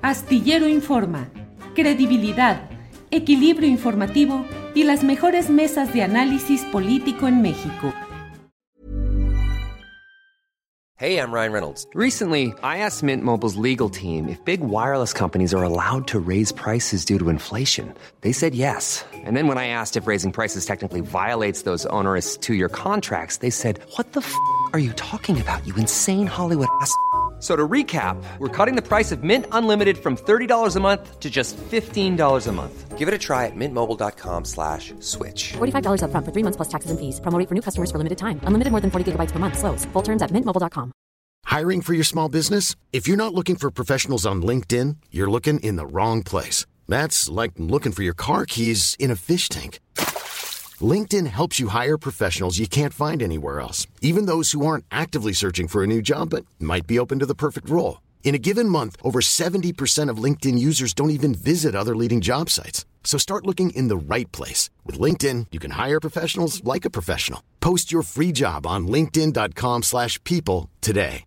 Astillero Informa, credibilidad, equilibrio informativo y las mejores mesas de análisis político en México. Hey, I'm Ryan Reynolds. Recently, I asked Mint Mobile's legal team if big wireless companies are allowed to raise prices due to inflation. They said yes. And then when I asked if raising prices technically violates those onerous two-year contracts, they said, "What the f*** are you talking about, you insane Hollywood ass?" So to recap, we're cutting the price of Mint Unlimited from $30 a month to just $15 a month. Give it a try at mintmobile.com/switch. $45 up front for 3 months plus taxes and fees. Promo rate for new customers for limited time. Unlimited more than 40 gigabytes per month. Slows full terms at mintmobile.com. Hiring for your small business? If you're not looking for professionals on LinkedIn, you're looking in the wrong place. That's like looking for your car keys in a fish tank. LinkedIn helps you hire professionals you can't find anywhere else, even those who aren't actively searching for a new job but might be open to the perfect role. In a given month, over 70% of LinkedIn users don't even visit other leading job sites. So start looking in the right place. With LinkedIn, you can hire professionals like a professional. Post your free job on linkedin.com/people today.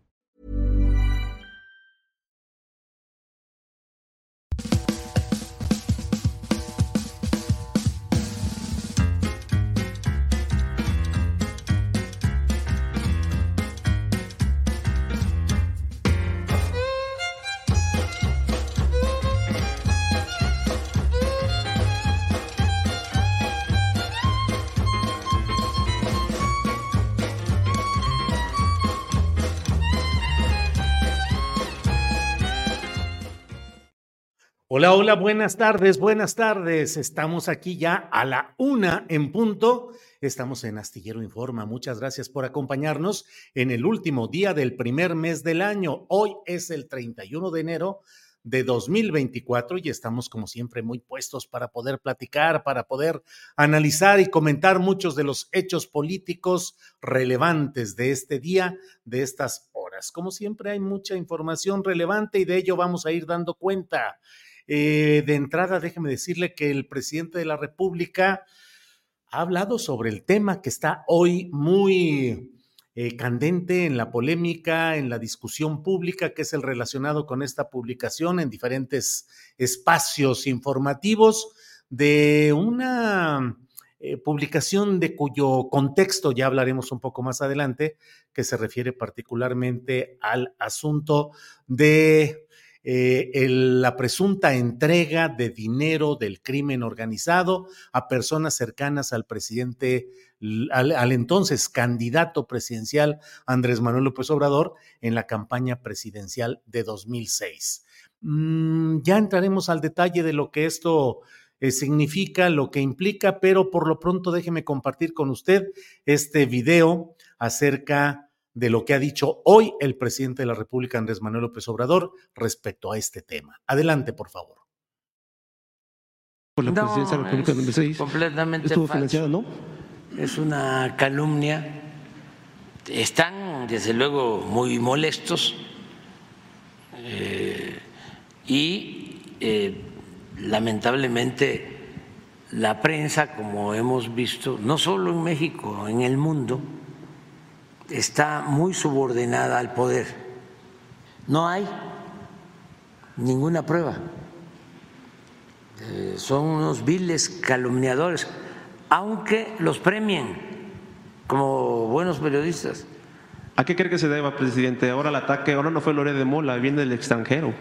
Hola, hola, buenas tardes, buenas tardes. Estamos aquí ya a la 1 en punto. Estamos en Astillero Informa. Muchas gracias por acompañarnos en el último día del primer mes del año. Hoy es el 31 de enero de 2024 y estamos como siempre muy puestos para poder platicar, para poder analizar y comentar muchos de los hechos políticos relevantes de este día, de estas horas. Como siempre hay mucha información relevante y de ello vamos a ir dando cuenta. De entrada, déjeme decirle que el presidente de la República ha hablado sobre el tema que está hoy muy candente en la polémica, en la discusión pública, que es el relacionado con esta publicación en diferentes espacios informativos de una publicación de cuyo contexto ya hablaremos un poco más adelante, que se refiere particularmente al asunto de la presunta entrega de dinero del crimen organizado a personas cercanas al presidente, al entonces candidato presidencial Andrés Manuel López Obrador en la campaña presidencial de 2006. Ya entraremos al detalle de lo que esto significa, lo que implica, pero por lo pronto déjeme compartir con usted este video acerca de lo que ha dicho hoy el presidente de la República, Andrés Manuel López Obrador, respecto a este tema. Adelante, por favor. Por la presidencia de la República en 2006. Completamente estuvo falso. Financiado, ¿no? Es una calumnia. Están, desde luego, muy molestos lamentablemente la prensa, como hemos visto, no solo en México, en el mundo, está muy subordinada al poder. No hay ninguna prueba. Son unos viles calumniadores, aunque los premien como buenos periodistas. ¿A qué cree que se deba, presidente? Ahora el ataque, ahora no fue Loret de Mola, viene del extranjero.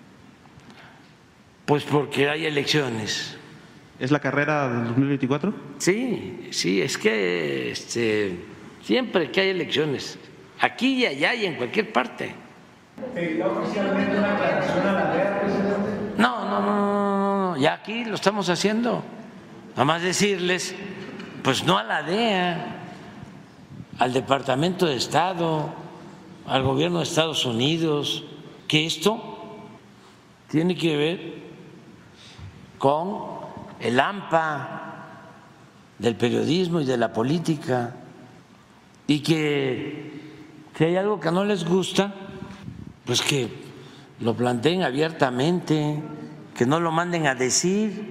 Pues porque hay elecciones. ¿Es la carrera del 2024? Sí, es que siempre que hay elecciones, aquí y allá y en cualquier parte. ¿Pedirá oficialmente una aclaración a la DEA, presidente? No, ya aquí lo estamos haciendo. Nada más decirles, pues no a la DEA, al Departamento de Estado, al gobierno de Estados Unidos, que esto tiene que ver con el AMPA del periodismo y de la política, y que si hay algo que no les gusta, pues que lo planteen abiertamente, que no lo manden a decir.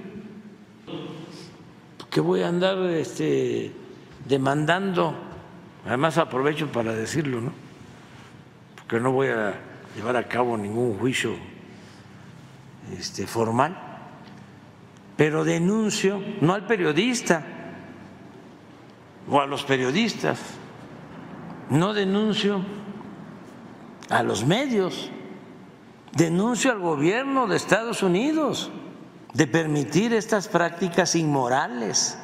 ¿Qué voy a andar demandando? Además aprovecho para decirlo, ¿no? Porque no voy a llevar a cabo ningún juicio formal, pero denuncio no al periodista o a los periodistas, no denuncio a los medios, denuncio al gobierno de Estados Unidos de permitir estas prácticas inmorales.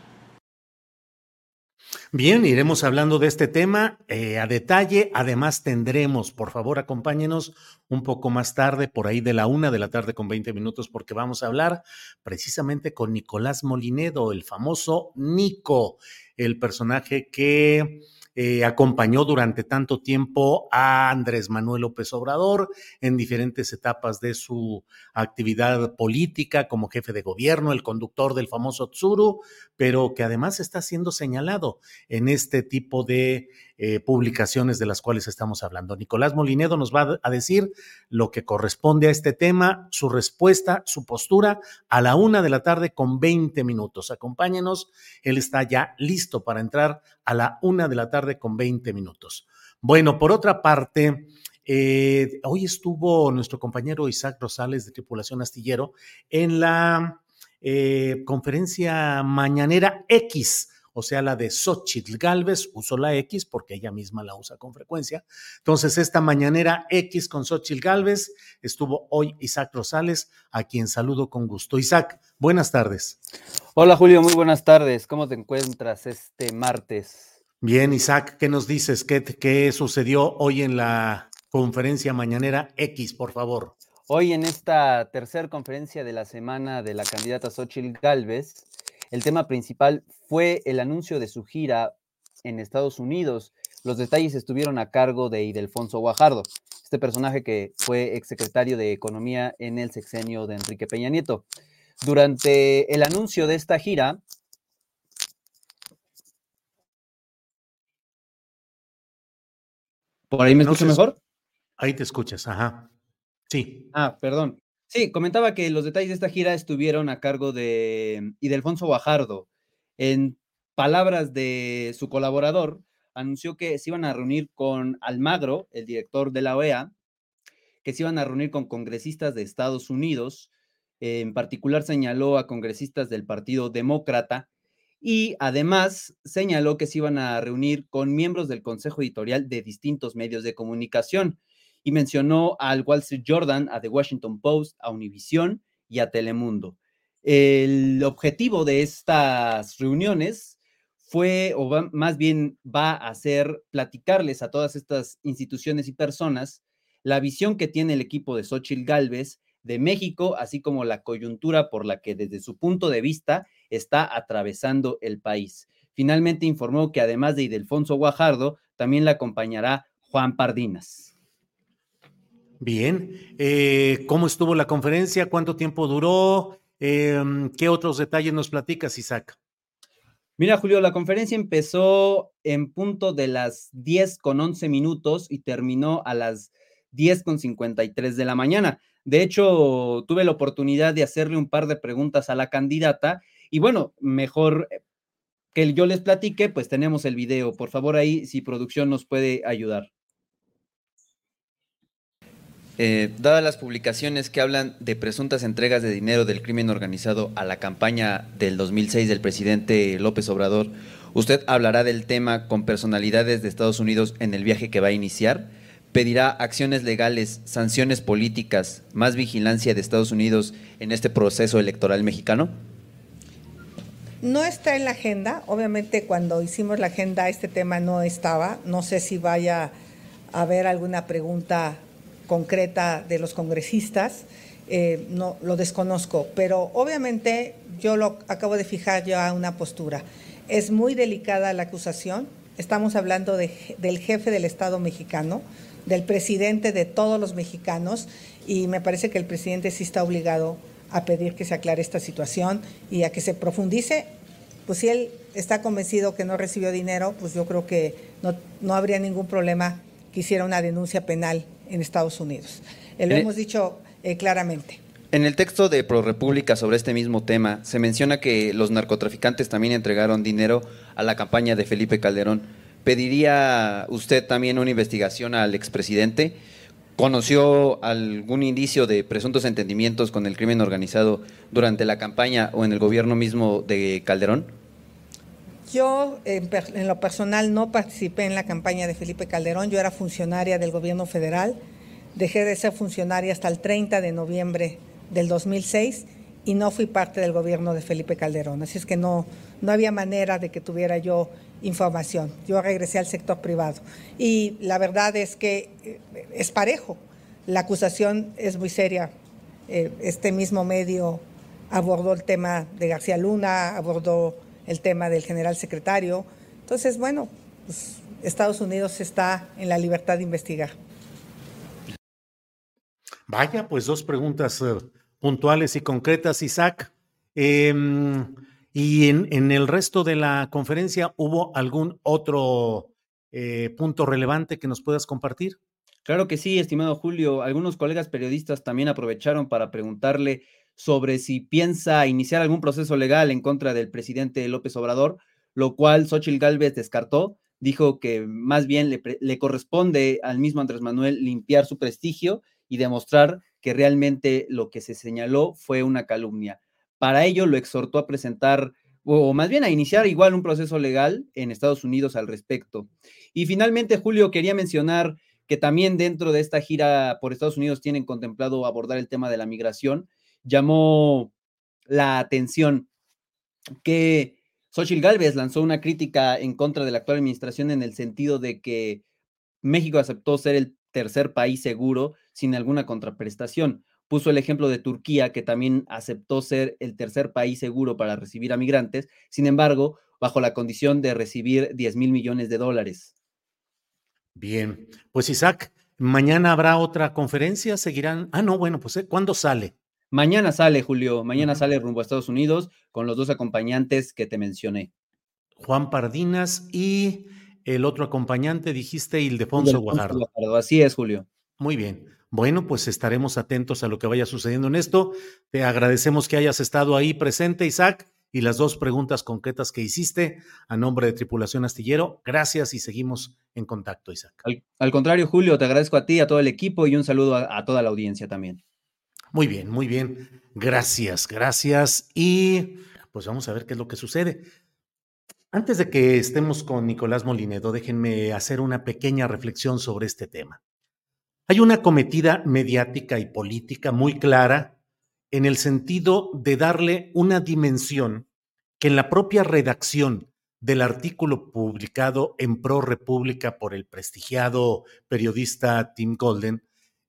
Bien, iremos hablando de este tema a detalle. Además tendremos, por favor, acompáñenos un poco más tarde, por ahí de la 1:00 con 20 minutos, porque vamos a hablar precisamente con Nicolás Molinedo, el famoso Nico, el personaje que acompañó durante tanto tiempo a Andrés Manuel López Obrador en diferentes etapas de su actividad política como jefe de gobierno, el conductor del famoso Tsuru, pero que además está siendo señalado en este tipo de publicaciones de las cuales estamos hablando. Nicolás Molinedo nos va a decir lo que corresponde a este tema, su respuesta, su postura a la 1:00 con 20 minutos. Acompáñenos, él está ya listo para entrar a la 1:00 con 20 minutos. Bueno, por otra parte, hoy estuvo nuestro compañero Isaac Rosales de Tripulación Astillero en la conferencia mañanera X, o sea, la de Xóchitl Gálvez. Usó la X porque ella misma la usa con frecuencia. Entonces, esta mañanera X con Xóchitl Gálvez estuvo hoy Isaac Rosales, a quien saludo con gusto. Isaac, buenas tardes. Hola Julio, muy buenas tardes. ¿Cómo te encuentras este martes? Bien, Isaac, ¿qué nos dices? ¿Qué sucedió hoy en la conferencia mañanera X, por favor? Hoy en esta tercera conferencia de la semana de la candidata Xóchitl Gálvez, el tema principal fue el anuncio de su gira en Estados Unidos. Los detalles estuvieron a cargo de Ildefonso Guajardo, este personaje que fue exsecretario de Economía en el sexenio de Enrique Peña Nieto. Durante el anuncio de esta gira, ¿por ahí me escucho mejor? Ahí te escuchas, ajá. Sí. Perdón. Sí, comentaba que los detalles de esta gira estuvieron a cargo de Ildefonso Guajardo. En palabras de su colaborador, anunció que se iban a reunir con Almagro, el director de la OEA, que se iban a reunir con congresistas de Estados Unidos. En particular señaló a congresistas del Partido Demócrata y además señaló que se iban a reunir con miembros del consejo editorial de distintos medios de comunicación. Y mencionó al Wall Street Journal, a The Washington Post, a Univision y a Telemundo. El objetivo de estas reuniones fue, más bien va a ser platicarles a todas estas instituciones y personas la visión que tiene el equipo de Xóchitl Gálvez de México, así como la coyuntura por la que desde su punto de vista está atravesando el país. Finalmente informó que además de Ildefonso Guajardo, también la acompañará Juan Pardinas. Bien, ¿cómo estuvo la conferencia? ¿Cuánto tiempo duró? ¿Qué otros detalles nos platicas, Isaac? Mira, Julio, la conferencia empezó en punto de las 10:11 y terminó a las 10:53 de la mañana. De hecho, tuve la oportunidad de hacerle un par de preguntas a la candidata y bueno, mejor que yo les platique, pues tenemos el video. Por favor, ahí, si producción nos puede ayudar. Dadas las publicaciones que hablan de presuntas entregas de dinero del crimen organizado a la campaña del 2006 del presidente López Obrador, ¿usted hablará del tema con personalidades de Estados Unidos en el viaje que va a iniciar? ¿Pedirá acciones legales, sanciones políticas, más vigilancia de Estados Unidos en este proceso electoral mexicano? No está en la agenda. Obviamente, cuando hicimos la agenda, este tema no estaba. No sé si vaya a haber alguna pregunta concreta de los congresistas, no lo desconozco, pero obviamente yo lo acabo de fijar ya una postura. Es muy delicada la acusación, estamos hablando del jefe del Estado mexicano, del presidente de todos los mexicanos, y me parece que el presidente sí está obligado a pedir que se aclare esta situación y a que se profundice. Pues si él está convencido que no recibió dinero, pues yo creo que no habría ningún problema que hiciera una denuncia penal en Estados Unidos. Lo hemos dicho claramente. En el texto de ProRepública sobre este mismo tema, se menciona que los narcotraficantes también entregaron dinero a la campaña de Felipe Calderón. ¿Pediría usted también una investigación al expresidente? ¿Conoció algún indicio de presuntos entendimientos con el crimen organizado durante la campaña o en el gobierno mismo de Calderón? Yo, en lo personal, no participé en la campaña de Felipe Calderón. Yo era funcionaria del gobierno federal. Dejé de ser funcionaria hasta el 30 de noviembre del 2006 y no fui parte del gobierno de Felipe Calderón. Así es que no había manera de que tuviera yo información. Yo regresé al sector privado. Y la verdad es que es parejo. La acusación es muy seria. Este mismo medio abordó el tema de García Luna, abordó el tema del general secretario. Entonces, bueno, pues Estados Unidos está en la libertad de investigar. Vaya, pues dos preguntas puntuales y concretas, Isaac. Y en el resto de la conferencia, ¿hubo algún otro punto relevante que nos puedas compartir? Claro que sí, estimado Julio. Algunos colegas periodistas también aprovecharon para preguntarle sobre si piensa iniciar algún proceso legal en contra del presidente López Obrador, lo cual Xóchitl Gálvez descartó. Dijo que más bien le corresponde al mismo Andrés Manuel limpiar su prestigio y demostrar que realmente lo que se señaló fue una calumnia. Para ello lo exhortó a presentar, o más bien a iniciar igual un proceso legal en Estados Unidos al respecto. Y finalmente, Julio, quería mencionar que también dentro de esta gira por Estados Unidos tienen contemplado abordar el tema de la migración. Llamó la atención que Xóchitl Gálvez lanzó una crítica en contra de la actual administración en el sentido de que México aceptó ser el tercer país seguro sin alguna contraprestación. Puso el ejemplo de Turquía, que también aceptó ser el tercer país seguro para recibir a migrantes, sin embargo, bajo la condición de recibir $10,000 millones. Bien, pues Isaac, mañana habrá otra conferencia, seguirán. No, bueno, pues ¿cuándo sale? Mañana sale, Julio, mañana sale rumbo a Estados Unidos con los dos acompañantes que te mencioné. Juan Pardinas y el otro acompañante, dijiste, Ildefonso Guajardo. Así es, Julio. Muy bien. Bueno, pues estaremos atentos a lo que vaya sucediendo en esto. Te agradecemos que hayas estado ahí presente, Isaac, y las dos preguntas concretas que hiciste a nombre de Tripulación Astillero. Gracias y seguimos en contacto, Isaac. Al contrario, Julio, te agradezco a ti, a todo el equipo y un saludo a toda la audiencia también. Muy bien, muy bien. Gracias. Y pues vamos a ver qué es lo que sucede. Antes de que estemos con Nicolás Molinedo, déjenme hacer una pequeña reflexión sobre este tema. Hay una cometida mediática y política muy clara en el sentido de darle una dimensión que en la propia redacción del artículo publicado en Pro República por el prestigiado periodista Tim Golden,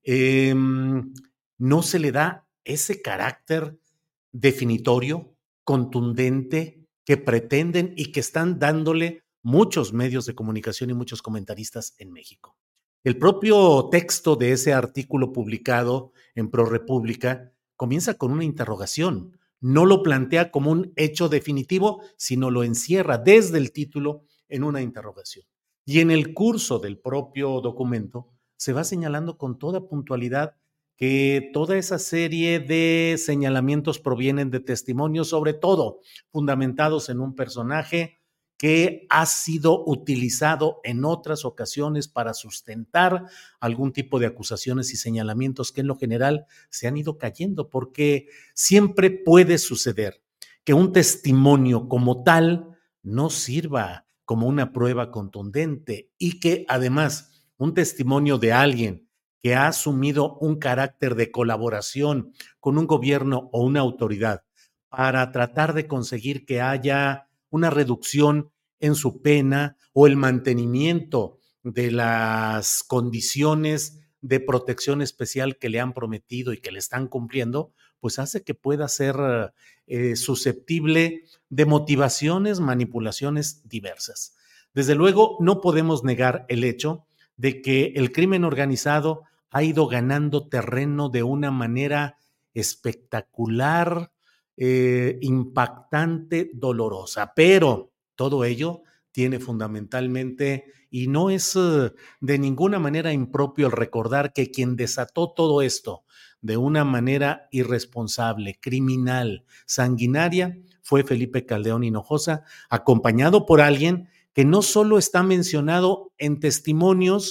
no se le da ese carácter definitorio, contundente, que pretenden y que están dándole muchos medios de comunicación y muchos comentaristas en México. El propio texto de ese artículo publicado en Pro República comienza con una interrogación. No lo plantea como un hecho definitivo, sino lo encierra desde el título en una interrogación. Y en el curso del propio documento se va señalando con toda puntualidad que toda esa serie de señalamientos provienen de testimonios, sobre todo fundamentados en un personaje que ha sido utilizado en otras ocasiones para sustentar algún tipo de acusaciones y señalamientos que en lo general se han ido cayendo, porque siempre puede suceder que un testimonio como tal no sirva como una prueba contundente y que además un testimonio de alguien que ha asumido un carácter de colaboración con un gobierno o una autoridad para tratar de conseguir que haya una reducción en su pena o el mantenimiento de las condiciones de protección especial que le han prometido y que le están cumpliendo, pues hace que pueda ser susceptible de motivaciones, manipulaciones diversas. Desde luego, no podemos negar el hecho de que el crimen organizado ha ido ganando terreno de una manera espectacular, impactante, dolorosa, pero todo ello tiene fundamentalmente, y no es de ninguna manera impropio el recordar que quien desató todo esto de una manera irresponsable, criminal, sanguinaria, fue Felipe Calderón Hinojosa, acompañado por alguien que no solo está mencionado en testimonios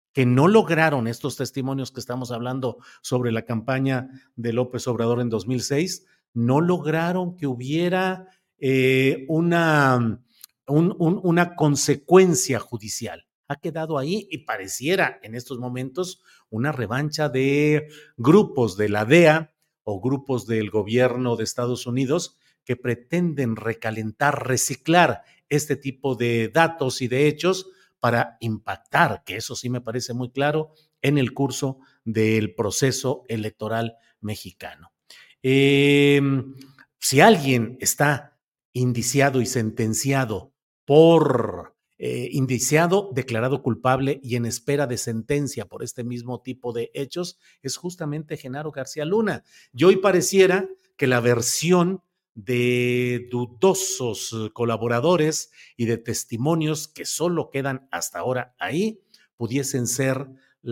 que no lograron estos testimonios que estamos hablando sobre la campaña de López Obrador en 2006, no lograron que hubiera una consecuencia judicial. Ha quedado ahí y pareciera en estos momentos una revancha de grupos de la DEA o grupos del gobierno de Estados Unidos que pretenden recalentar, reciclar este tipo de datos y de hechos para impactar, que eso sí me parece muy claro, en el curso del proceso electoral mexicano. Si alguien está indiciado y sentenciado indiciado, declarado culpable y en espera de sentencia por este mismo tipo de hechos, es justamente Genaro García Luna. Y hoy pareciera que la versión de dudosos colaboradores y de testimonios que solo quedan hasta ahora ahí, pudiesen ser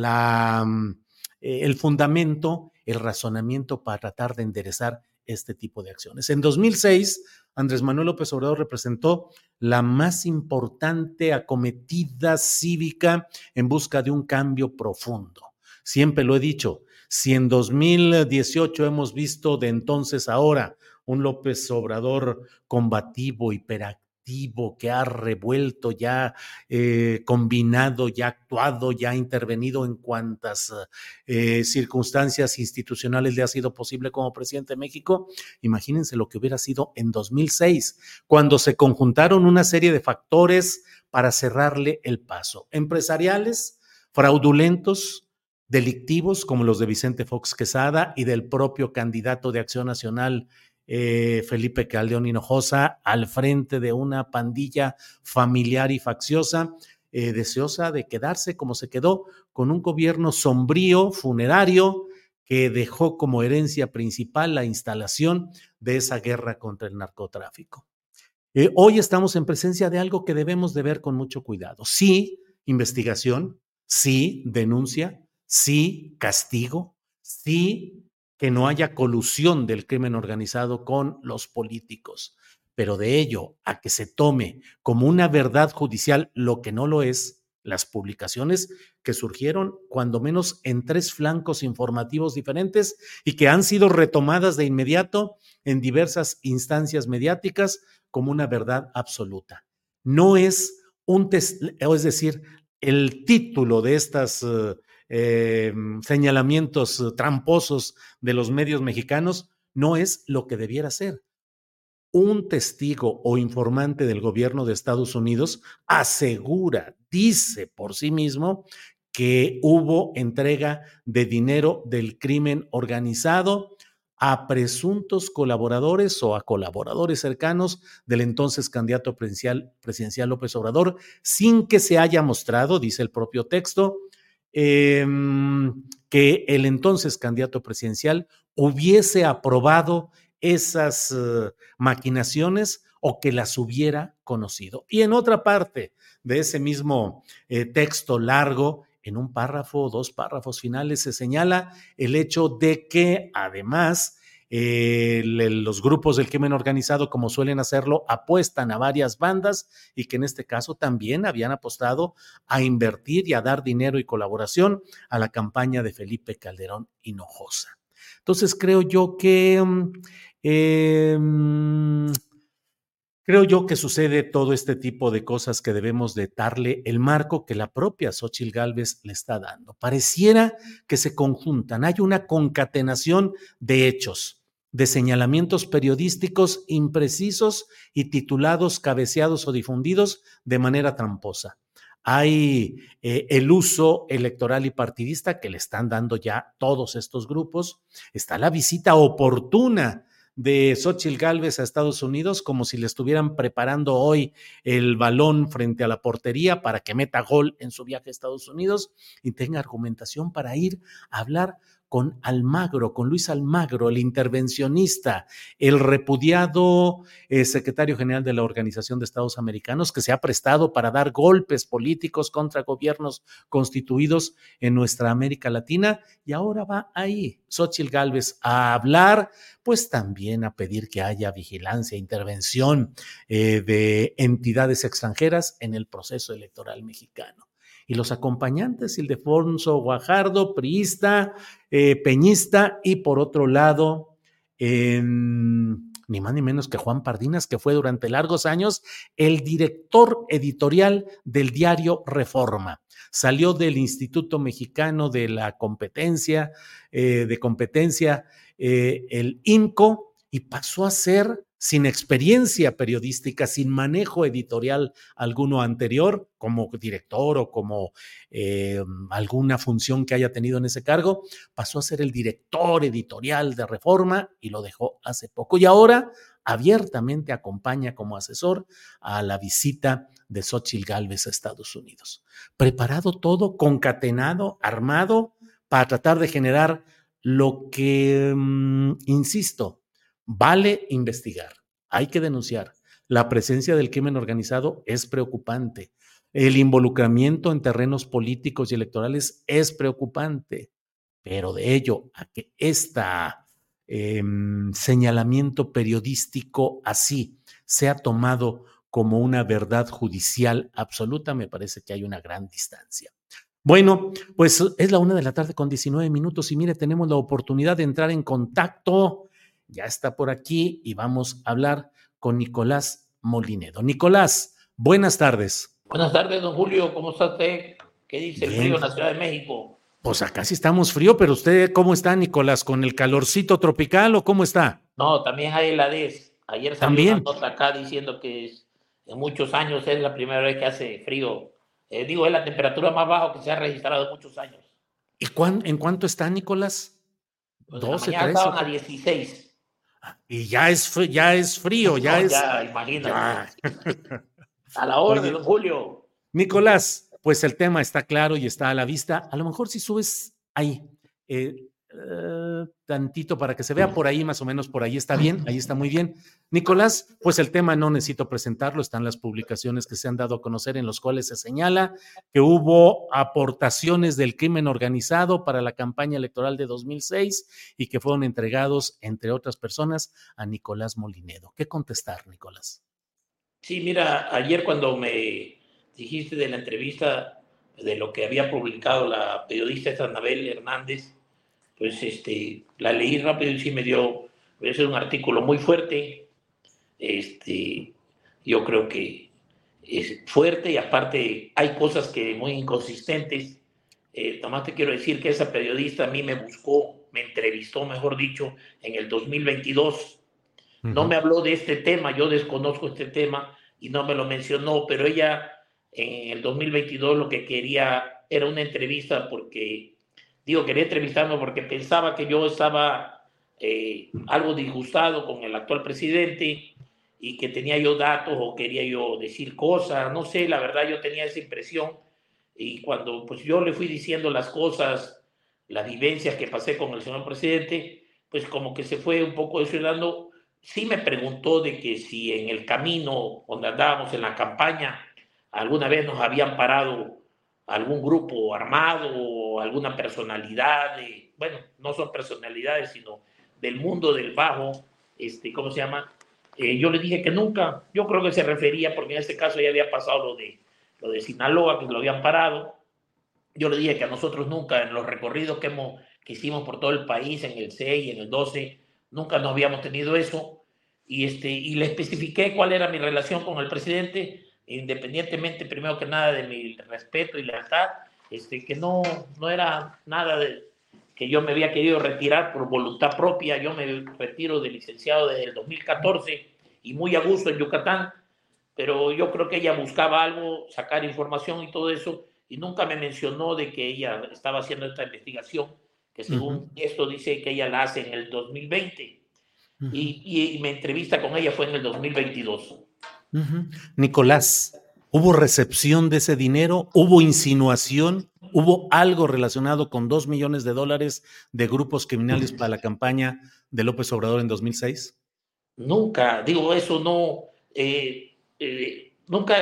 el fundamento, el razonamiento para tratar de enderezar este tipo de acciones. En 2006, Andrés Manuel López Obrador representó la más importante acometida cívica en busca de un cambio profundo. Siempre lo he dicho, si en 2018 hemos visto de entonces a ahora un López Obrador combativo, hiperactivo, que ha revuelto, ya combinado, ya actuado, ya intervenido en cuantas circunstancias institucionales le ha sido posible como presidente de México, imagínense lo que hubiera sido en 2006, cuando se conjuntaron una serie de factores para cerrarle el paso, empresariales, fraudulentos, delictivos como los de Vicente Fox Quesada y del propio candidato de Acción Nacional Felipe Calderón Hinojosa, al frente de una pandilla familiar y facciosa, deseosa de quedarse como se quedó, con un gobierno sombrío, funerario, que dejó como herencia principal la instalación de esa guerra contra el narcotráfico. Hoy estamos en presencia de algo que debemos de ver con mucho cuidado. Sí, investigación, sí, denuncia, sí, castigo, sí, que no haya colusión del crimen organizado con los políticos, pero de ello a que se tome como una verdad judicial lo que no lo es, las publicaciones que surgieron cuando menos en 3 flancos informativos diferentes y que han sido retomadas de inmediato en diversas instancias mediáticas como una verdad absoluta. No es es decir, el título de estas señalamientos tramposos de los medios mexicanos no es lo que debiera ser. Un testigo o informante del gobierno de Estados Unidos asegura, dice por sí mismo, que hubo entrega de dinero del crimen organizado a presuntos colaboradores o a colaboradores cercanos del entonces candidato presidencial López Obrador, sin que se haya mostrado, dice el propio texto, que el entonces candidato presidencial hubiese aprobado esas maquinaciones o que las hubiera conocido. Y en otra parte de ese mismo texto largo, en un párrafo o 2 párrafos finales, se señala el hecho de que además los grupos del crimen organizado, como suelen hacerlo, apuestan a varias bandas y que en este caso también habían apostado a invertir y a dar dinero y colaboración a la campaña de Felipe Calderón Hinojosa. Entonces creo yo que sucede todo este tipo de cosas que debemos de darle el marco que la propia Xóchitl Gálvez le está dando. Pareciera que se conjuntan, hay una concatenación de hechos, de señalamientos periodísticos imprecisos y titulados, cabeceados o difundidos de manera tramposa. Hay el uso electoral y partidista que le están dando ya todos estos grupos. Está la visita oportuna de Xóchitl Gálvez a Estados Unidos, como si le estuvieran preparando hoy el balón frente a la portería para que meta gol en su viaje a Estados Unidos y tenga argumentación para ir a hablar con Almagro, con Luis Almagro, el intervencionista, el repudiado secretario general de la Organización de Estados Americanos, que se ha prestado para dar golpes políticos contra gobiernos constituidos en nuestra América Latina, y ahora va ahí Xóchitl Gálvez a hablar, pues también a pedir que haya vigilancia, intervención de entidades extranjeras en el proceso electoral mexicano. Y los acompañantes, Ildefonso Guajardo, priista, peñista, y por otro lado, ni más ni menos que Juan Pardinas, que fue durante largos años el director editorial del diario Reforma. Salió del Instituto Mexicano de la Competencia, el INCO, y pasó a ser, sin experiencia periodística, sin manejo editorial alguno anterior, como director o como alguna función que haya tenido en ese cargo, pasó a ser el director editorial de Reforma y lo dejó hace poco. Y ahora abiertamente acompaña como asesor a la visita de Xóchitl Gálvez a Estados Unidos. Preparado todo, concatenado, armado, para tratar de generar lo que, insisto, vale investigar, hay que denunciar. La presencia del crimen organizado es preocupante. El involucramiento en terrenos políticos y electorales es preocupante. Pero de ello a que señalamiento periodístico así sea tomado como una verdad judicial absoluta, me parece que hay una gran distancia. Bueno, pues es la 1:19 y mire, tenemos la oportunidad de entrar en contacto. Ya está por aquí y vamos a hablar con Nicolás Molinedo. Nicolás, buenas tardes. Buenas tardes, don Julio. ¿Cómo está usted? ¿Qué dice el frío en la Ciudad de México? Pues acá sí estamos frío, pero usted, ¿cómo está, Nicolás? ¿Con el calorcito tropical o cómo está? No, también hay heladez. Ayer salió una nota acá diciendo que en muchos años es la primera vez que hace frío. Es la temperatura más baja que se ha registrado en muchos años. ¿Y en cuánto está, Nicolás? Pues 12, mañana 13. Estaban a 16. Y ya es frío, ya imagínate. Ya. A la orden, don Julio. Nicolás, pues el tema está claro y está a la vista. A lo mejor si subes ahí tantito para que se vea por ahí, más o menos por ahí está bien, ahí está muy bien. Nicolás, pues el tema no necesito presentarlo, están las publicaciones que se han dado a conocer en los cuales se señala que hubo aportaciones del crimen organizado para la campaña electoral de 2006 y que fueron entregados, entre otras personas, a Nicolás Molinedo. ¿Qué contestar, Nicolás? Sí, mira, ayer cuando me dijiste de la entrevista de lo que había publicado la periodista Anabel Hernández, pues la leí rápido y sí es un artículo muy fuerte. Yo creo que es fuerte y aparte hay cosas que muy inconsistentes. Nomás te quiero decir que esa periodista a mí me entrevistó, mejor dicho, en el 2022. No me habló de este tema, yo desconozco este tema y no me lo mencionó, pero ella en el 2022 lo que quería era una entrevista quería entrevistarme porque pensaba que yo estaba algo disgustado con el actual presidente y que tenía yo datos o quería yo decir cosas, no sé, la verdad yo tenía esa impresión y cuando pues yo le fui diciendo las cosas, las vivencias que pasé con el señor presidente, pues como que se fue un poco desvelando. Sí me preguntó de que si en el camino donde andábamos en la campaña alguna vez nos habían parado algún grupo armado o alguna personalidad, no son personalidades, sino del mundo del bajo, ¿cómo se llama? Yo le dije que nunca, yo creo que se refería, porque en este caso ya había pasado lo de Sinaloa, que lo habían parado. Yo le dije que a nosotros nunca, en los recorridos que hicimos por todo el país, en el 6 y en el 12, nunca nos habíamos tenido eso, y le especifiqué cuál era mi relación con el presidente, independientemente, primero que nada, de mi respeto y lealtad, que no era nada que yo me había querido retirar por voluntad propia. Yo me retiro de licenciado desde el 2014 y muy a gusto en Yucatán, pero yo creo que ella buscaba algo, sacar información y todo eso, y nunca me mencionó de que ella estaba haciendo esta investigación, que según esto dice que ella la hace en el 2020, y mi entrevista con ella fue en el 2022. Nicolás, ¿hubo recepción de ese dinero? ¿Hubo insinuación? ¿Hubo algo relacionado con $2 millones de grupos criminales para la campaña de López Obrador en 2006? Nunca, eso no, nunca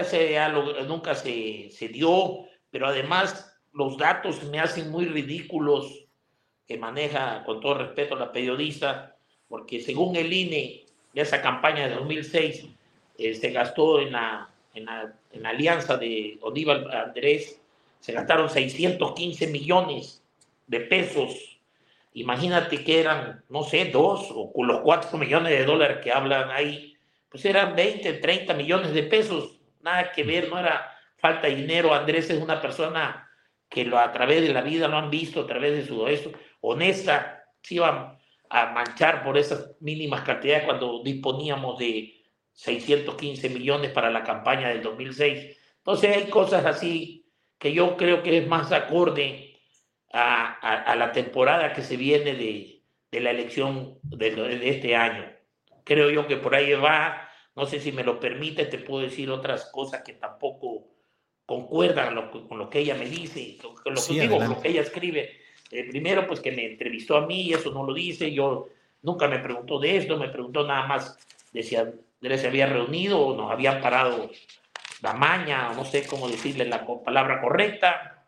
se dio, pero además los datos me hacen muy ridículos que maneja, con todo respeto, la periodista, porque según el INE, esa campaña de 2006 se gastó en la alianza de Aníbal Andrés se gastaron 615 millones de pesos. Imagínate que eran, no sé, 2 o con los 4 millones de dólares que hablan ahí, pues eran 20, 30 millones de pesos. Nada que ver, no era falta de dinero. Andrés es una persona que a través de la vida lo han visto, a través de su esto, honesta, se iban a manchar por esas mínimas cantidades cuando disponíamos de 615 millones para la campaña del 2006. Entonces hay cosas así que yo creo que es más acorde a la temporada que se viene de la elección de este año. Creo yo que por ahí va. No sé si me lo permite, te puedo decir otras cosas que tampoco concuerdan con lo que ella me dice, con lo que digo, con lo que ella escribe. Primero, pues que me entrevistó a mí, y eso no lo dice. Yo nunca me preguntó de esto, me preguntó nada más de si Andrés se había reunido o nos habían parado la maña, o no sé cómo decirle la palabra correcta.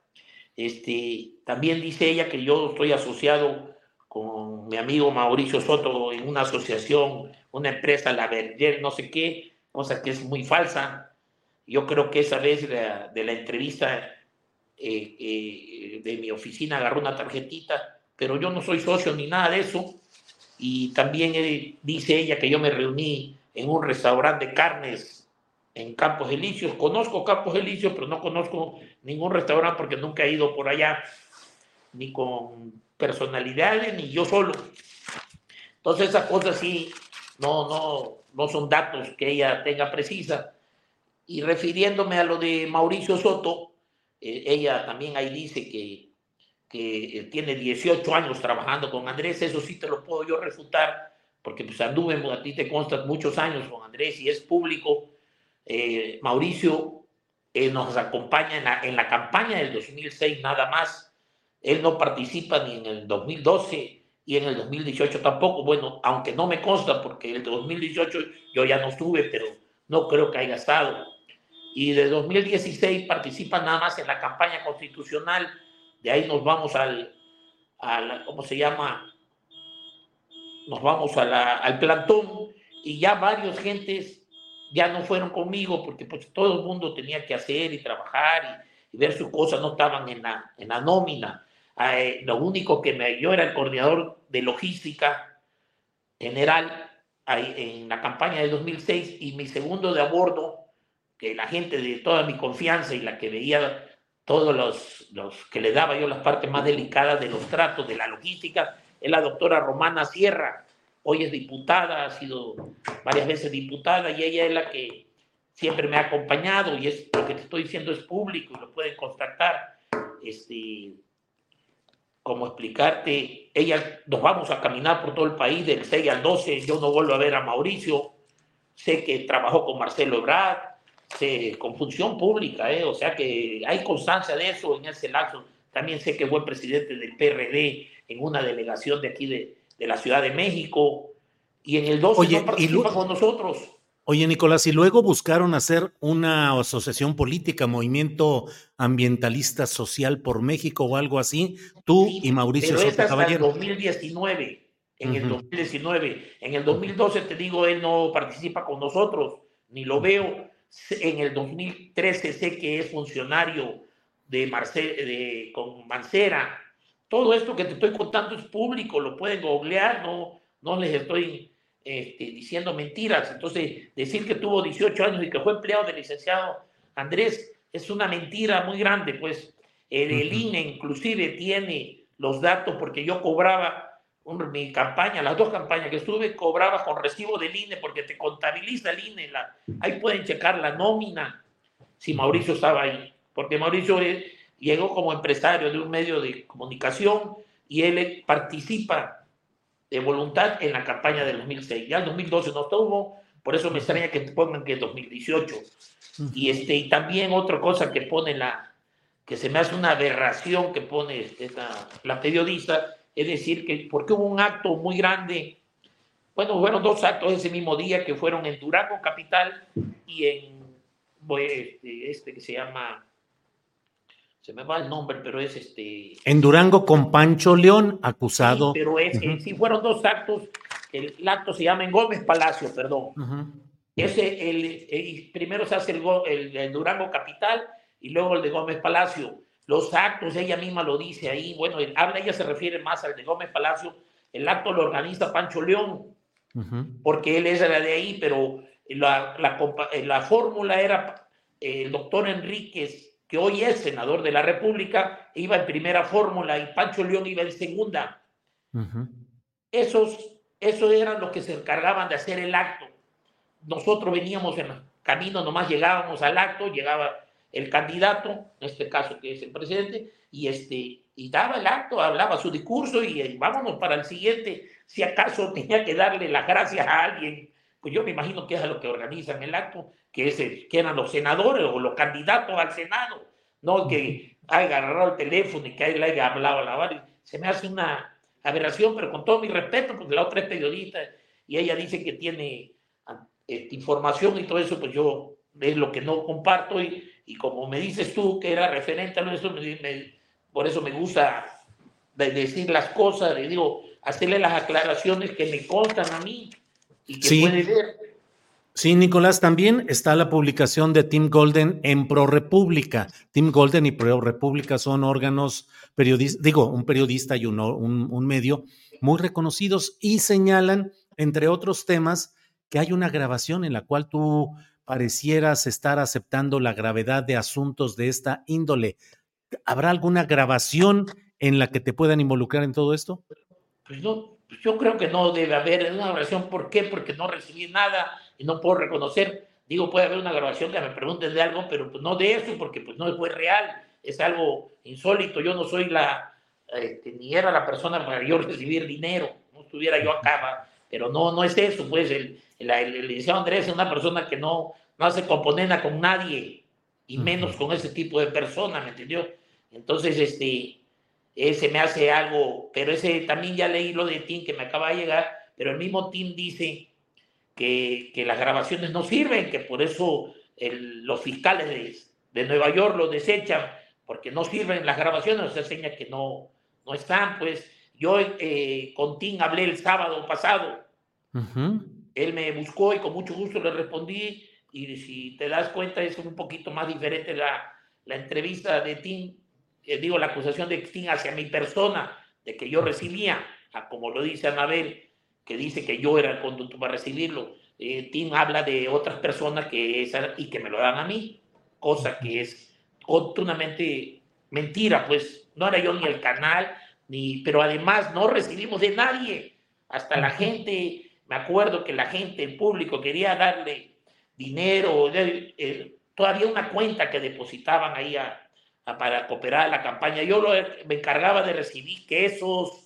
También dice ella que yo estoy asociado con mi amigo Mauricio Soto en una asociación, una empresa, la Verger, no sé qué, cosa que es muy falsa. Yo creo que esa vez de la entrevista de mi oficina agarró una tarjetita, pero yo no soy socio ni nada de eso. Y también dice ella que yo me reuní en un restaurante de carnes en Campos Elíseos. Conozco Campos Elíseos, pero no conozco ningún restaurante porque nunca he ido por allá, ni con personalidades, ni yo solo. Entonces esas cosas sí no son datos que ella tenga precisa. Y refiriéndome a lo de Mauricio Soto, ella también ahí dice que tiene 18 años trabajando con Andrés. Eso sí te lo puedo yo refutar, porque pues anduve, a ti te consta, muchos años con Andrés y es público. Mauricio nos acompaña en la campaña del 2006 nada más. Él no participa ni en el 2012 y en el 2018 tampoco. Bueno, aunque no me consta, porque el 2018 yo ya no estuve, pero no creo que haya estado. Y de 2016 participa nada más en la campaña constitucional. De ahí nos vamos ¿cómo se llama? Nos vamos al plantón, y ya varios gentes ya no fueron conmigo porque pues todo el mundo tenía que hacer y trabajar y ver sus cosas, no estaban en la nómina. Lo único que yo era el coordinador de logística general en la campaña de 2006, y mi segundo de a bordo, que la gente de toda mi confianza y la que veía todos los que le daba yo las partes más delicadas de los tratos de la logística, es la doctora Romana Sierra. Hoy es diputada, ha sido varias veces diputada, y ella es la que siempre me ha acompañado, y es lo que te estoy diciendo es público y lo pueden constatar. Como explicarte, nos vamos a caminar por todo el país del 6 al 12. Yo no vuelvo a ver a Mauricio. Sé que trabajó con Marcelo Ebrard, con función pública, o sea que hay constancia de eso en ese lapso. También sé que fue presidente del PRD en una delegación de aquí de la Ciudad de México, y en el 12 no participa con nosotros. Oye, Nicolás, y luego buscaron hacer una asociación política, Movimiento Ambientalista Social por México o algo así, tú sí, y Mauricio Soto Caballero. Pero es hasta el 2019, el 2019. En el 2012, te digo, él no participa con nosotros, ni lo veo. En el 2013 sé que es funcionario con Mancera. Todo esto que te estoy contando es público, lo pueden googlear, no les estoy diciendo mentiras. Entonces, decir que tuvo 18 años y que fue empleado del licenciado Andrés es una mentira muy grande, pues. El INE inclusive tiene los datos, porque yo cobraba mi campaña, las 2 campañas que estuve, cobraba con recibo del INE, porque te contabiliza el INE, ahí pueden checar la nómina, si Mauricio estaba ahí, porque Mauricio llegó como empresario de un medio de comunicación, y él participa de voluntad en la campaña del 2006. Ya el 2012 no estuvo, por eso me extraña que pongan que es 2018. Y también otra cosa que pone que se me hace una aberración que pone la periodista, es decir, que porque hubo un acto muy grande, bueno, fueron 2 actos ese mismo día, que fueron en Durango capital y en que se llama, se me va el nombre, pero es en Durango con Pancho León, acusado. Sí, pero sí fueron 2 actos. El acto se llama en Gómez Palacio, perdón. Primero se hace el Durango capital y luego el de Gómez Palacio. los actos, ella misma lo dice ahí, bueno, ella se refiere más al de Gómez Palacio, el acto lo organiza Pancho León, porque él era de ahí, pero la fórmula era el doctor Enríquez, que hoy es senador de la República, iba en primera fórmula y Pancho León iba en segunda. Esos eran los que se encargaban de hacer el acto. Nosotros veníamos en el camino, nomás llegábamos al acto, llegaba el candidato, en este caso que es el presidente, y daba el acto, hablaba su discurso y vámonos para el siguiente. Si acaso tenía que darle las gracias a alguien, pues yo me imagino que es a lo que organizan el acto, que eran los senadores o los candidatos al Senado, no que haya agarrado el teléfono y que le haya hablado a la vara. Se me hace una aberración, pero con todo mi respeto, porque la otra es periodista y ella dice que tiene información y todo eso, pues yo es lo que no comparto y como me dices tú que era referente a eso, por eso me gusta decir las cosas, le digo, hacerle las aclaraciones que me constan a mí y que puede ver. Sí, Nicolás, también está la publicación de Tim Golden en ProRepública. Tim Golden y ProRepública son órganos un periodista y un medio muy reconocidos y señalan, entre otros temas, que hay una grabación en la cual tú parecieras estar aceptando la gravedad de asuntos de esta índole. ¿Habrá alguna grabación en la que te puedan involucrar en todo esto? Pues no, yo creo que no debe haber una grabación. ¿Por qué? Porque no recibí nada y no puedo reconocer. Digo, puede haber una grabación que me pregunten de algo, pero pues no de eso, porque pues no fue real. Es algo insólito. Yo no soy ni era la persona para yo recibir dinero. No estuviera yo acá, pero no es eso. Pues el licenciado Andrés es una persona que no hace componenda con nadie, y menos con ese tipo de personas, ¿me entendió? Entonces, ese me hace algo, pero ese también ya leí lo de Tim que me acaba de llegar, pero el mismo Tim dice que las grabaciones no sirven, que por eso los fiscales de Nueva York lo desechan, porque no sirven las grabaciones, o sea, seña que no están. Pues yo con Tim hablé el sábado pasado, él me buscó y con mucho gusto le respondí, y si te das cuenta es un poquito más diferente la entrevista de Tim, la acusación de Tim hacia mi persona, de que yo recibía, como lo dice Anabel, que dice que yo era el conductor para recibirlo. Tim habla de otras personas y que me lo dan a mí, cosa que es rotundamente mentira, pues no era yo ni el canal, pero además no recibimos de nadie, hasta la gente, me acuerdo que la gente, el público quería darle dinero, todavía una cuenta que depositaban ahí para cooperar a la campaña. Yo me encargaba de recibir quesos,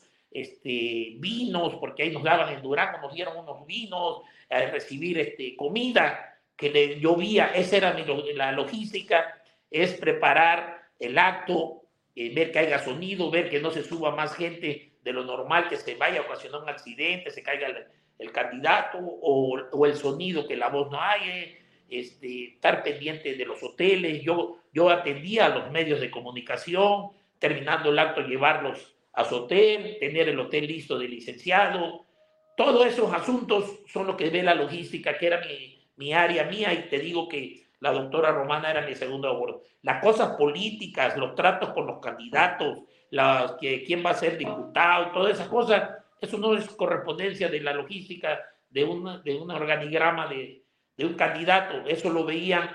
vinos, porque ahí nos daban en Durango, nos dieron unos vinos, recibir comida que llovía. Esa era la logística, es preparar el acto, ver que haya sonido, ver que no se suba más gente de lo normal, que se vaya a ocasionar un accidente, se caiga el candidato, o el sonido, que la voz no haya, estar pendiente de los hoteles. Yo atendía a los medios de comunicación, terminando el acto llevarlos a su hotel, tener el hotel listo de licenciado. Todos esos asuntos son los que ve la logística, que era mi área mía, y te digo que la doctora Romana era mi segundo abordo. Las cosas políticas, los tratos con los candidatos, quién va a ser diputado, todas esas cosas, eso no es correspondencia de la logística de un organigrama de un candidato. Eso lo veían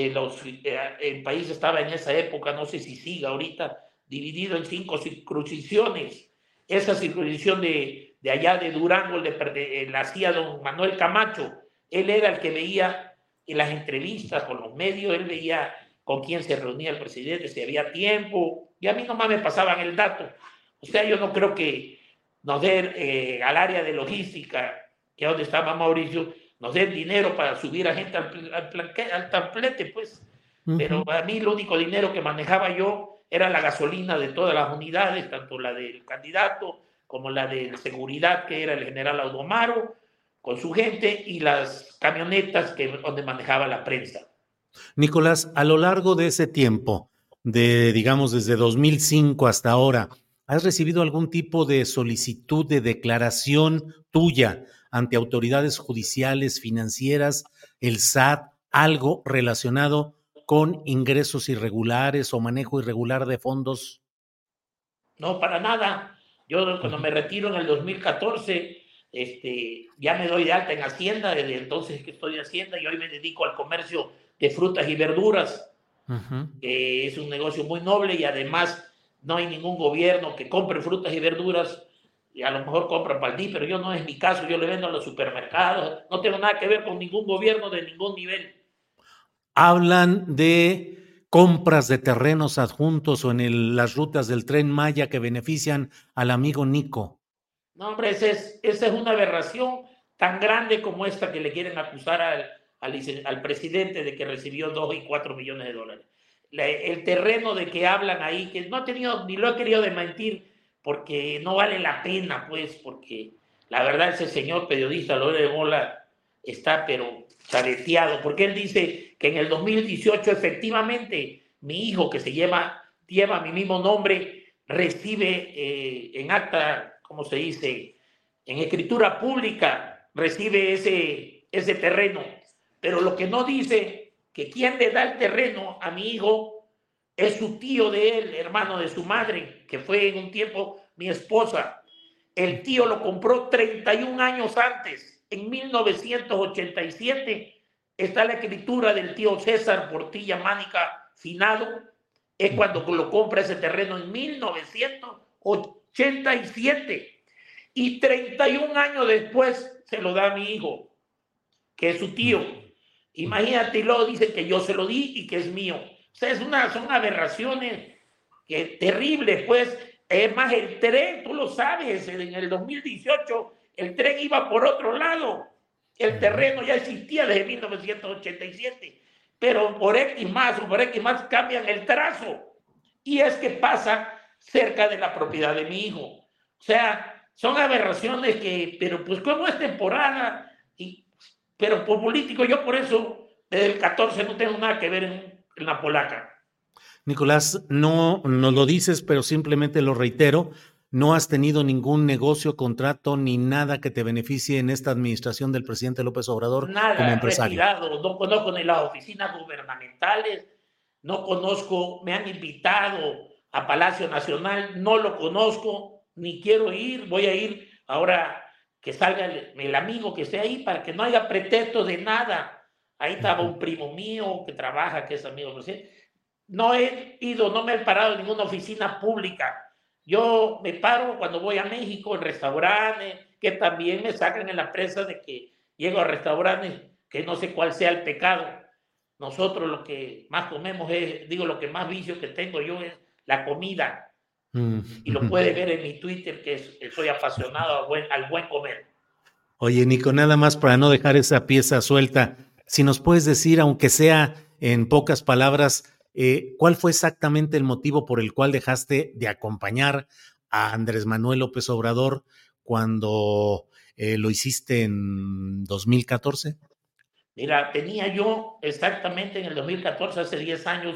el país estaba en esa época, no sé si siga ahorita, dividido en 5 circunscripciones. Esa circunscripción de allá de Durango la hacía don Manuel Camacho. Él era el que veía en las entrevistas con los medios, él veía con quién se reunía el presidente, si había tiempo, y a mí nomás me pasaban el dato. O sea, yo no creo que nos den al área de logística, que es donde estaba Mauricio, nos den dinero para subir a gente al templete, pues. Pero a mí el único dinero que manejaba yo era la gasolina de todas las unidades, tanto la del candidato como la de seguridad, que era el general Audomaro, con su gente, y las camionetas donde manejaba la prensa. Nicolás, a lo largo de ese tiempo, digamos desde 2005 hasta ahora, ¿has recibido algún tipo de solicitud de declaración tuya ante autoridades judiciales, financieras, el SAT, algo relacionado con ingresos irregulares o manejo irregular de fondos? No, para nada. Yo cuando me retiro en el 2014, ya me doy de alta en Hacienda, desde entonces que estoy en Hacienda, y hoy me dedico al comercio de frutas y verduras, que es un negocio muy noble, y además no hay ningún gobierno que compre frutas y verduras, y a lo mejor compra para el DIF, pero yo no es mi caso, yo le vendo a los supermercados, no tengo nada que ver con ningún gobierno de ningún nivel. Hablan de compras de terrenos adjuntos o en las rutas del Tren Maya que benefician al amigo Nico. No, hombre, esa es una aberración tan grande como esta que le quieren acusar al presidente de que recibió 2 y 4 millones de dólares. El terreno de que hablan ahí, que no ha tenido, ni lo he querido desmentir, porque no vale la pena, pues, porque la verdad ese señor periodista Loret de Mola está pero chaveteado, porque él dice que en el 2018 efectivamente mi hijo, que lleva mi mismo nombre, recibe en acta, ¿cómo se dice?, en escritura pública, recibe ese terreno, pero lo que no dice, que quien le da el terreno a mi hijo es su tío de él, hermano de su madre, que fue en un tiempo mi esposa. El tío lo compró 31 años antes, en 1987, está la escritura del tío César Portilla Mánica Finado, es cuando lo compra ese terreno en 1987. Y 31 años después se lo da a mi hijo, que es su tío. Imagínate, y luego dicen que yo se lo di y que es mío. O sea, son aberraciones terribles, pues. Es más, el tren, tú lo sabes, en el 2018 el tren iba por otro lado. El terreno ya existía desde 1987, pero por X más o por X más cambian el trazo. Y es que pasa cerca de la propiedad de mi hijo. O sea, son aberraciones pero pues como es temporada, pero por político, yo por eso desde el 14 no tengo nada que ver en la polaca. Nicolás, no nos lo dices, pero simplemente lo reitero, no has tenido ningún negocio, contrato ni nada que te beneficie en esta administración del presidente López Obrador como empresario. Retirado, no conozco ni las oficinas gubernamentales, no conozco, me han invitado a Palacio Nacional, no lo conozco, ni quiero ir, voy a ir ahora que salga el amigo que esté ahí para que no haya pretexto de nada. Ahí estaba un primo mío que trabaja, que es amigo del presidente. No he ido, no me he parado en ninguna oficina pública. Yo me paro cuando voy a México en restaurantes, que también me sacan en la prensa de que llego a restaurantes que no sé cuál sea el pecado. Nosotros lo que más comemos lo que más vicio que tengo yo es la comida. Y lo puede ver en mi Twitter, que soy apasionado al buen comer. Oye, Nico, nada más para no dejar esa pieza suelta, si nos puedes decir, aunque sea en pocas palabras, ¿cuál fue exactamente el motivo por el cual dejaste de acompañar a Andrés Manuel López Obrador cuando lo hiciste en 2014? Mira, tenía yo exactamente en el 2014, hace 10 años,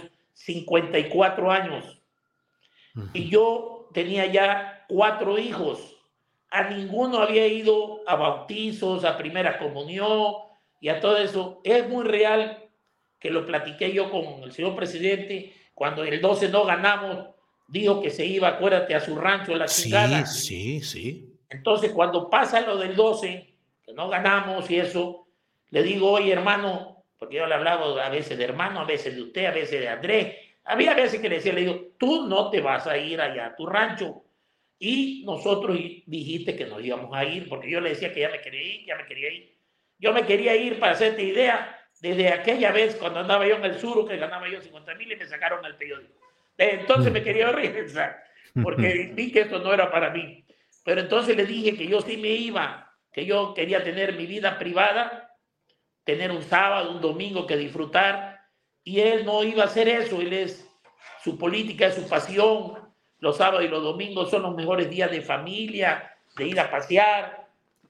54 años. Y yo tenía ya 4 hijos. A ninguno había ido a bautizos, a primera comunión y a todo eso. Es muy real que lo platiqué yo con el señor presidente, cuando el 12 no ganamos, dijo que se iba, acuérdate, a su rancho, la chingada. Sí. Entonces, cuando pasa lo del 12, que no ganamos y eso, le digo, oye, hermano, porque yo le hablaba a veces de hermano, a veces de usted, a veces de Andrés, había veces que le digo, tú no te vas a ir allá a tu rancho. Y nosotros dijiste que nos íbamos a ir, porque yo le decía que ya me quería ir. Yo me quería ir, para hacerte idea, desde aquella vez cuando andaba yo en el sur, que ganaba yo 50,000 y me sacaron al periódico. Entonces me quería regresar, porque vi que esto no era para mí. Pero entonces le dije que yo sí me iba, que yo quería tener mi vida privada, tener un sábado, un domingo que disfrutar, y él no iba a hacer eso. Su política es su pasión. Los sábados y los domingos son los mejores días de familia, de ir a pasear,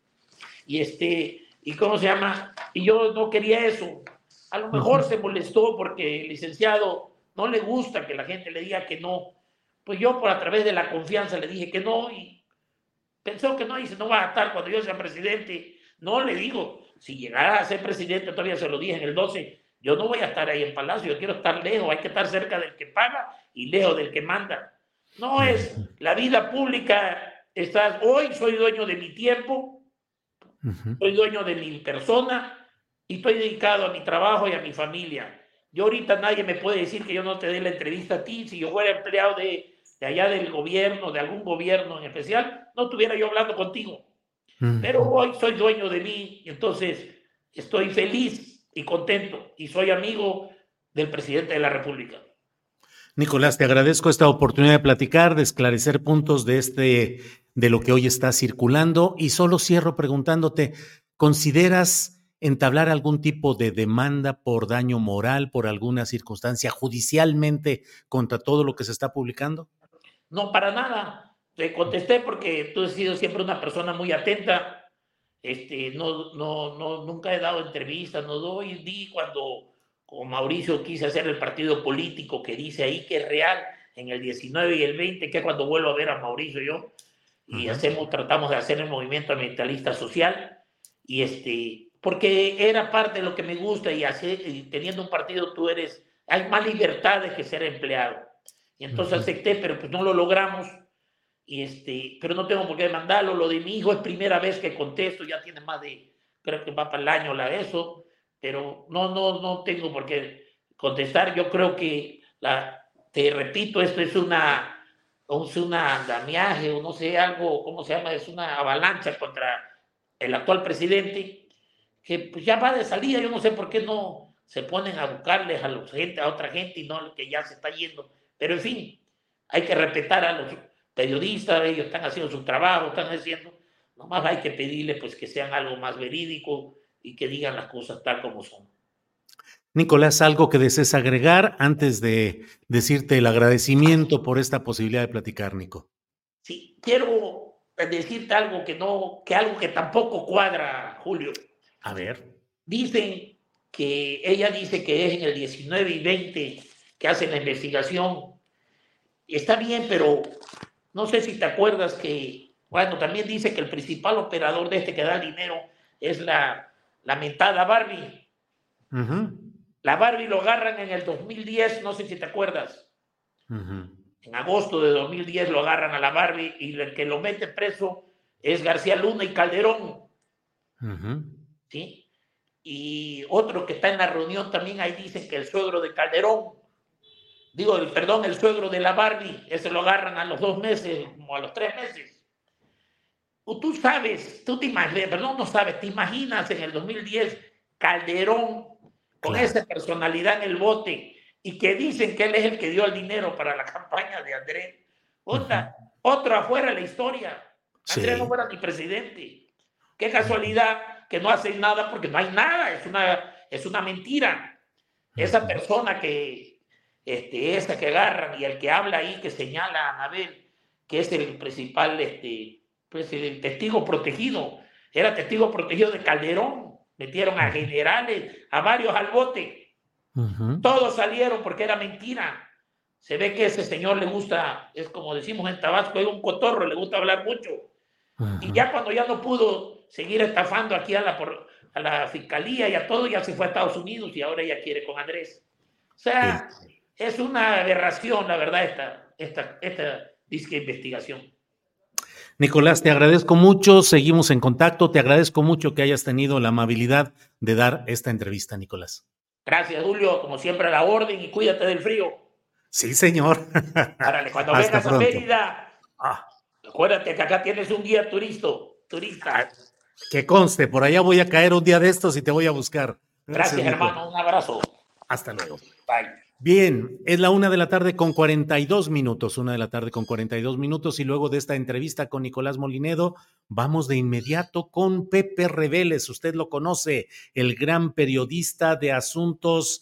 y ¿cómo se llama? Y yo no quería eso. A lo mejor se molestó porque el licenciado no le gusta que la gente le diga que no. Pues yo, por a través de la confianza, le dije que no, y pensó que no, y dice, no va a estar cuando yo sea presidente. No, le digo, si llegara a ser presidente, todavía se lo dije en el 12, Yo no voy a estar ahí en Palacio, yo quiero estar lejos, hay que estar cerca del que paga y lejos del que manda. No es la vida pública, hoy soy dueño de mi tiempo, soy dueño de mi persona y estoy dedicado a mi trabajo y a mi familia. Yo ahorita nadie me puede decir que yo no te dé la entrevista a ti. Si yo fuera empleado de allá del gobierno, de algún gobierno en especial, no estuviera yo hablando contigo. Pero hoy soy dueño de mí y entonces estoy feliz y contento y soy amigo del presidente de la República. Nicolás, te agradezco esta oportunidad de platicar, de esclarecer puntos de lo que hoy está circulando y solo cierro preguntándote, ¿consideras entablar algún tipo de demanda por daño moral, por alguna circunstancia judicialmente contra todo lo que se está publicando? No, para nada. Te contesté porque tú has sido siempre una persona muy atenta. Nunca he dado entrevistas, di cuando con Mauricio quise hacer el partido político que dice ahí que es real en el 19 y el 20, que es cuando vuelvo a ver a Mauricio yo, y tratamos de hacer el movimiento ambientalista social, y porque era parte de lo que me gusta, y teniendo un partido hay más libertades que ser empleado. Y entonces acepté, pero pues no lo logramos, pero no tengo por qué demandarlo. Lo de mi hijo es primera vez que contesto, ya tiene más de, creo que va para el año eso, pero no tengo por qué contestar. Yo creo que, te repito, esto es un andamiaje, o no sé, algo, ¿cómo se llama? Es una avalancha contra el actual presidente, que pues ya va de salida. Yo no sé por qué no se ponen a buscarles a otra gente y no que ya se está yendo. Pero en fin, hay que respetar a los periodistas, ellos están haciendo su trabajo, nomás hay que pedirles pues que sean algo más verídico y que digan las cosas tal como son. Nicolás, ¿algo que desees agregar antes de decirte el agradecimiento por esta posibilidad de platicar, Nico? Sí, quiero decirte algo algo que tampoco cuadra, Julio. A ver. Ella dice que es en el 19 y 20 que hacen la investigación. Está bien, pero no sé si te acuerdas también dice que el principal operador de que da el dinero es la mentada Barbie. La Barbie lo agarran en el 2010, no sé si te acuerdas. En agosto de 2010 lo agarran a la Barbie y el que lo mete preso es García Luna y Calderón. ¿Sí? Y otro que está en la reunión también, ahí dicen que el suegro de Calderón, el suegro de la Barbie, ese lo agarran a los 2 meses, como a los 3 meses. Tú sabes, te imaginas en el 2010 Calderón con esa personalidad en el bote y que dicen que él es el que dio el dinero para la campaña de Andrés. Otro afuera de la historia. Andrés no fuera ni presidente. Qué casualidad que no hacen nada porque no hay nada, es una mentira. Esa persona esa que agarran y el que habla ahí, que señala a Anabel, que es el principal el testigo protegido, era testigo protegido de Calderón. Metieron a generales, a varios al bote. Todos salieron porque era mentira. Se ve que ese señor le gusta, es como decimos en Tabasco, es un cotorro, le gusta hablar mucho. Y ya cuando ya no pudo seguir estafando aquí a la fiscalía y a todo, ya se fue a Estados Unidos y ahora ella quiere con Andrés. O sea, es una aberración, la verdad, esta disque investigación. Nicolás, te agradezco mucho, seguimos en contacto, te agradezco mucho que hayas tenido la amabilidad de dar esta entrevista, Nicolás. Gracias, Julio, como siempre a la orden y cuídate del frío. Sí, señor. Árale, cuando vengas a Mérida, acuérdate que acá tienes un guía turista. Que conste, por allá voy a caer un día de estos y te voy a buscar. Gracias, hermano, un abrazo. Hasta luego. Bye. Bien, es la 1:42 p.m, 1:42 p.m, y luego de esta entrevista con Nicolás Molinedo, vamos de inmediato con Pepe Reveles. Usted lo conoce, el gran periodista de asuntos,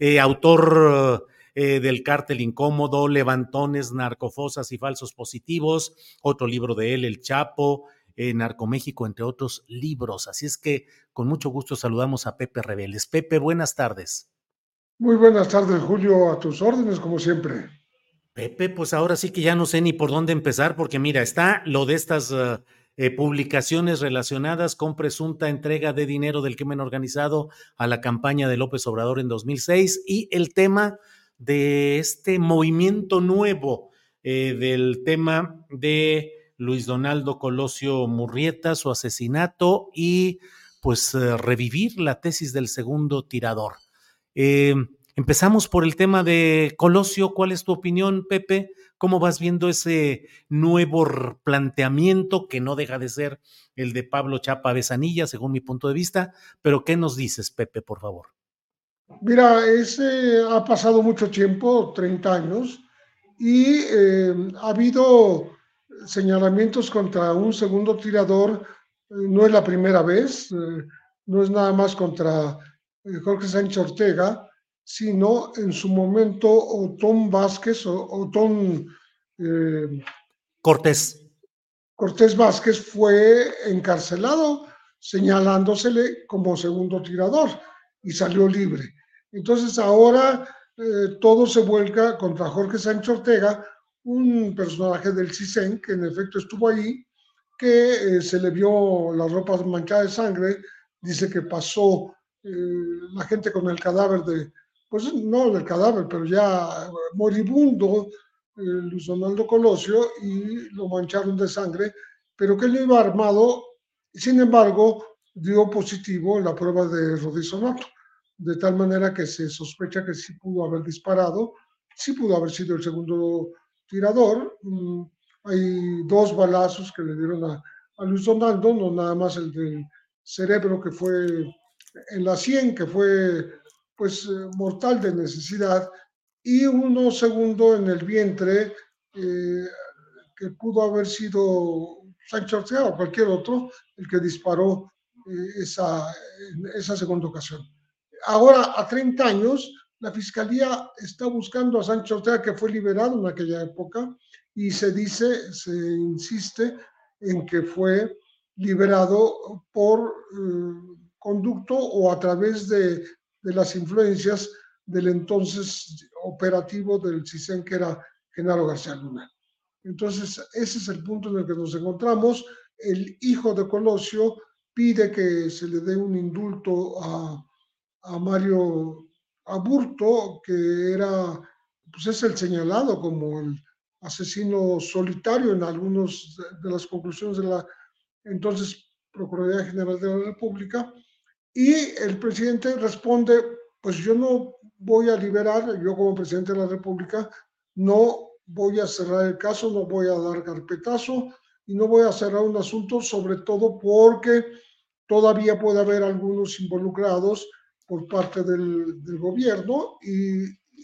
autor del Cártel Incómodo, Levantones, Narcofosas y Falsos Positivos, otro libro de él, El Chapo, Narcoméxico, entre otros libros. Así es que con mucho gusto saludamos a Pepe Reveles. Pepe, buenas tardes. Muy buenas tardes, Julio, a tus órdenes, como siempre. Pepe, pues ahora sí que ya no sé ni por dónde empezar, porque mira, está lo de estas publicaciones relacionadas con presunta entrega de dinero del crimen organizado a la campaña de López Obrador en 2006 y el tema de este movimiento nuevo del tema de Luis Donaldo Colosio Murrieta, su asesinato y pues revivir la tesis del segundo tirador. Empezamos por el tema de Colosio. ¿Cuál es tu opinión, Pepe? ¿Cómo vas viendo ese nuevo planteamiento que no deja de ser el de Pablo Chapa Besanilla, según mi punto de vista? Pero ¿qué nos dices, Pepe, por favor? Mira, ha pasado mucho tiempo, 30 años, y ha habido señalamientos contra un segundo tirador. No es la primera vez, no es nada más contra Jorge Sánchez Ortega, sino en su momento Otón Vázquez, Cortés Vázquez fue encarcelado señalándosele como segundo tirador y salió libre. Entonces ahora todo se vuelca contra Jorge Sánchez Ortega, un personaje del CISEN que en efecto estuvo ahí, que se le vio las ropas manchadas de sangre, dice que pasó la gente con el cadáver pues no del cadáver, pero ya moribundo, Luis Donaldo Colosio, y lo mancharon de sangre, pero que él iba armado. Sin embargo, dio positivo en la prueba de rodizonato, de tal manera que se sospecha que sí pudo haber disparado, sí pudo haber sido el segundo tirador. Hay 2 balazos que le dieron a Luis Donaldo, no nada más el del cerebro que fue en la 100, que fue pues mortal de necesidad, y uno segundo en el vientre, que pudo haber sido Sánchez Ortega o cualquier otro, el que disparó esa segunda ocasión. Ahora, a 30 años, la Fiscalía está buscando a Sánchez Ortega, que fue liberado en aquella época, y se insiste en que fue liberado por conducto o a través de las influencias del entonces operativo del CISEN, que era Genaro García Luna. Entonces, ese es el punto en el que nos encontramos. El hijo de Colosio pide que se le dé un indulto a Mario Aburto, que pues es el señalado como el asesino solitario en algunas de las conclusiones de la entonces Procuraduría General de la República, y el presidente responde: pues yo no voy a liberar, yo como presidente de la República no voy a cerrar el caso, no voy a dar carpetazo y no voy a cerrar un asunto, sobre todo porque todavía puede haber algunos involucrados por parte del gobierno, y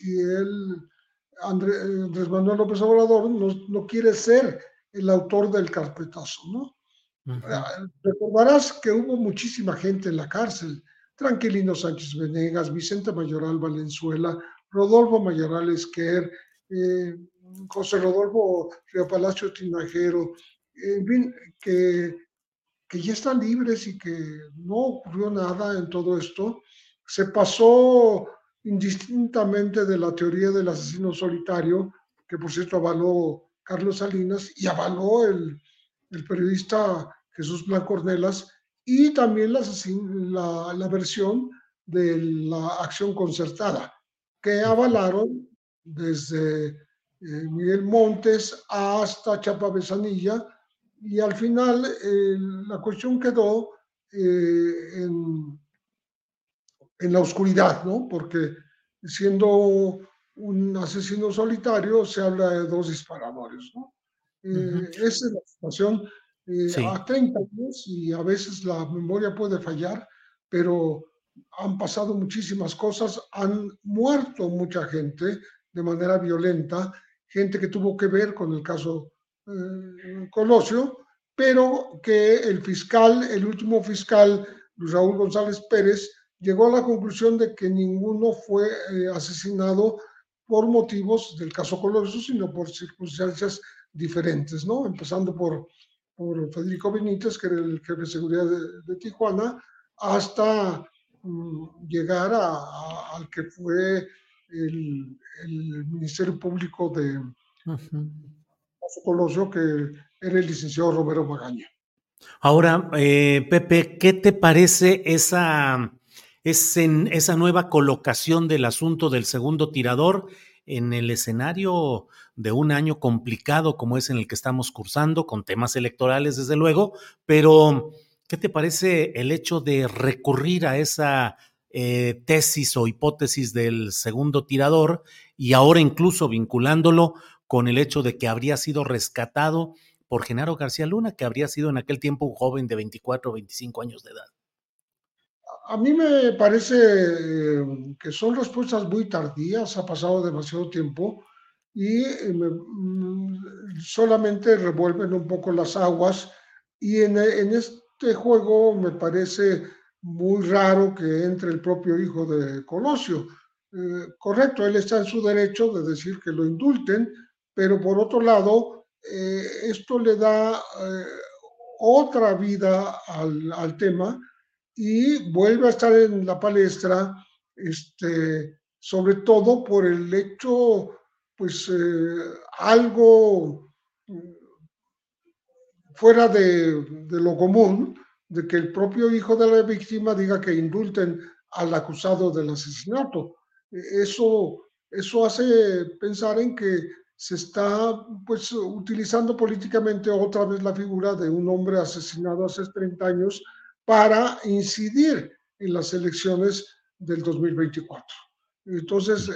Andrés Manuel López Obrador no quiere ser el autor del carpetazo, ¿no? Recordarás que hubo muchísima gente en la cárcel: Tranquilino Sánchez Venegas, Vicente Mayoral Valenzuela, Rodolfo Mayoral Esquer, José Rodolfo Río Palacio Tinajero, en fin, que ya están libres y que no ocurrió nada en todo esto. Se pasó indistintamente de la teoría del asesino solitario, que por cierto avaló Carlos Salinas y avaló el periodista Jesús Blanco Ornelas, y también la versión de la acción concertada, que avalaron desde Miguel Montes hasta Chapa Besanilla, y al final la cuestión quedó en la oscuridad, ¿no? Porque siendo un asesino solitario se habla de 2 disparadores, ¿no? Esa es la situación a 30 años, y a veces la memoria puede fallar, pero han pasado muchísimas cosas, han muerto mucha gente de manera violenta, gente que tuvo que ver con el caso Colosio, pero que el último fiscal, Luis Raúl González Pérez, llegó a la conclusión de que ninguno fue asesinado por motivos del caso Colosio, sino por circunstancias diferentes, ¿no? Empezando por Federico Benítez, que era el jefe de seguridad de Tijuana, hasta llegar al que fue el Ministerio Público de Colosio, que era el licenciado Romero Magaña. Ahora, Pepe, ¿qué te parece esa nueva colocación del asunto del segundo tirador en el escenario de un año complicado como es en el que estamos cursando, con temas electorales, desde luego, pero ¿qué te parece el hecho de recurrir a esa tesis o hipótesis del segundo tirador y ahora incluso vinculándolo con el hecho de que habría sido rescatado por Genaro García Luna, que habría sido en aquel tiempo un joven de 24 o 25 años de edad? A mí me parece que son respuestas muy tardías, ha pasado demasiado tiempo y solamente revuelven un poco las aguas y en este juego me parece muy raro que entre el propio hijo de Colosio. Correcto, él está en su derecho de decir que lo indulten, pero por otro lado, esto le da otra vida al tema y vuelve a estar en la palestra, sobre todo por el hecho, pues, algo fuera de lo común, de que el propio hijo de la víctima diga que indulten al acusado del asesinato. Eso hace pensar en que se está pues utilizando políticamente otra vez la figura de un hombre asesinado hace 30 años para incidir en las elecciones del 2024. Entonces,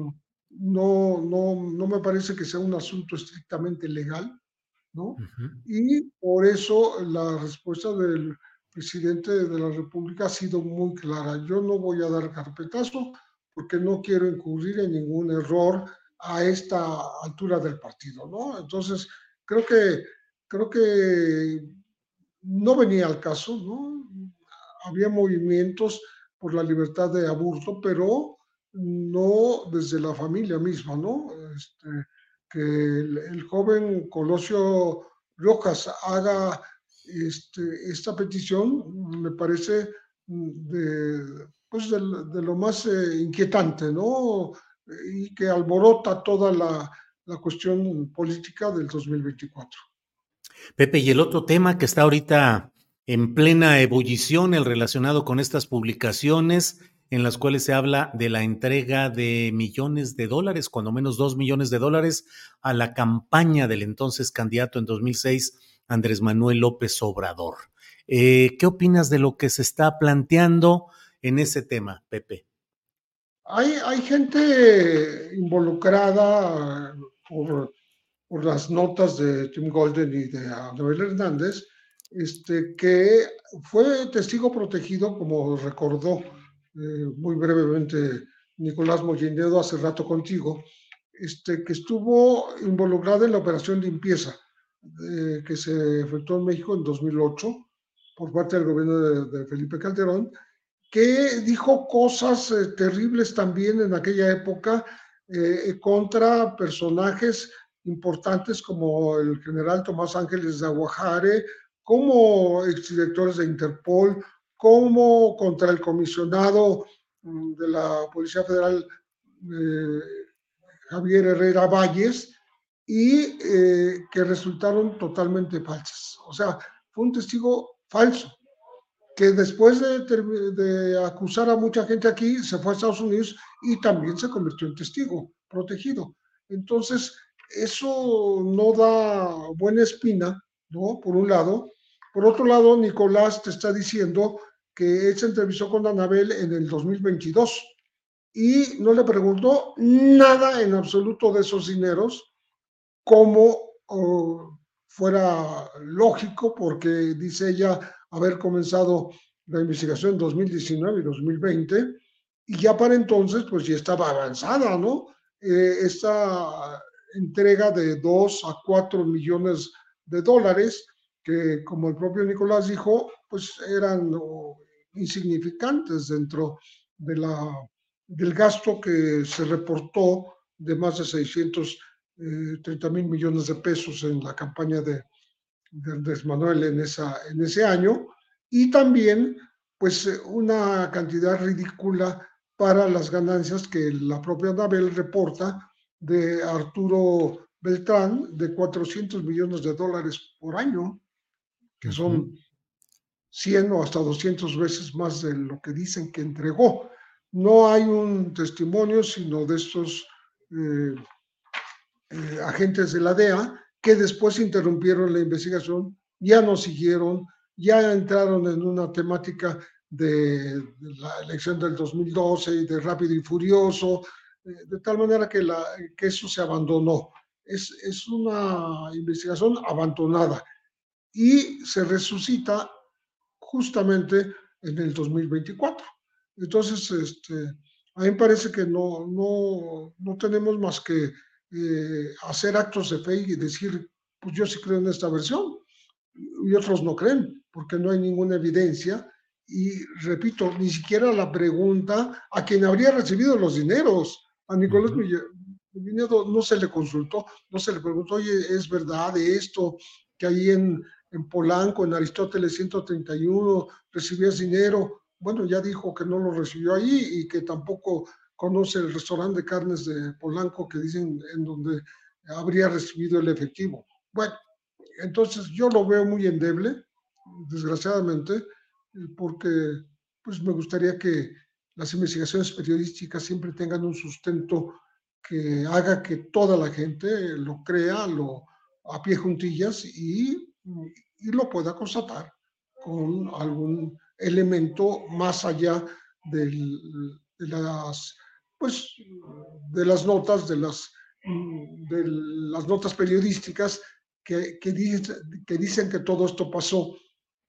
no me parece que sea un asunto estrictamente legal, ¿no? Y por eso la respuesta del presidente de la República ha sido muy clara. Yo no voy a dar carpetazo porque no quiero incurrir en ningún error a esta altura del partido, ¿no? Entonces, creo que no venía al caso, ¿no? Había movimientos por la libertad de aborto, pero no desde la familia misma, ¿no? Que el joven Colosio Rojas haga esta petición me parece de lo más inquietante, ¿no? Y que alborota toda la cuestión política del 2024. Pepe, y el otro tema que está ahorita en plena ebullición, el relacionado con estas publicaciones en las cuales se habla de la entrega de millones de dólares, cuando menos $2 millones, a la campaña del entonces candidato en 2006, Andrés Manuel López Obrador. ¿Qué opinas de lo que se está planteando en ese tema, Pepe? Hay gente involucrada por las notas de Tim Golden y de Anabel Hernández, que fue testigo protegido, como recordó muy brevemente Nicolás Mollinedo hace rato contigo, que estuvo involucrada en la operación limpieza que se efectuó en México en 2008 por parte del gobierno de Felipe Calderón, que dijo cosas terribles también en aquella época contra personajes importantes como el general Tomás Ángeles de Aguajare, como exdirectores de Interpol, como contra el comisionado de la Policía Federal, Javier Herrera Valles, y que resultaron totalmente falsas. O sea, fue un testigo falso, que después de acusar a mucha gente aquí, se fue a Estados Unidos y también se convirtió en testigo protegido. Entonces, eso no da buena espina, ¿no? Por un lado. Por otro lado, Nicolás te está diciendo que él se entrevistó con Anabel en el 2022 y no le preguntó nada en absoluto de esos dineros, como fuera lógico, porque dice ella haber comenzado la investigación en 2019 y 2020, y ya para entonces pues ya estaba avanzada, ¿no? Esta entrega de 2 a 4 millones de dólares, que como el propio Nicolás dijo, pues eran insignificantes dentro del gasto que se reportó de más de 630 mil millones de pesos en la campaña de Andrés Manuel en ese año, y también pues una cantidad ridícula para las ganancias que la propia Anabel reporta de Arturo Beltrán de 400 millones de dólares por año, que son 100 o hasta 200 veces más de lo que dicen que entregó. No hay un testimonio, sino de estos agentes de la DEA que después interrumpieron la investigación, ya no siguieron, ya entraron en una temática de la elección del 2012 y de Rápido y Furioso, de tal manera que eso se abandonó. Es una investigación abandonada y se resucita justamente en el 2024. Entonces, a mí me parece que no tenemos más que hacer actos de fe y decir, pues yo sí creo en esta versión, y otros no creen, porque no hay ninguna evidencia. Y repito, ni siquiera la pregunta a quien habría recibido los dineros. A Nicolás Viñedo no se le consultó, no se le preguntó, oye, ¿es verdad esto? Que ahí en Polanco, en Aristóteles 131, recibías dinero. Bueno, ya dijo que no lo recibió ahí y que tampoco conoce el restaurante de carnes de Polanco que dicen en donde habría recibido el efectivo. Bueno, entonces yo lo veo muy endeble, desgraciadamente, porque pues me gustaría que las investigaciones periodísticas siempre tengan un sustento que haga que toda la gente lo crea, a pie juntillas y lo pueda constatar con algún elemento más allá de las notas, de las notas periodísticas que dicen que todo esto pasó.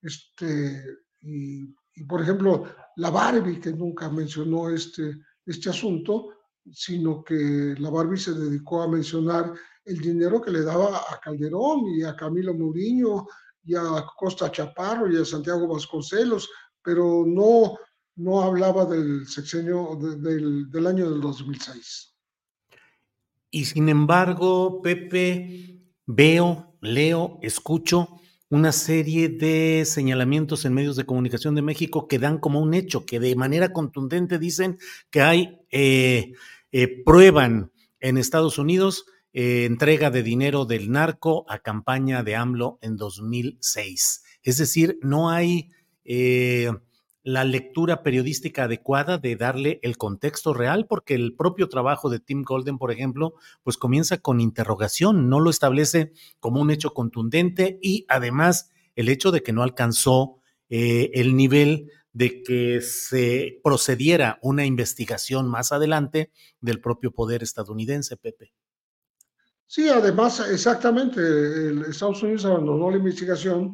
Y por ejemplo, la Barbie, que nunca mencionó este asunto, sino que la Barbie se dedicó a mencionar el dinero que le daba a Calderón y a Camilo Mourinho y a Costa Chaparro y a Santiago Vasconcelos, pero no hablaba del sexenio del año del 2006. Y sin embargo, Pepe, veo, leo, escucho una serie de señalamientos en medios de comunicación de México que dan como un hecho, que de manera contundente dicen que hay, prueban en Estados Unidos entrega de dinero del narco a campaña de AMLO en 2006. Es decir, no hay la lectura periodística adecuada de darle el contexto real, porque el propio trabajo de Tim Golden, por ejemplo, pues comienza con interrogación, no lo establece como un hecho contundente y además el hecho de que no alcanzó el nivel de que se procediera una investigación más adelante del propio poder estadounidense, Pepe. Sí, además, exactamente, Estados Unidos abandonó la investigación.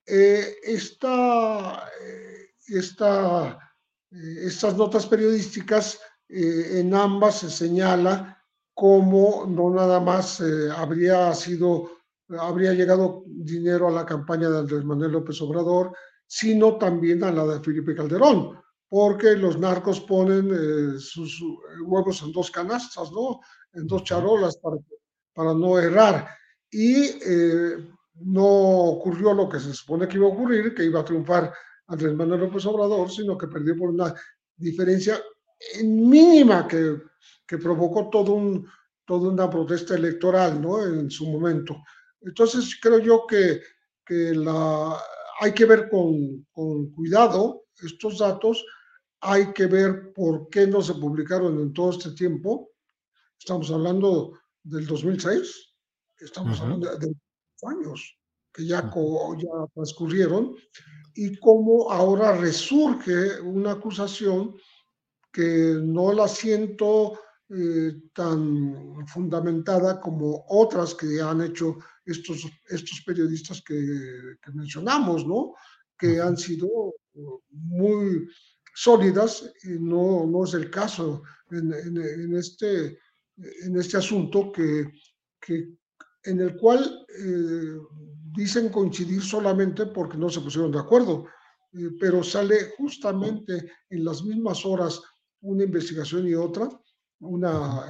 Estas notas periodísticas, en ambas se señala cómo no nada más habría llegado dinero a la campaña de Andrés Manuel López Obrador, sino también a la de Felipe Calderón, porque los narcos ponen sus huevos en dos canastas, ¿no? En dos charolas para no errar. Y no ocurrió lo que se supone que iba a ocurrir, que iba a triunfar Andrés Manuel López Obrador, sino que perdió por una diferencia mínima que provocó toda una protesta electoral, ¿no? En su momento. Entonces creo yo que hay que ver con cuidado estos datos, hay que ver por qué no se publicaron en todo este tiempo. Estamos hablando del 2006, estamos hablando de años que ya transcurrieron, y cómo ahora resurge una acusación que no la siento tan fundamentada como otras que han hecho estos periodistas que mencionamos, ¿no? Que han sido muy sólidas, y no es el caso en este asunto en el cual dicen coincidir solamente porque no se pusieron de acuerdo, pero sale justamente en las mismas horas una investigación y otra, una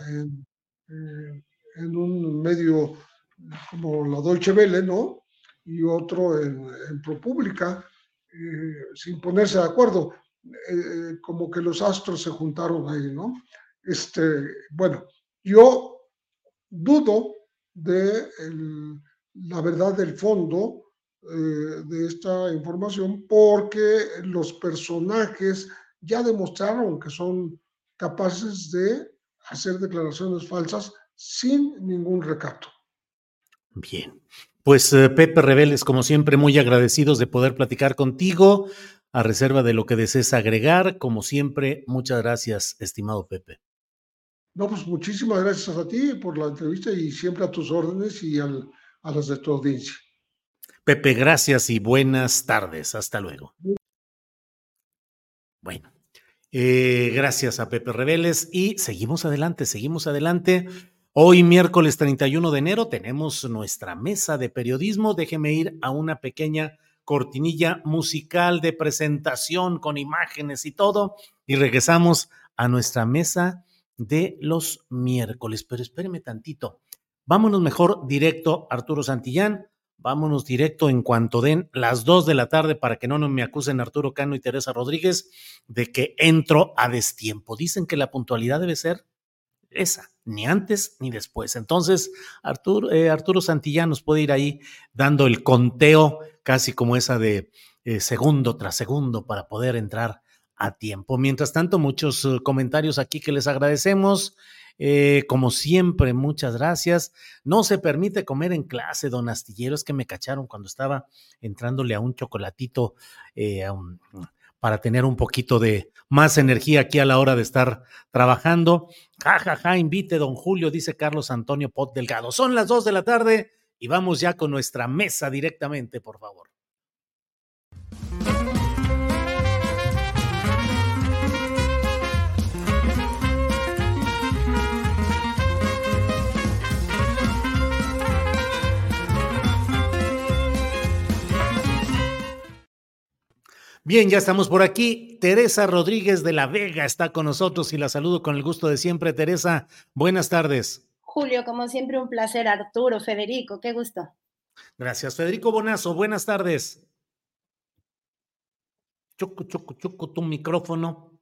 en un medio como la Deutsche Welle, ¿no? Y otro en ProPublica, sin ponerse de acuerdo, como que los astros se juntaron ahí, ¿no? Bueno, yo dudo de la verdad del fondo de esta información, porque los personajes ya demostraron que son capaces de hacer declaraciones falsas sin ningún recato. Bien, pues Pepe Reveles, como siempre, muy agradecidos de poder platicar contigo, a reserva de lo que desees agregar. Como siempre, muchas gracias, estimado Pepe. No, pues muchísimas gracias a ti por la entrevista y siempre a tus órdenes y a las de tu audiencia. Pepe, gracias y buenas tardes. Hasta luego. Bueno, gracias a Pepe Reveles y seguimos adelante, seguimos adelante. Hoy, miércoles 31 de enero, tenemos nuestra mesa de periodismo. Déjeme ir a una pequeña cortinilla musical de presentación con imágenes y todo, y regresamos a nuestra mesa de los miércoles. Pero espéreme tantito. Vámonos mejor directo, Arturo Santillán. Vámonos directo en cuanto den las 2 de la tarde para que no me acusen Arturo Cano y Teresa Rodríguez de que entro a destiempo. Dicen que la puntualidad debe ser esa, ni antes ni después. Entonces, Arturo Santillán nos puede ir ahí dando el conteo casi como esa de segundo tras segundo para poder entrar a tiempo. Mientras tanto, muchos comentarios aquí que les agradecemos. Como siempre, muchas gracias. No se permite comer en clase, don Astillero. Es que me cacharon cuando estaba entrándole a un chocolatito para tener un poquito de más energía aquí a la hora de estar trabajando. Ja, ja, ja, invite don Julio, dice Carlos Antonio Pot Delgado. Son las 2 de la tarde y vamos ya con nuestra mesa directamente, por favor. Bien, ya estamos por aquí. Teresa Rodríguez de la Vega está con nosotros y la saludo con el gusto de siempre. Teresa, buenas tardes. Julio, como siempre, un placer. Arturo, Federico, qué gusto. Gracias. Federico Bonazo, buenas tardes. Choco, tu micrófono.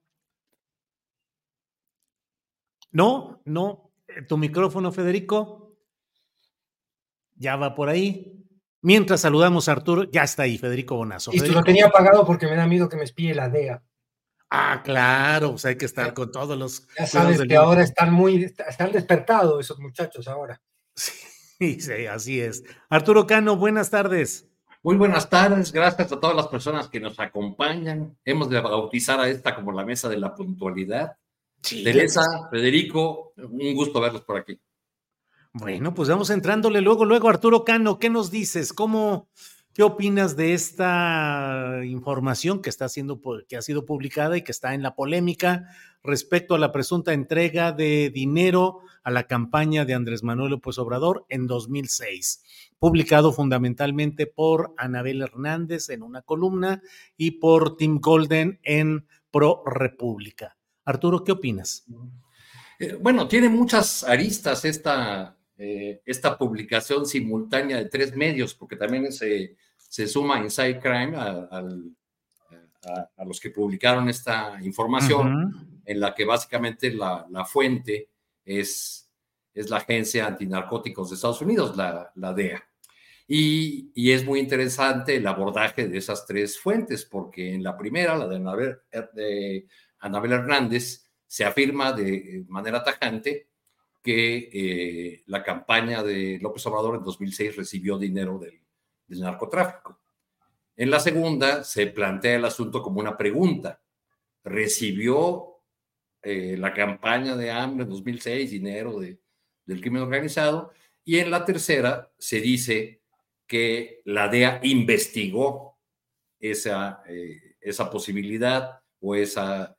No, tu micrófono, Federico. Ya va por ahí. Mientras saludamos a Arturo, ya está ahí, Federico Bonazo. Y lo tenía apagado porque me da miedo que me espíe la DEA. Ah, claro, pues hay que estar con todos los... Ya sabes que ahora están despertados esos muchachos ahora. Sí, así es. Arturo Cano, buenas tardes. Muy buenas tardes, gracias a todas las personas que nos acompañan. Hemos de bautizar a esta como la mesa de la puntualidad. Sí, Teresa, Federico, un gusto verlos por aquí. Bueno, pues vamos entrándole luego, Arturo Cano, ¿qué nos dices? ¿Qué opinas de esta información que ha sido publicada y que está en la polémica respecto a la presunta entrega de dinero a la campaña de Andrés Manuel López Obrador en 2006? Publicado fundamentalmente por Anabel Hernández en una columna y por Tim Golden en Pro República. Arturo, ¿qué opinas? Bueno, tiene muchas aristas esta publicación simultánea de 3 medios, porque también se suma Inside Crime a los que publicaron esta información, en la que básicamente la fuente es la Agencia Antinarcóticos de Estados Unidos, la DEA. Y es muy interesante el abordaje de esas 3 fuentes, porque en la primera, la de Anabel Hernández, se afirma de manera tajante que la campaña de López Obrador en 2006 recibió dinero del narcotráfico. En la segunda se plantea el asunto como una pregunta. ¿Recibió la campaña de AMLO en 2006 dinero del crimen organizado? Y en la tercera se dice que la DEA investigó esa posibilidad o esa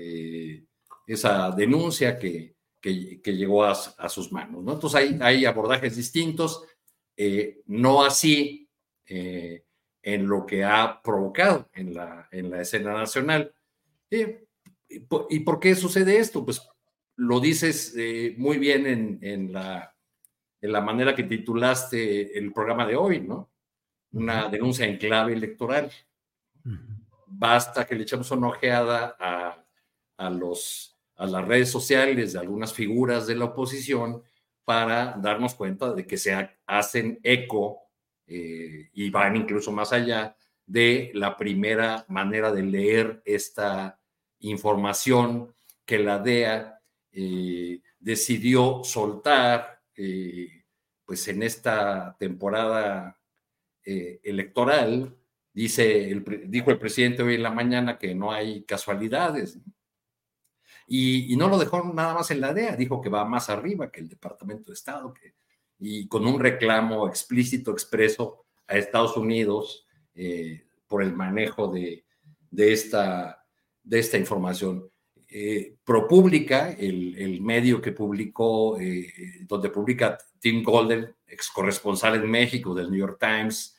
denuncia que llegó a sus manos, ¿no? Entonces hay abordajes distintos, no así en lo que ha provocado en la escena nacional. ¿Y por qué sucede esto? Pues lo dices muy bien en la manera que titulaste el programa de hoy, ¿no? Una denuncia en clave electoral. Basta que le echemos una ojeada a las redes sociales de algunas figuras de la oposición para darnos cuenta de que se hacen eco y van incluso más allá de la primera manera de leer esta información que la DEA decidió soltar pues en esta temporada electoral. Dijo el presidente hoy en la mañana que no hay casualidades, ¿no? Y no lo dejó nada más en la DEA, dijo que va más arriba que el Departamento de Estado, y con un reclamo explícito, expreso a Estados Unidos por el manejo de esta información. ProPublica, el medio que publicó, donde publica Tim Golden, ex corresponsal en México del New York Times,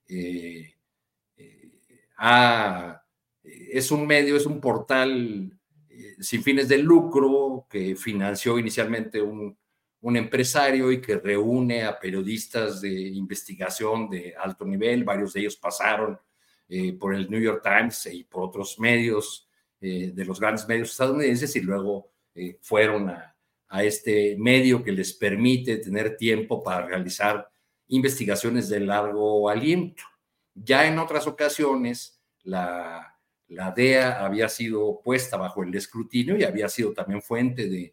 es un portal sin fines de lucro que financió inicialmente un empresario y que reúne a periodistas de investigación de alto nivel. Varios de ellos pasaron por el New York Times y por otros medios de los grandes medios estadounidenses, y luego fueron a este medio que les permite tener tiempo para realizar investigaciones de largo aliento. Ya en otras ocasiones la DEA había sido puesta bajo el escrutinio y había sido también fuente de...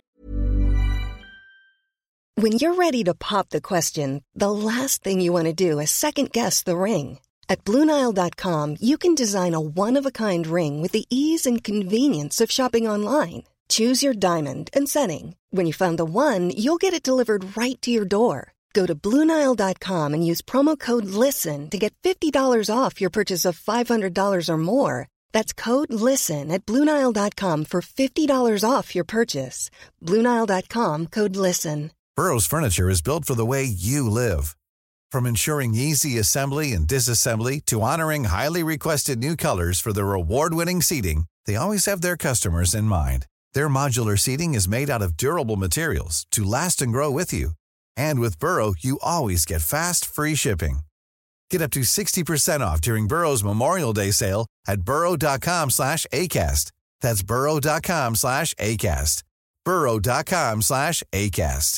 When you're ready to pop the question, the last thing you want to do is second-guess the ring. At BlueNile.com, you can design a one-of-a-kind ring with the ease and convenience of shopping online. Choose your diamond and setting. When you find the one, you'll get it delivered right to your door. Go to BlueNile.com and use promo code LISTEN to get $50 off your purchase of $500 or more. That's code LISTEN at BlueNile.com for $50 off your purchase. BlueNile.com, code LISTEN. Burrow's furniture is built for the way you live. From ensuring easy assembly and disassembly to honoring highly requested new colors for their award-winning seating, they always have their customers in mind. Their modular seating is made out of durable materials to last and grow with you. And with Burrow, you always get fast, free shipping. Get up to 60% off during Burrow's Memorial Day sale at burrow.com/ACAST. That's burrow.com/ACAST. burrow.com/ACAST.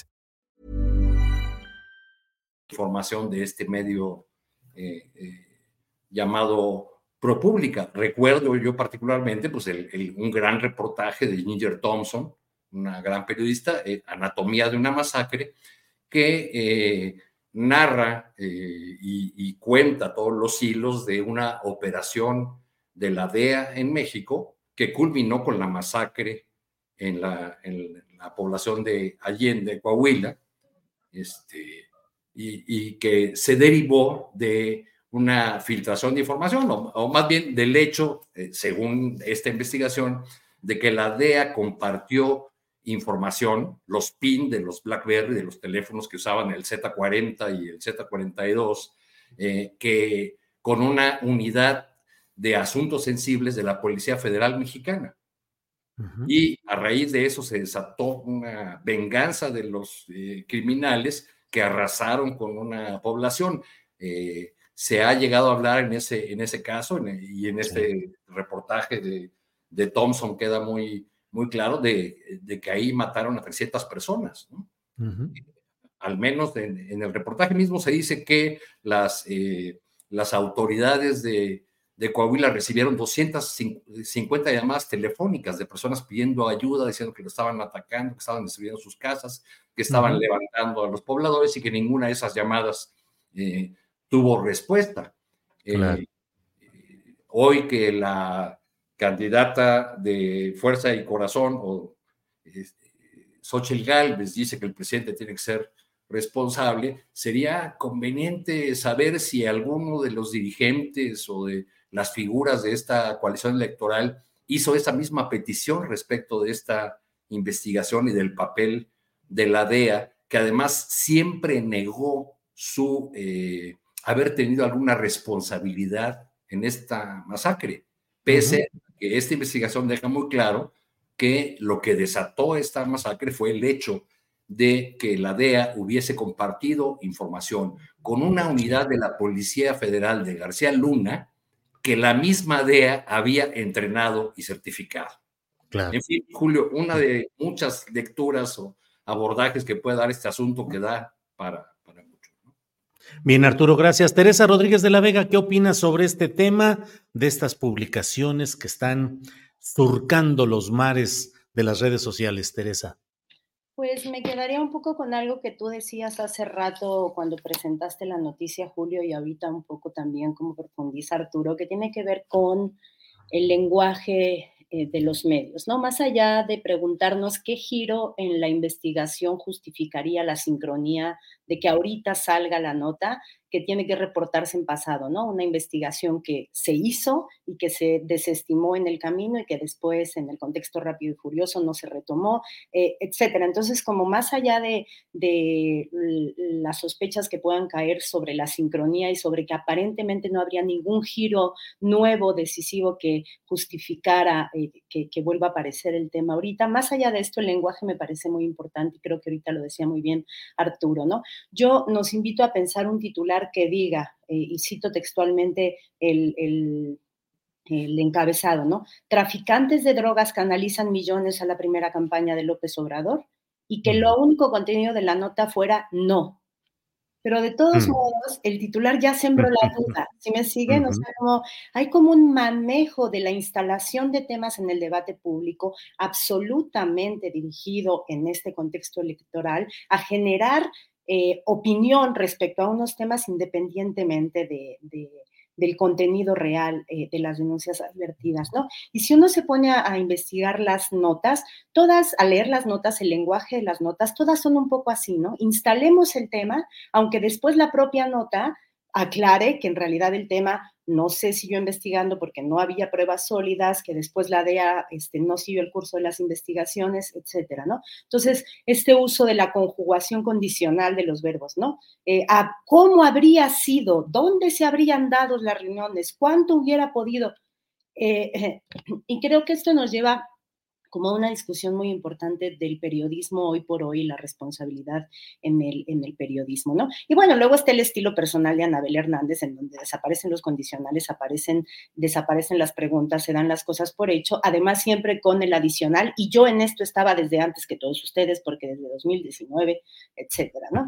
Información de este medio llamado ProPublica. Recuerdo yo particularmente pues un gran reportaje de Ginger Thompson, una gran periodista, Anatomía de una masacre, que narra y cuenta todos los hilos de una operación de la DEA en México que culminó con la masacre en la población de Allende, Coahuila, y que se derivó de una filtración de información, o más bien del hecho, según esta investigación, de que la DEA compartió información, los PIN de los BlackBerry, de los teléfonos que usaban el Z40 y el Z42, que con una unidad de asuntos sensibles de la Policía Federal Mexicana. Uh-huh. Y a raíz de eso se desató una venganza de los criminales que arrasaron con una población. Se ha llegado a hablar en ese caso, y en este reportaje de Thompson queda muy claro de que ahí mataron a 300 personas, ¿no? Uh-huh. Al menos en el reportaje mismo se dice que las autoridades de Coahuila recibieron 250 llamadas telefónicas de personas pidiendo ayuda, diciendo que lo estaban atacando, que estaban destruyendo sus casas, que estaban uh-huh. levantando a los pobladores, y que ninguna de esas llamadas tuvo respuesta. Claro. Hoy que la candidata de Fuerza y Corazón, Xóchitl Gálvez, dice que el presidente tiene que ser responsable, sería conveniente saber si alguno de los dirigentes o de las figuras de esta coalición electoral hizo esa misma petición respecto de esta investigación y del papel de la DEA, que además siempre negó su haber tenido alguna responsabilidad en esta masacre, pese a que esta investigación deja muy claro que lo que desató esta masacre fue el hecho de que la DEA hubiese compartido información con una unidad de la Policía Federal de García Luna que la misma DEA había entrenado y certificado. Claro. En fin, Julio, una de muchas lecturas o abordajes que puede dar este asunto que da para mucho, ¿no? Bien, Arturo, gracias. Teresa Rodríguez de la Vega, ¿qué opinas sobre este tema de estas publicaciones que están surcando los mares de las redes sociales, Teresa? Pues me quedaría un poco con algo que tú decías hace rato cuando presentaste la noticia, Julio, y ahorita un poco también como profundiza Arturo, que tiene que ver con el lenguaje de los medios, ¿no? Más allá de preguntarnos qué giro en la investigación justificaría la sincronía de que ahorita salga la nota, que tiene que reportarse en pasado, ¿no? Una investigación que se hizo y que se desestimó en el camino y que después en el contexto rápido y furioso no se retomó, etcétera. Entonces, como más allá de las sospechas que puedan caer sobre la sincronía y sobre que aparentemente no habría ningún giro nuevo, decisivo que justificara que vuelva a aparecer el tema ahorita, más allá de esto, el lenguaje me parece muy importante y creo que ahorita lo decía muy bien Arturo, ¿no? Yo nos invito a pensar un titular que diga, y cito textualmente el encabezado, ¿no? Traficantes de drogas canalizan millones a la primera campaña de López Obrador y que lo único contenido de la nota fuera no. Pero de todos modos, el titular ya sembró la duda, ¿sí me siguen? O sea, hay como un manejo de la instalación de temas en el debate público absolutamente dirigido en este contexto electoral a generar opinión respecto a unos temas independientemente del contenido real de las denuncias advertidas, ¿no? Y si uno se pone a investigar las notas, todas, a leer las notas, el lenguaje de las notas, todas son un poco así, ¿no? Instalemos el tema, aunque después la propia nota aclare que en realidad el tema no se siguió investigando porque no había pruebas sólidas, que después la DEA no siguió el curso de las investigaciones, etcétera, ¿no? Entonces, este uso de la conjugación condicional de los verbos, ¿no? A cómo habría sido, dónde se habrían dado las reuniones, cuánto hubiera podido. Y creo que esto nos lleva como una discusión muy importante del periodismo hoy por hoy, la responsabilidad en el periodismo, ¿no? Y bueno, luego está el estilo personal de Anabel Hernández, en donde desaparecen los condicionales, desaparecen las preguntas, se dan las cosas por hecho, además siempre con el adicional, y yo en esto estaba desde antes que todos ustedes, porque desde 2019, etcétera, ¿no?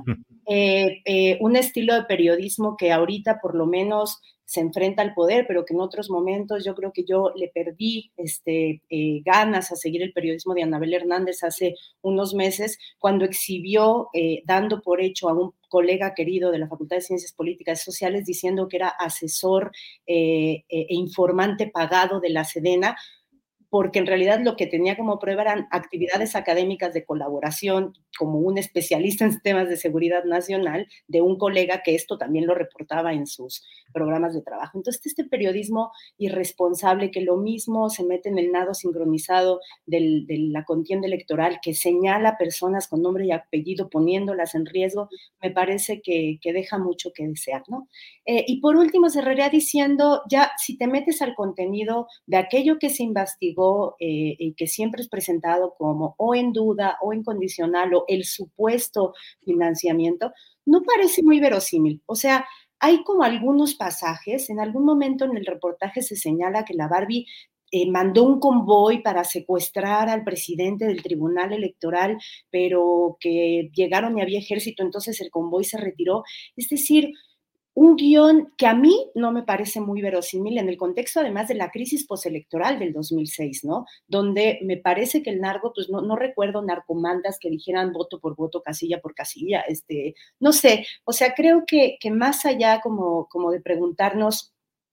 Un estilo de periodismo que ahorita por lo menos se enfrenta al poder, pero que en otros momentos yo creo que yo le perdí ganas a seguir el periodismo de Anabel Hernández hace unos meses, cuando exhibió, dando por hecho a un colega querido de la Facultad de Ciencias Políticas y Sociales, diciendo que era asesor e informante pagado de la Sedena, porque en realidad lo que tenía como prueba eran actividades académicas de colaboración como un especialista en temas de seguridad nacional de un colega que esto también lo reportaba en sus programas de trabajo. Entonces, este periodismo irresponsable que lo mismo se mete en el nado sincronizado de la contienda electoral, que señala personas con nombre y apellido poniéndolas en riesgo, me parece que deja mucho que desear, ¿no? Y por último, cerraría diciendo, ya si te metes al contenido de aquello que se investigó y que siempre es presentado como o en duda o incondicional o el supuesto financiamiento, no parece muy verosímil. O sea, hay como algunos pasajes, en algún momento en el reportaje se señala que la Barbie mandó un convoy para secuestrar al presidente del Tribunal Electoral, pero que llegaron y había ejército, entonces el convoy se retiró. Es decir, un guión que a mí no me parece muy verosímil en el contexto además de la crisis postelectoral del 2006, ¿no? Donde me parece que el narco, pues no recuerdo narcomandas que dijeran voto por voto, casilla por casilla, no sé, o sea, creo que más allá como de preguntarnos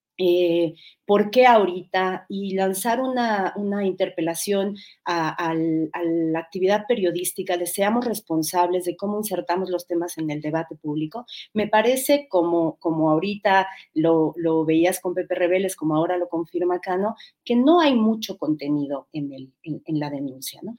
por qué ahorita y lanzar una interpelación a la actividad periodística de seamos responsables de cómo insertamos los temas en el debate público, me parece como ahorita lo veías con Pepe Rebeles, como ahora lo confirma Cano, que no hay mucho contenido en la denuncia, ¿no?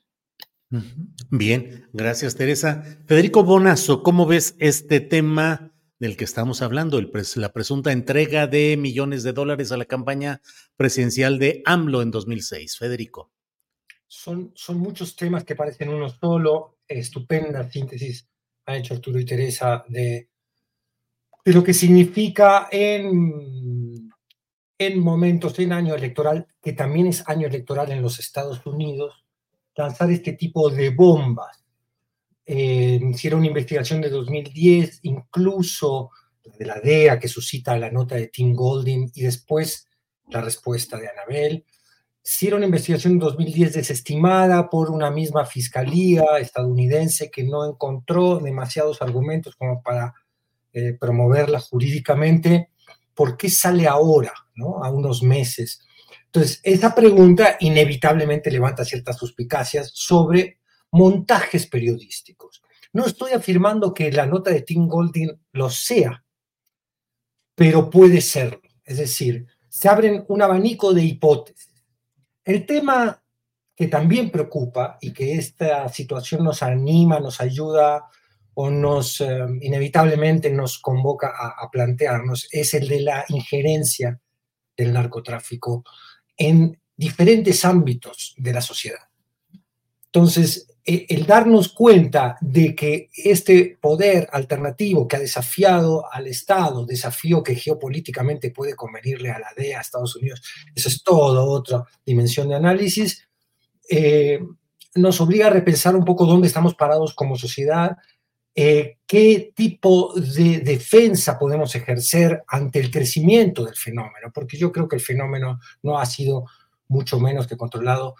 Bien, gracias Teresa. Federico Bonazo, ¿cómo ves este tema del que estamos hablando, la presunta entrega de millones de dólares a la campaña presidencial de AMLO en 2006? Federico. Son muchos temas que parecen uno solo. Estupenda síntesis ha hecho Arturo y Teresa de lo que significa en momentos, en año electoral, que también es año electoral en los Estados Unidos, lanzar este tipo de bombas. Hicieron una investigación de 2010, incluso de la DEA que suscita la nota de Tim Goldin y después la respuesta de Anabel. Sí, era una investigación en 2010 desestimada por una misma fiscalía estadounidense que no encontró demasiados argumentos como para promoverla jurídicamente. ¿Por qué sale ahora, ¿no? A unos meses? Entonces, esa pregunta inevitablemente levanta ciertas suspicacias sobre montajes periodísticos. No estoy afirmando que la nota de Tim Goldin lo sea, pero puede serlo. Es decir, se abren un abanico de hipótesis. El tema que también preocupa y que esta situación nos anima, nos ayuda o inevitablemente nos convoca a plantearnos es el de la injerencia del narcotráfico en diferentes ámbitos de la sociedad. Entonces, el darnos cuenta de que este poder alternativo que ha desafiado al Estado, desafío que geopolíticamente puede convenirle a la DEA, a Estados Unidos, eso es todo otra dimensión de análisis, nos obliga a repensar un poco dónde estamos parados como sociedad, qué tipo de defensa podemos ejercer ante el crecimiento del fenómeno, porque yo creo que el fenómeno no ha sido mucho menos que controlado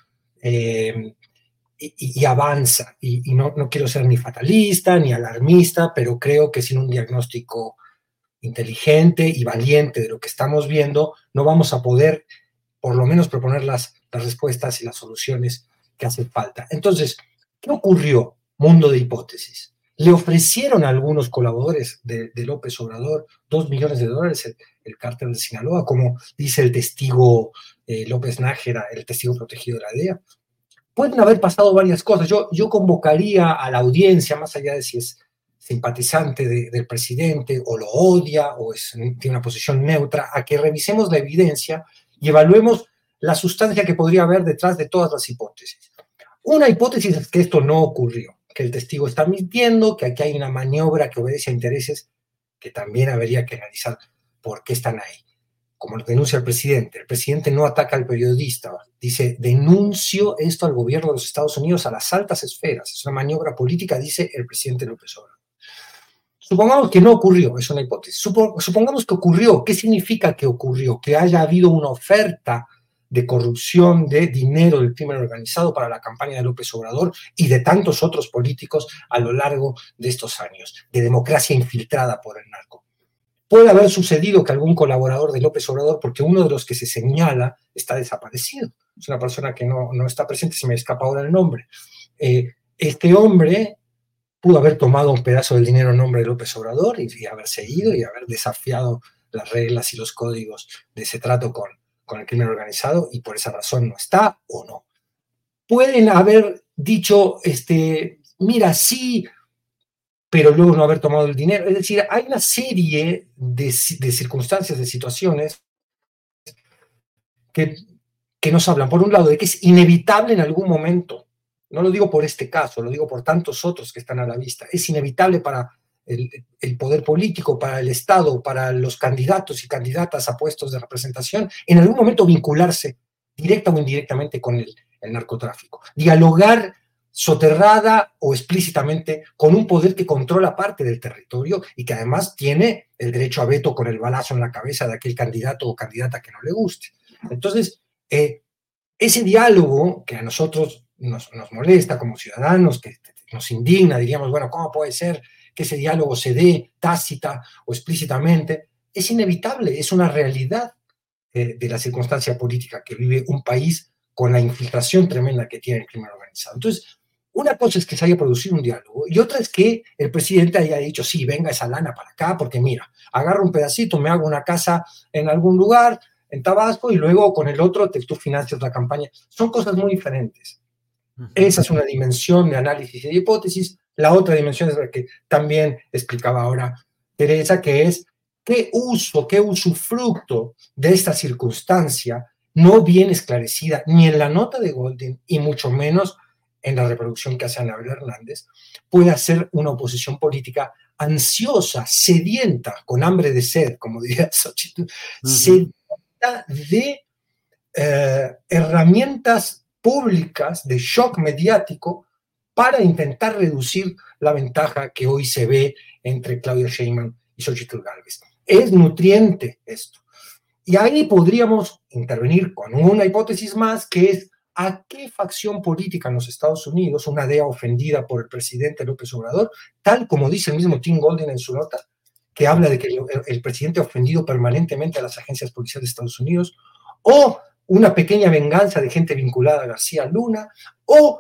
y avanza. Y no quiero ser ni fatalista ni alarmista, pero creo que sin un diagnóstico inteligente y valiente de lo que estamos viendo, no vamos a poder, por lo menos, proponer las respuestas y las soluciones que hacen falta. Entonces, ¿qué ocurrió? Mundo de hipótesis. Le ofrecieron a algunos colaboradores de López Obrador $2 millones, el cártel de Sinaloa, como dice el testigo López Nájera, el testigo protegido de la DEA. Pueden haber pasado varias cosas. Yo convocaría a la audiencia, más allá de si es simpatizante del presidente o lo odia o tiene una posición neutra, a que revisemos la evidencia y evaluemos la sustancia que podría haber detrás de todas las hipótesis. Una hipótesis es que esto no ocurrió, que el testigo está mintiendo, que aquí hay una maniobra que obedece a intereses que también habría que analizar por qué están ahí. Como lo denuncia el presidente no ataca al periodista, dice, denuncio esto al gobierno de los Estados Unidos, a las altas esferas, es una maniobra política, dice el presidente López Obrador. Supongamos que no ocurrió, es una hipótesis. Supongamos que ocurrió. ¿Qué significa que ocurrió? Que haya habido una oferta de corrupción, de dinero del crimen organizado para la campaña de López Obrador y de tantos otros políticos a lo largo de estos años, de democracia infiltrada por el narco. Puede haber sucedido que algún colaborador de López Obrador, porque uno de los que se señala está desaparecido, es una persona que no está presente, se me escapa ahora el nombre. Este hombre pudo haber tomado un pedazo del dinero en nombre de López Obrador y haberse ido y haber desafiado las reglas y los códigos de ese trato con el crimen organizado y por esa razón no está o no. Pueden haber dicho, mira, sí, pero luego no haber tomado el dinero. Es decir, hay una serie de circunstancias, de situaciones que nos hablan, por un lado, de que es inevitable en algún momento, no lo digo por este caso, lo digo por tantos otros que están a la vista, es inevitable para el poder político, para el Estado, para los candidatos y candidatas a puestos de representación, en algún momento vincularse directa o indirectamente con el narcotráfico. Dialogar soterrada o explícitamente con un poder que controla parte del territorio y que además tiene el derecho a veto con el balazo en la cabeza de aquel candidato o candidata que no le guste. Entonces, ese diálogo que a nosotros nos molesta como ciudadanos, que nos indigna, diríamos, bueno, ¿cómo puede ser que ese diálogo se dé tácita o explícitamente? Es inevitable, es una realidad de la circunstancia política que vive un país con la infiltración tremenda que tiene el crimen organizado. Entonces, una cosa es que se haya producido un diálogo y otra es que el presidente haya dicho, sí, venga esa lana para acá, porque mira, agarro un pedacito, me hago una casa en algún lugar, en Tabasco, y luego con el otro tú financias la campaña. Son cosas muy diferentes. Esa es una dimensión de análisis y de hipótesis. La otra dimensión es la que también explicaba ahora Teresa, que es qué usufructo de esta circunstancia no bien esclarecida ni en la nota de Goldin y mucho menos en la reproducción que hace Anabel Hernández, puede hacer una oposición política ansiosa, sedienta, con hambre de sed, como diría Xochitl, sedienta de herramientas públicas de shock mediático para intentar reducir la ventaja que hoy se ve entre Claudia Sheinbaum y Xochitl Gálvez. Es nutriente esto. Y ahí podríamos intervenir con una hipótesis más, que es a qué facción política en los Estados Unidos, una DEA ofendida por el presidente López Obrador, tal como dice el mismo Tim Golden en su nota, que habla de que el presidente ha ofendido permanentemente a las agencias policiales de Estados Unidos, o una pequeña venganza de gente vinculada a García Luna, o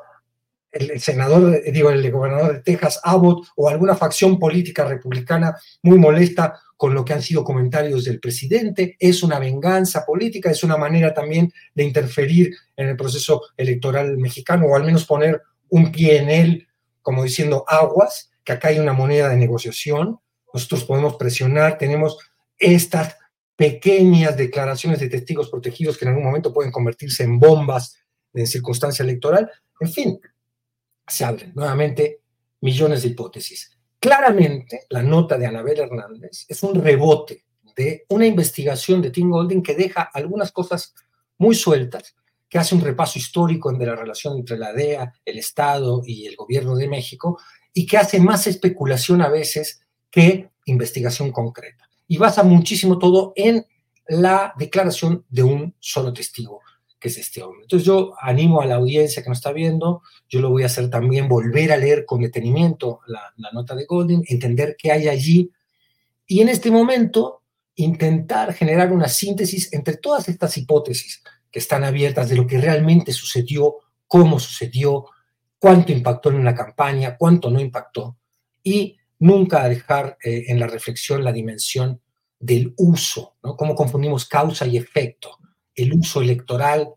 el gobernador de Texas, Abbott, o alguna facción política republicana muy molesta con lo que han sido comentarios del presidente. Es una venganza política, es una manera también de interferir en el proceso electoral mexicano, o al menos poner un pie en él, como diciendo aguas, que acá hay una moneda de negociación, nosotros podemos presionar, tenemos estas pequeñas declaraciones de testigos protegidos que en algún momento pueden convertirse en bombas en circunstancia electoral. En fin, se abren nuevamente millones de hipótesis. Claramente, la nota de Anabel Hernández es un rebote de una investigación de Tim Golden que deja algunas cosas muy sueltas, que hace un repaso histórico de la relación entre la DEA, el Estado y el gobierno de México, y que hace más especulación a veces que investigación concreta. Y basa muchísimo todo en la declaración de un solo testigo, que es este hombre. Entonces yo animo a la audiencia que nos está viendo, yo lo voy a hacer también, volver a leer con detenimiento la nota de Golden, entender qué hay allí, y en este momento intentar generar una síntesis entre todas estas hipótesis que están abiertas de lo que realmente sucedió, cómo sucedió, cuánto impactó en una campaña, cuánto no impactó, y nunca dejar en la reflexión la dimensión del uso, ¿no? Cómo confundimos causa y efecto, el uso electoral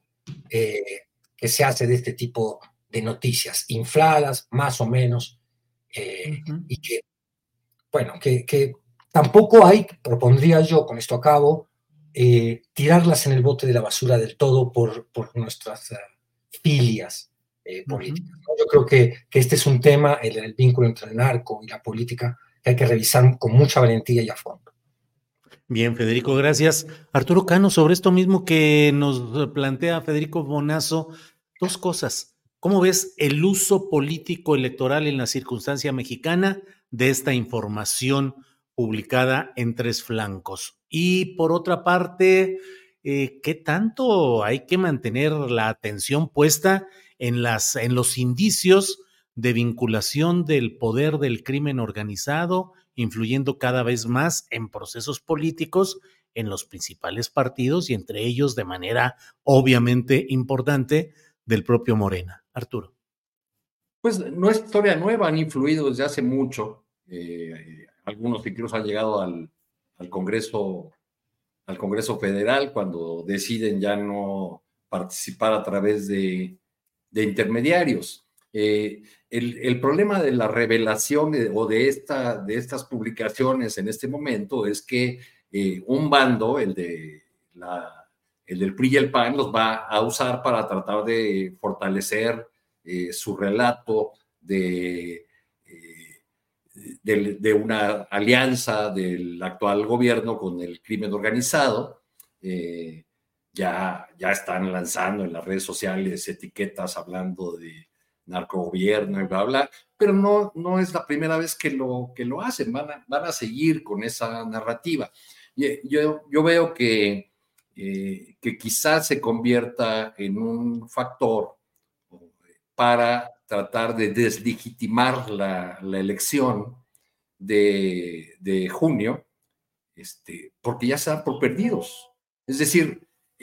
que se hace de este tipo de noticias, infladas más o menos, y que, bueno, que tampoco hay, propondría yo, con esto acabo, tirarlas en el bote de la basura del todo por nuestras filias políticas, ¿no? Yo creo que este es un tema, el vínculo entre el narco y la política, que hay que revisar con mucha valentía y a fondo. Bien, Federico, gracias. Arturo Cano, sobre esto mismo que nos plantea Federico Bonazo, dos cosas. ¿Cómo ves el uso político electoral en la circunstancia mexicana de esta información publicada en Tres Flancos? Y por otra parte, ¿qué tanto hay que mantener la atención puesta en los indicios de vinculación del poder del crimen organizado, influyendo cada vez más en procesos políticos en los principales partidos y entre ellos de manera obviamente importante del propio Morena? Arturo. Pues no es historia nueva, han influido desde hace mucho. Algunos incluso han llegado al Congreso Federal cuando deciden ya no participar a través de intermediarios. El problema de la revelación o de estas publicaciones en este momento es que un bando, el del PRI y el PAN, los va a usar para tratar de fortalecer su relato de una alianza del actual gobierno con el crimen organizado. Ya están lanzando en las redes sociales etiquetas hablando de narcogobierno y bla, bla, pero no es la primera vez que lo hacen, van a seguir con esa narrativa. Yo veo que quizás se convierta en un factor para tratar de deslegitimar la elección de junio, porque ya se dan por perdidos. Es decir,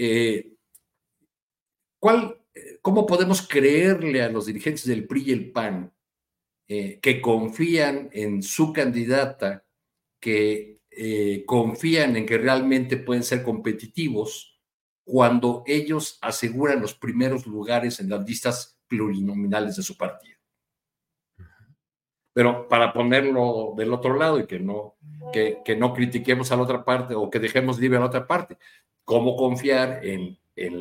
¿cómo podemos creerle a los dirigentes del PRI y el PAN que confían en su candidata, que confían en que realmente pueden ser competitivos cuando ellos aseguran los primeros lugares en las listas plurinominales de su partido? Pero para ponerlo del otro lado y que no critiquemos a la otra parte o que dejemos libre a la otra parte, ¿cómo confiar en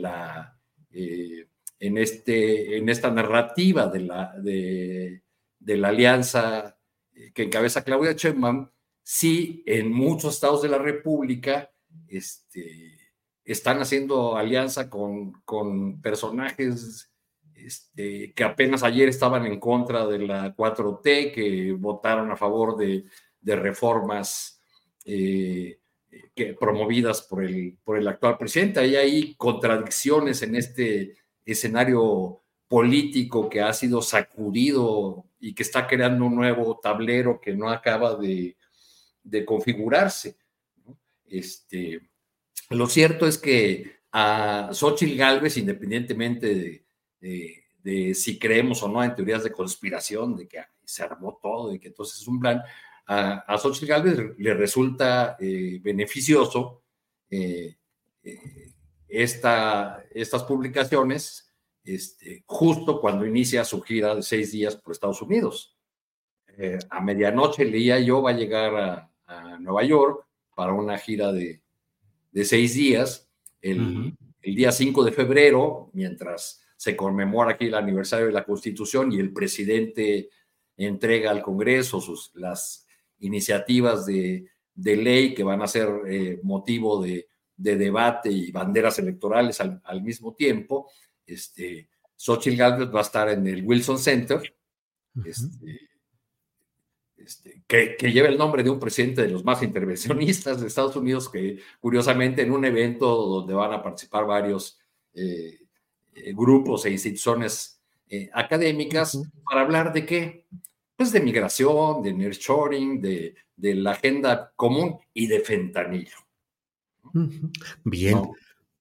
esta narrativa de la alianza que encabeza Claudia Sheinbaum si en muchos estados de la República están haciendo alianza con personajes que apenas ayer estaban en contra de la 4T, que votaron a favor de reformas promovidas por el actual presidente. Hay contradicciones en este escenario político que ha sido sacudido y que está creando un nuevo tablero que no acaba de configurarse, ¿no? Lo cierto es que a Xóchitl Gálvez, independientemente de si creemos o no en teorías de conspiración, de que se armó todo y que entonces es un plan, a Xóchitl Gálvez le resulta beneficioso estas publicaciones justo cuando inicia su gira de 6 días por Estados Unidos. A medianoche leía yo, va a llegar a Nueva York para una gira de 6 días. El día 5 de febrero, mientras se conmemora aquí el aniversario de la Constitución y el presidente entrega al Congreso las iniciativas de ley que van a ser motivo de debate y banderas electorales al mismo tiempo, Xóchitl Gálvez va a estar en el Wilson Center, que lleva el nombre de un presidente de los más intervencionistas de Estados Unidos, que curiosamente en un evento donde van a participar varios grupos e instituciones académicas, para hablar de qué, pues de migración, de nearshoring, de la agenda común y de fentanilo. Bien. ¿No?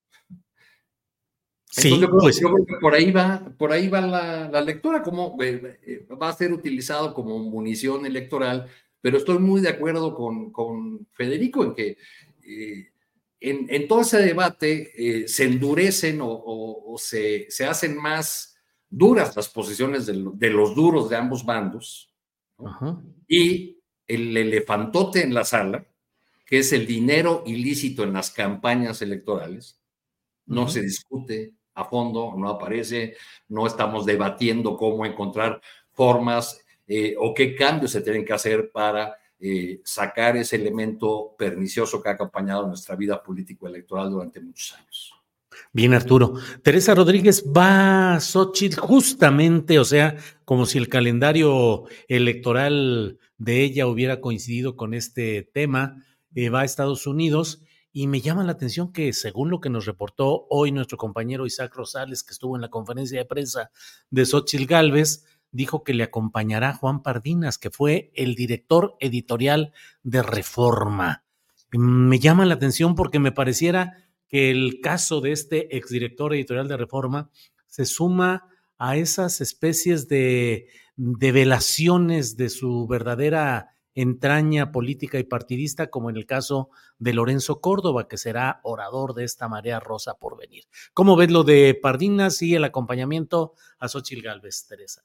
Sí, entonces, yo creo que por ahí va la lectura, como va a ser utilizado como munición electoral, pero estoy muy de acuerdo con Federico en que en todo ese debate se endurecen o se hacen más duras las posiciones de los duros de ambos bandos, ¿no? Y el elefantote en la sala, que es el dinero ilícito en las campañas electorales, no se discute a fondo, no aparece, no estamos debatiendo cómo encontrar formas o qué cambios se tienen que hacer para sacar ese elemento pernicioso que ha acompañado nuestra vida político-electoral durante muchos años. Bien, Arturo. Teresa Rodríguez, va Xóchitl justamente, o sea, como si el calendario electoral de ella hubiera coincidido con este tema, va a Estados Unidos. Y me llama la atención que, según lo que nos reportó hoy nuestro compañero Isaac Rosales, que estuvo en la conferencia de prensa de Xóchitl Gálvez, dijo que le acompañará Juan Pardinas, que fue el director editorial de Reforma. Me llama la atención porque me pareciera que el caso de este exdirector editorial de Reforma se suma a esas especies de develaciones de su verdadera entraña política y partidista, como en el caso de Lorenzo Córdoba, que será orador de esta marea rosa por venir. ¿Cómo ves lo de Pardinas y el acompañamiento a Xóchitl Gálvez, Teresa?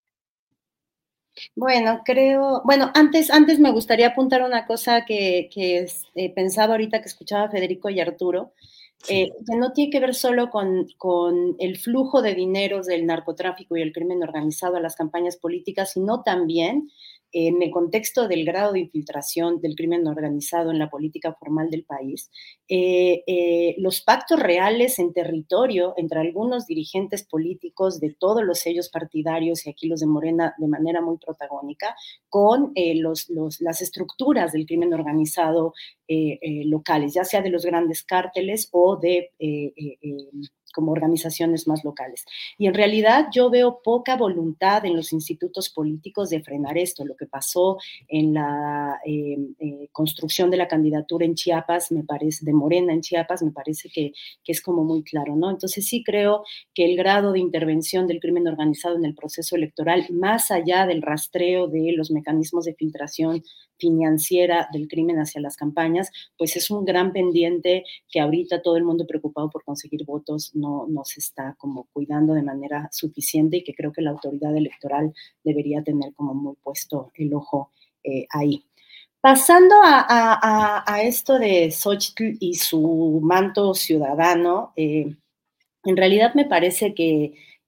Bueno, antes me gustaría apuntar una cosa que pensaba ahorita que escuchaba a Federico y Arturo, que no tiene que ver solo con el flujo de dineros del narcotráfico y el crimen organizado a las campañas políticas, sino también en el contexto del grado de infiltración del crimen organizado en la política formal del país, los pactos reales en territorio entre algunos dirigentes políticos de todos los sellos partidarios, y aquí los de Morena de manera muy protagónica, con las estructuras del crimen organizado locales, ya sea de los grandes cárteles o de como organizaciones más locales. Y en realidad yo veo poca voluntad en los institutos políticos de frenar esto. Lo que pasó en la construcción de la candidatura en Chiapas, me parece, de Morena en Chiapas, me parece que es como muy claro, ¿no? Entonces sí creo que el grado de intervención del crimen organizado en el proceso electoral, más allá del rastreo de los mecanismos de filtración financiera del crimen hacia las campañas, pues es un gran pendiente que ahorita todo el mundo preocupado por conseguir votos no se está como cuidando de manera suficiente, y que creo que la autoridad electoral debería tener como muy puesto el ojo ahí. Pasando a esto de Xóchitl y su manto ciudadano, en realidad me parece que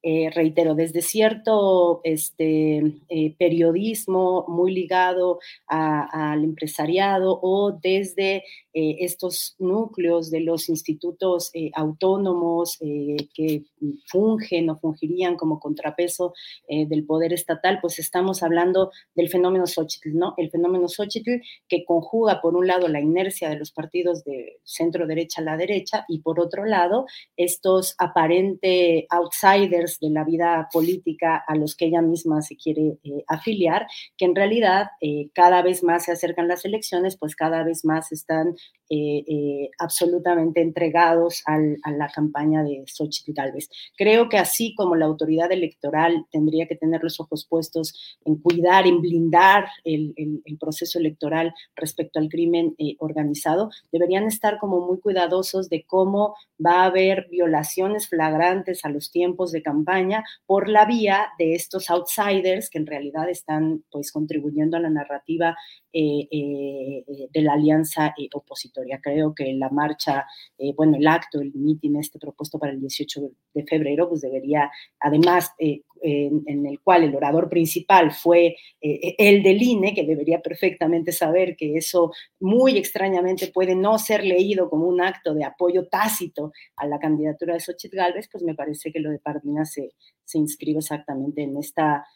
reitero, desde cierto periodismo muy ligado al empresariado o desde estos núcleos de los institutos autónomos que fungen o fungirían como contrapeso del poder estatal, pues estamos hablando del fenómeno Xóchitl, ¿no? El fenómeno Xóchitl que conjuga por un lado la inercia de los partidos de centro derecha a la derecha y por otro lado estos aparente outsiders de la vida política a los que ella misma se quiere afiliar, que en realidad cada vez más se acercan las elecciones, pues cada vez más están absolutamente entregados a la campaña de Xóchitl Gálvez. Creo que así como la autoridad electoral tendría que tener los ojos puestos en cuidar, en blindar el proceso electoral respecto al crimen organizado, deberían estar como muy cuidadosos de cómo va a haber violaciones flagrantes a los tiempos de campaña por la vía de estos outsiders que en realidad están pues contribuyendo a la narrativa de la alianza opositoria. Creo que la marcha, el acto, el mitin propuesto para el 18 de febrero, pues debería, además, en el cual el orador principal fue el del INE, que debería perfectamente saber que eso muy extrañamente puede no ser leído como un acto de apoyo tácito a la candidatura de Xóchitl Gálvez, pues me parece que lo de Parvina se inscribe exactamente en esta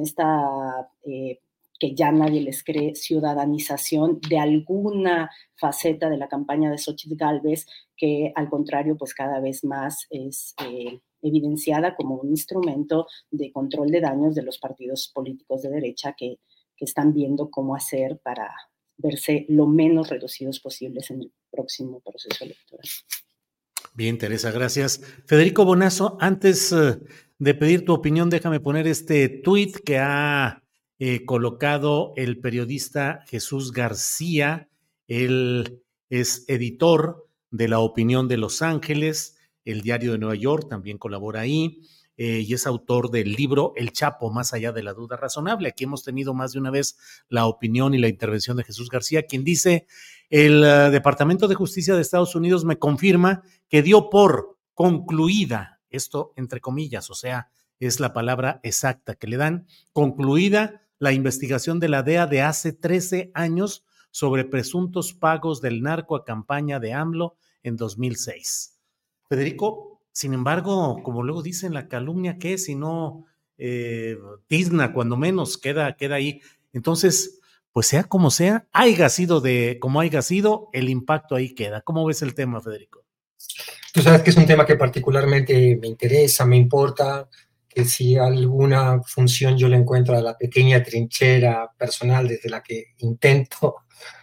que ya nadie les cree, ciudadanización de alguna faceta de la campaña de Xóchitl Gálvez, que al contrario, pues cada vez más es evidenciada como un instrumento de control de daños de los partidos políticos de derecha que están viendo cómo hacer para verse lo menos reducidos posibles en el próximo proceso electoral. Bien, Teresa, gracias. Federico Bonazo, antes de pedir tu opinión, déjame poner este tuit que ha colocado el periodista Jesús García. Él es editor de La Opinión de Los Ángeles, el Diario de Nueva York, también colabora ahí, y es autor del libro El Chapo, más allá de la duda razonable. Aquí hemos tenido más de una vez la opinión y la intervención de Jesús García, quien dice: el Departamento de Justicia de Estados Unidos me confirma que dio por concluida, esto entre comillas, o sea, es la palabra exacta que le dan, concluida la investigación de la DEA de hace 13 años sobre presuntos pagos del narco a campaña de AMLO en 2006. Federico, sin embargo, como luego dicen, la calumnia, ¿qué? Si no tizna, cuando menos, queda ahí. Entonces, pues sea como sea, haya sido como haya sido, el impacto ahí queda. ¿Cómo ves el tema, Federico? Tú sabes que es un tema que particularmente me interesa, me importa, que si alguna función yo le encuentro a la pequeña trinchera personal desde la que intento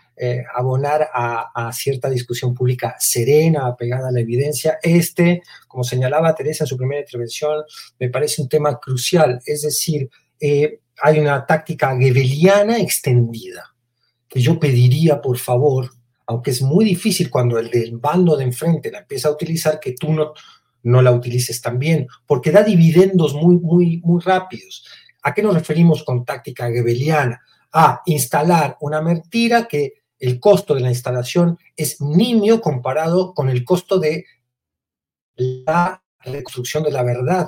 abonar a cierta discusión pública serena, apegada a la evidencia. Como señalaba Teresa en su primera intervención, me parece un tema crucial, es decir, hay una táctica goebbeliana extendida, que yo pediría, por favor, aunque es muy difícil cuando el del bando de enfrente la empieza a utilizar, que tú no la utilices también, porque da dividendos muy, muy, muy rápidos. ¿A qué nos referimos con táctica goebbeliana? A instalar una mentira que el costo de la instalación es nimio comparado con el costo de la reconstrucción de la verdad.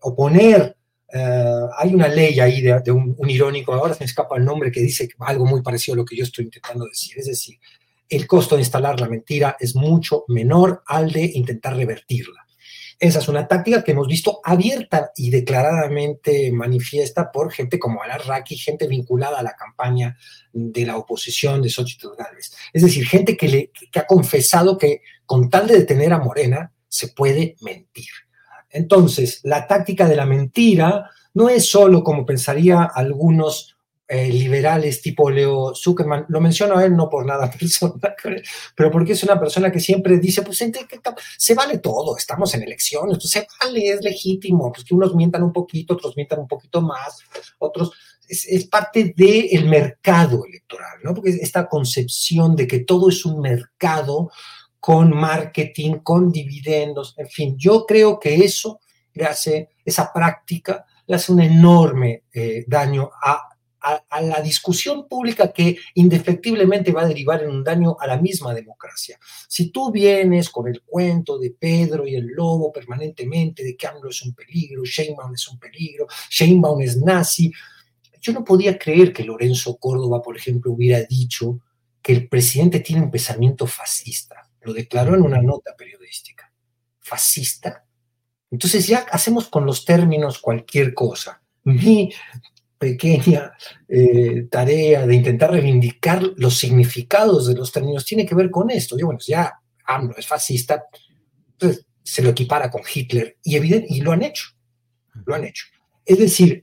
Hay una ley ahí de un irónico, ahora se me escapa el nombre, que dice algo muy parecido a lo que yo estoy intentando decir. Es decir, el costo de instalar la mentira es mucho menor al de intentar revertirla. Esa es una táctica que hemos visto abierta y declaradamente manifiesta por gente como Al-Arraqui, gente vinculada a la campaña de la oposición de Xóchitl Gálvez. Es decir, gente que ha confesado que con tal de detener a Morena se puede mentir. Entonces, la táctica de la mentira no es solo como pensaría algunos liberales tipo Leo Zuckerman. Lo menciono a él no por nada personal, pero porque es una persona que siempre dice, pues se vale todo, estamos en elecciones, pues se vale, es legítimo, pues que unos mientan un poquito, otros mientan un poquito más, otros... Es parte del mercado electoral, ¿no? Porque esta concepción de que todo es un mercado con marketing, con dividendos, en fin, yo creo que esa práctica le hace un enorme daño a a la discusión pública que indefectiblemente va a derivar en un daño a la misma democracia. Si tú vienes con el cuento de Pedro y el Lobo permanentemente, de que AMLO es un peligro, Sheinbaum es un peligro, Sheinbaum es nazi, yo no podía creer que Lorenzo Córdoba, por ejemplo, hubiera dicho que el presidente tiene un pensamiento fascista. Lo declaró en una nota periodística. ¿Fascista? Entonces ya hacemos con los términos cualquier cosa. Mi pequeña tarea de intentar reivindicar los significados de los términos tiene que ver con esto. Yo, bueno, ya AMLO es fascista, entonces se lo equipara con Hitler y lo han hecho. Lo han hecho. Es decir,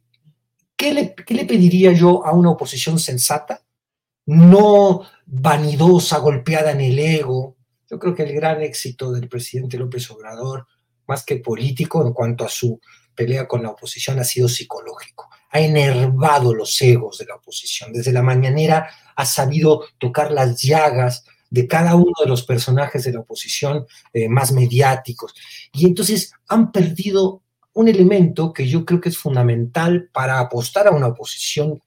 ¿qué le pediría yo a una oposición sensata? No vanidosa, golpeada en el ego. Yo creo que el gran éxito del presidente López Obrador, más que político en cuanto a su pelea con la oposición, ha sido psicológico. Ha enervado los egos de la oposición. Desde la mañanera ha sabido tocar las llagas de cada uno de los personajes de la oposición más mediáticos. Y entonces han perdido un elemento que yo creo que es fundamental para apostar a una oposición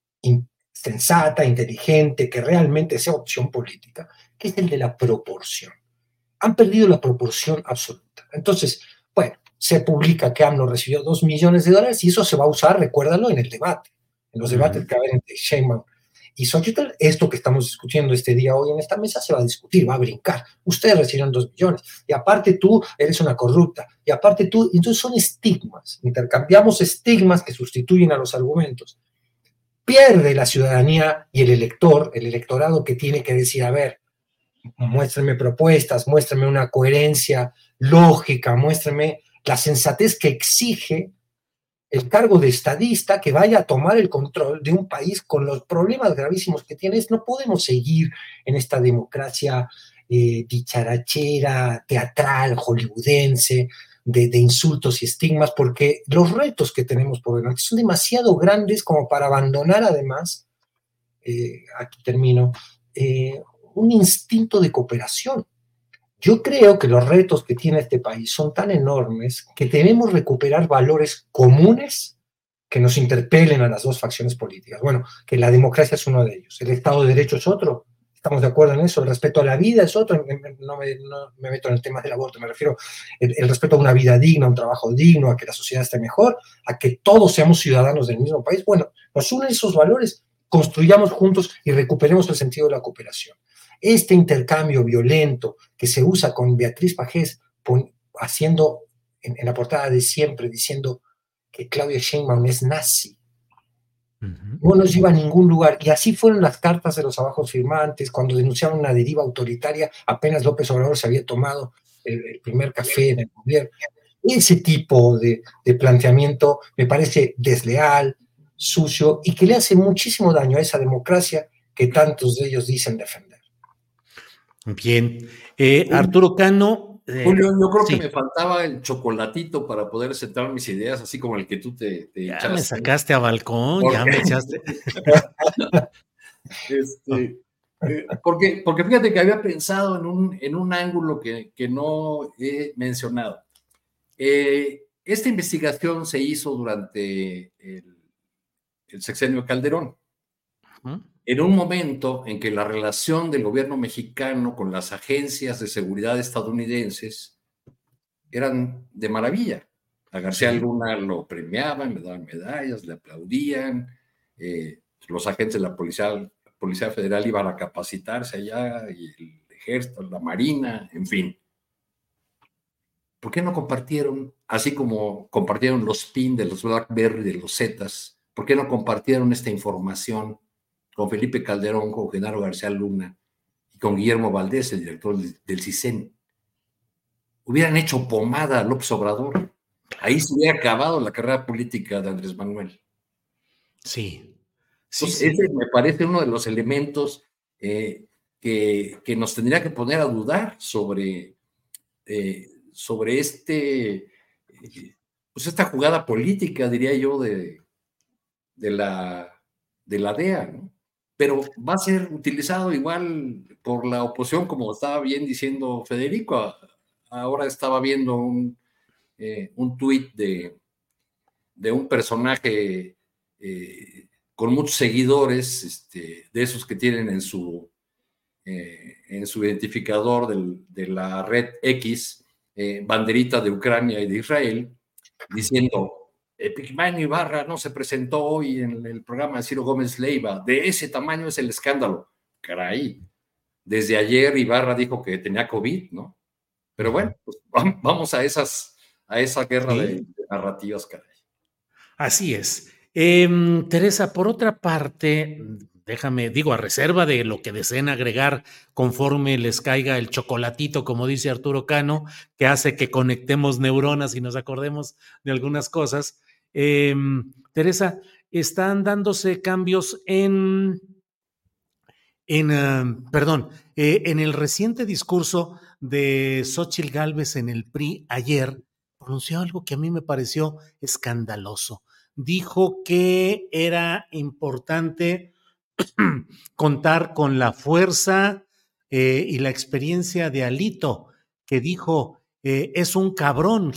sensata, inteligente, que realmente sea opción política, que es el de la proporción. Han perdido la proporción absoluta. Entonces, bueno, se publica que AMLO recibió $2 millones y eso se va a usar, recuérdalo, en el debate, en los debates que va a haber entre Sheinbaum y Xochitl. Esto que estamos discutiendo este día hoy en esta mesa se va a discutir, va a brincar. Ustedes recibieron 2 millones y aparte tú eres una corrupta y aparte tú, y entonces son estigmas, intercambiamos estigmas que sustituyen a los argumentos. Pierde la ciudadanía y el electorado que tiene que decir, a ver, muéstrenme propuestas, muéstrenme una coherencia lógica, muéstrenme la sensatez que exige el cargo de estadista que vaya a tomar el control de un país con los problemas gravísimos que tiene. No podemos seguir en esta democracia dicharachera, teatral, hollywoodense, de insultos y estigmas, porque los retos que tenemos por delante son demasiado grandes como para abandonar además, aquí termino, un instinto de cooperación. Yo creo que los retos que tiene este país son tan enormes que debemos recuperar valores comunes que nos interpelen a las dos facciones políticas. Bueno, que la democracia es uno de ellos, el Estado de Derecho es otro, estamos de acuerdo en eso, el respeto a la vida es otro, no me meto en el tema del aborto, me refiero el respeto a una vida digna, a un trabajo digno, a que la sociedad esté mejor, a que todos seamos ciudadanos del mismo país. Bueno, nos unen esos valores, construyamos juntos y recuperemos el sentido de la cooperación. Este intercambio violento que se usa con Beatriz Pajés, haciendo en la portada de Siempre, diciendo que Claudia Sheinbaum es nazi, no nos lleva a ningún lugar. Y así fueron las cartas de los abajos firmantes, cuando denunciaron una deriva autoritaria, apenas López Obrador se había tomado el primer café en el gobierno. Ese tipo de planteamiento me parece desleal, sucio, y que le hace muchísimo daño a esa democracia que tantos de ellos dicen defender. Bien. Arturo Cano. Julio, yo creo que me faltaba el chocolatito para poder centrar mis ideas, así como el que tú te ya echaste. Me sacaste a balcón, ya me echaste. Porque fíjate que había pensado en un ángulo que no he mencionado. Esta investigación se hizo durante el sexenio de Calderón. En un momento en que la relación del gobierno mexicano con las agencias de seguridad estadounidenses eran de maravilla. A García Luna lo premiaban, le daban medallas, le aplaudían, los agentes de la Policía Federal iban a capacitarse allá, y el ejército, la marina, en fin. ¿Por qué no compartieron, así como compartieron los PIN de los BlackBerry, de los Zetas, por qué no compartieron esta información con Felipe Calderón, con Genaro García Luna y con Guillermo Valdés, el director del CISEN? Hubieran hecho pomada a López Obrador. Ahí se hubiera acabado la carrera política de Andrés Manuel. Sí. Entonces, ese me parece uno de los elementos que nos tendría que poner a dudar sobre esta jugada política, diría yo, de la DEA, ¿no? Pero va a ser utilizado igual por la oposición, como estaba bien diciendo Federico. Ahora estaba viendo un tuit de un personaje con muchos seguidores, de esos que tienen en su identificador de la red X, banderita de Ucrania y de Israel, diciendo, Epigmenio Ibarra no se presentó hoy en el programa de Ciro Gómez Leiva, de ese tamaño es el escándalo. Caray, desde ayer Ibarra dijo que tenía COVID, ¿no? Pero bueno, pues vamos a esa guerra de narrativas, caray. Así es. Teresa, por otra parte, a reserva de lo que deseen agregar conforme les caiga el chocolatito, como dice Arturo Cano, que hace que conectemos neuronas y nos acordemos de algunas cosas. Teresa, están dándose cambios en el reciente discurso de Xóchitl Gálvez en el PRI ayer, pronunció algo que a mí me pareció escandaloso. Dijo que era importante contar con la fuerza y la experiencia de Alito, que dijo, es un cabrón,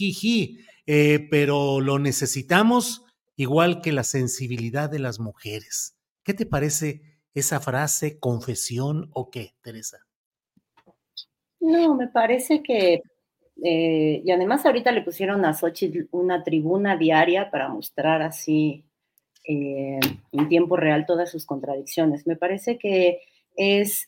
pero lo necesitamos igual que la sensibilidad de las mujeres. ¿Qué te parece esa frase, confesión o qué, Teresa? No, me parece que, y además ahorita le pusieron a Xóchitl una tribuna diaria para mostrar así en tiempo real todas sus contradicciones. Me parece que es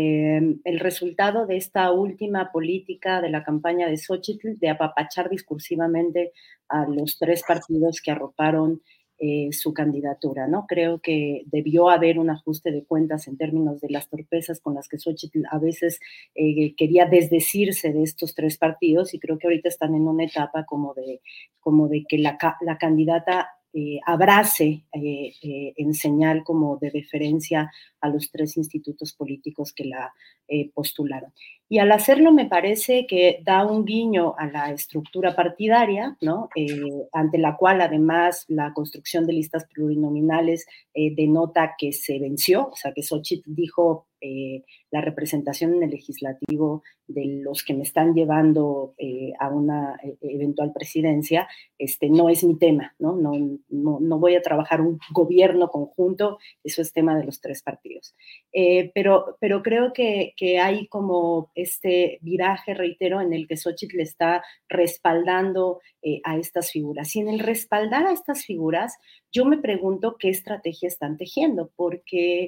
el resultado de esta última política de la campaña de Xóchitl de apapachar discursivamente a los tres partidos que arroparon su candidatura, ¿no? Creo que debió haber un ajuste de cuentas en términos de las torpezas con las que Xóchitl a veces quería desdecirse de estos tres partidos, y creo que ahorita están en una etapa como de que la candidata abrace en señal como de deferencia a los tres institutos políticos que la postularon. Y al hacerlo me parece que da un guiño a la estructura partidaria, ¿no? Ante la cual además la construcción de listas plurinominales denota que se venció, o sea que Xóchitl dijo la representación en el legislativo de los que me están llevando a una eventual presidencia, no es mi tema, ¿no? No voy a trabajar un gobierno conjunto, eso es tema de los tres partidos. Pero creo que hay como este viraje, reitero, en el que Xóchitl está respaldando a estas figuras. Y en el respaldar a estas figuras, yo me pregunto qué estrategia están tejiendo, porque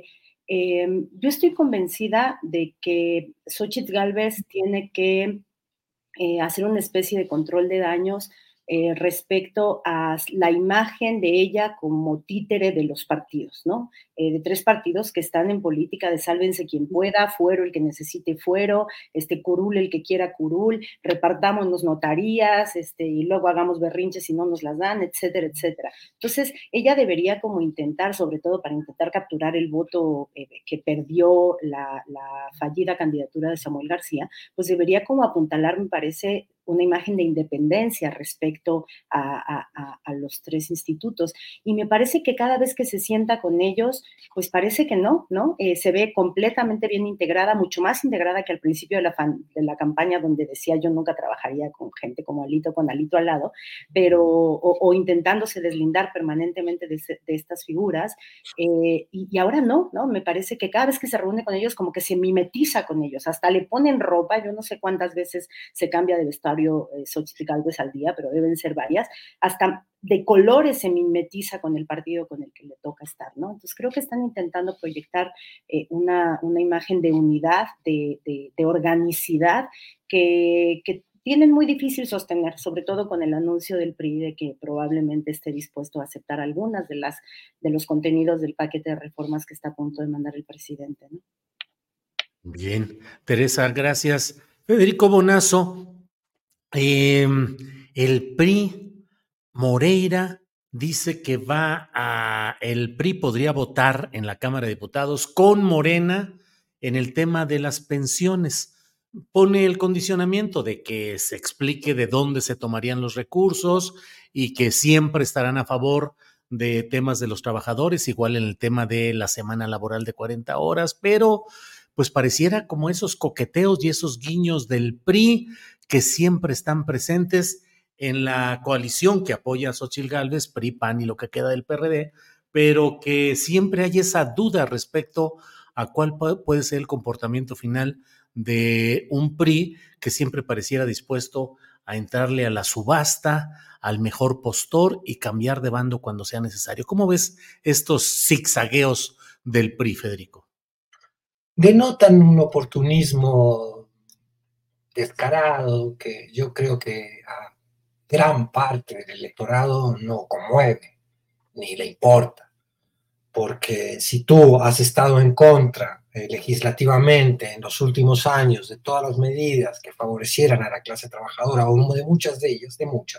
yo estoy convencida de que Xóchitl Gálvez tiene que hacer una especie de control de daños respecto a la imagen de ella como títere de los partidos, ¿no? De tres partidos que están en política de sálvense quien pueda, fuero el que necesite fuero, curul el que quiera curul, repartámonos notarías, y luego hagamos berrinches si no nos las dan, etcétera, etcétera. Entonces, ella debería como intentar, sobre todo para intentar capturar el voto que perdió la fallida candidatura de Samuel García, pues debería como apuntalar, me parece, una imagen de independencia respecto a los tres institutos. Y me parece que cada vez que se sienta con ellos, pues parece que no, ¿no? Se ve completamente bien integrada, mucho más integrada que al principio de la campaña, donde decía yo nunca trabajaría con gente como Alito, con Alito al lado, pero, o intentándose deslindar permanentemente de estas figuras, y ahora no, ¿no? Me parece que cada vez que se reúne con ellos, como que se mimetiza con ellos, hasta le ponen ropa, yo no sé cuántas veces se cambia de vestuario Xóchitl Gálvez al día, pero deben ser varias, hasta de colores se mimetiza con el partido con el que le toca estar, ¿no? Entonces creo que están intentando proyectar una imagen de unidad, de organicidad que tienen muy difícil sostener, sobre todo con el anuncio del PRI de que probablemente esté dispuesto a aceptar algunas de los contenidos del paquete de reformas que está a punto de mandar el presidente, ¿no? Bien, Teresa, gracias. Federico Bonazo, el PRI, Moreira, dice que el PRI podría votar en la Cámara de Diputados con Morena en el tema de las pensiones. Pone el condicionamiento de que se explique de dónde se tomarían los recursos y que siempre estarán a favor de temas de los trabajadores, igual en el tema de la semana laboral de 40 horas, pero pues pareciera como esos coqueteos y esos guiños del PRI que siempre están presentes en la coalición que apoya a Xóchitl Gálvez, PRI, PAN y lo que queda del PRD, pero que siempre hay esa duda respecto a cuál puede ser el comportamiento final de un PRI que siempre pareciera dispuesto a entrarle a la subasta, al mejor postor y cambiar de bando cuando sea necesario. ¿Cómo ves estos zigzagueos del PRI, Federico? Denotan un oportunismo descarado que yo creo que a gran parte del electorado no conmueve ni le importa, porque si tú has estado en contra legislativamente en los últimos años de todas las medidas que favorecieran a la clase trabajadora, o de muchas de ellas,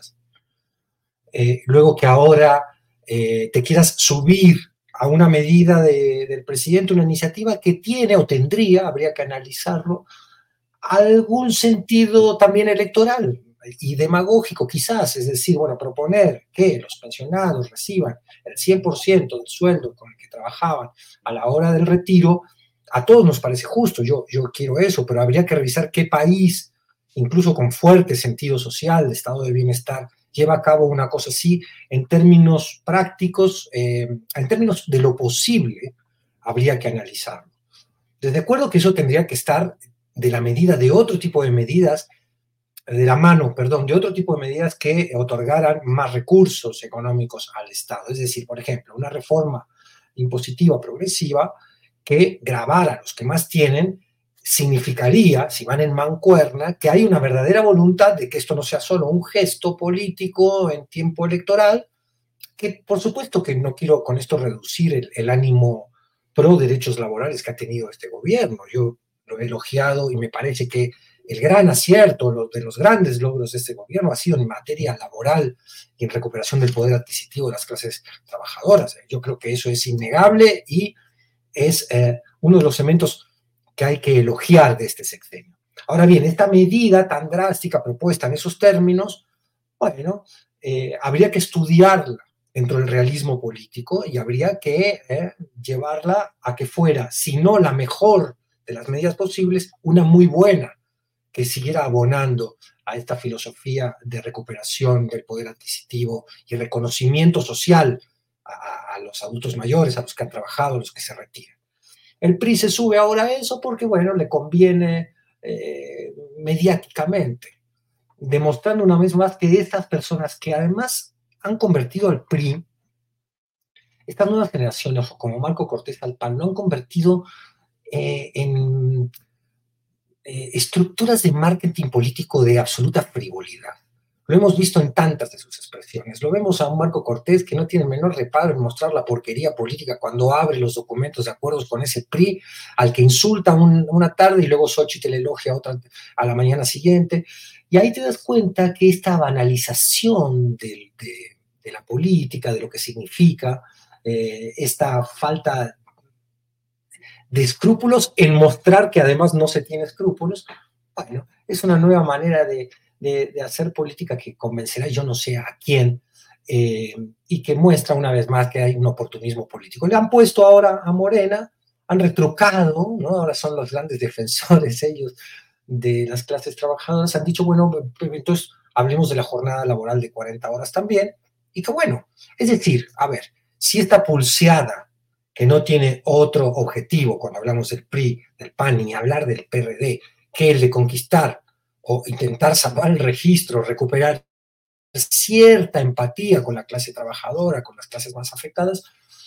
luego que ahora te quieras subir a una medida del presidente, una iniciativa que tiene o tendría, habría que analizarlo, algún sentido también electoral y demagógico quizás, es decir, bueno, proponer que los pensionados reciban el 100% del sueldo con el que trabajaban a la hora del retiro, a todos nos parece justo, yo quiero eso, pero habría que revisar qué país, incluso con fuerte sentido social, de estado de bienestar, lleva a cabo una cosa así en términos prácticos, en términos de lo posible, habría que analizarlo. De acuerdo que eso tendría que estar de la medida de otro tipo de medidas, de la mano, perdón, de otro tipo de medidas que otorgaran más recursos económicos al Estado. Es decir, por ejemplo, una reforma impositiva progresiva que gravara a los que más tienen significaría, si van en mancuerna, que hay una verdadera voluntad de que esto no sea solo un gesto político en tiempo electoral, que por supuesto que no quiero con esto reducir el ánimo pro derechos laborales que ha tenido este gobierno. Yo lo he elogiado y me parece que el gran acierto, de los grandes logros de este gobierno ha sido en materia laboral y en recuperación del poder adquisitivo de las clases trabajadoras. Yo creo que eso es innegable y es uno de los elementos que hay que elogiar de este sexenio. Ahora bien, esta medida tan drástica propuesta en esos términos, bueno, habría que estudiarla dentro del realismo político y habría que llevarla a que fuera, si no la mejor de las medidas posibles, una muy buena, que siguiera abonando a esta filosofía de recuperación del poder adquisitivo y reconocimiento social a los adultos mayores, a los que han trabajado, a los que se retiran. El PRI se sube ahora a eso porque, bueno, le conviene mediáticamente, demostrando una vez más que estas personas que además han convertido al PRI, estas nuevas generaciones, como Marco Cortés al PAN, lo han convertido en estructuras de marketing político de absoluta frivolidad. Lo hemos visto en tantas de sus expresiones. Lo vemos a un Marco Cortés que no tiene el menor reparo en mostrar la porquería política cuando abre los documentos de acuerdos con ese PRI, al que insulta una tarde y luego Xóchitl le elogia a la mañana siguiente. Y ahí te das cuenta que esta banalización de la política, de lo que significa, esta falta de escrúpulos en mostrar que además no se tiene escrúpulos, bueno, es una nueva manera de hacer política que convencerá yo no sé a quién y que muestra una vez más que hay un oportunismo político. Le han puesto ahora a Morena, han retrucado, ¿no? Ahora son los grandes defensores ellos de las clases trabajadoras, han dicho, bueno, entonces hablemos de la jornada laboral de 40 horas también, y que bueno, es decir, a ver, si esta pulseada que no tiene otro objetivo cuando hablamos del PRI, del PAN, ni hablar del PRD, que el de conquistar o intentar salvar el registro, recuperar cierta empatía con la clase trabajadora, con las clases más afectadas,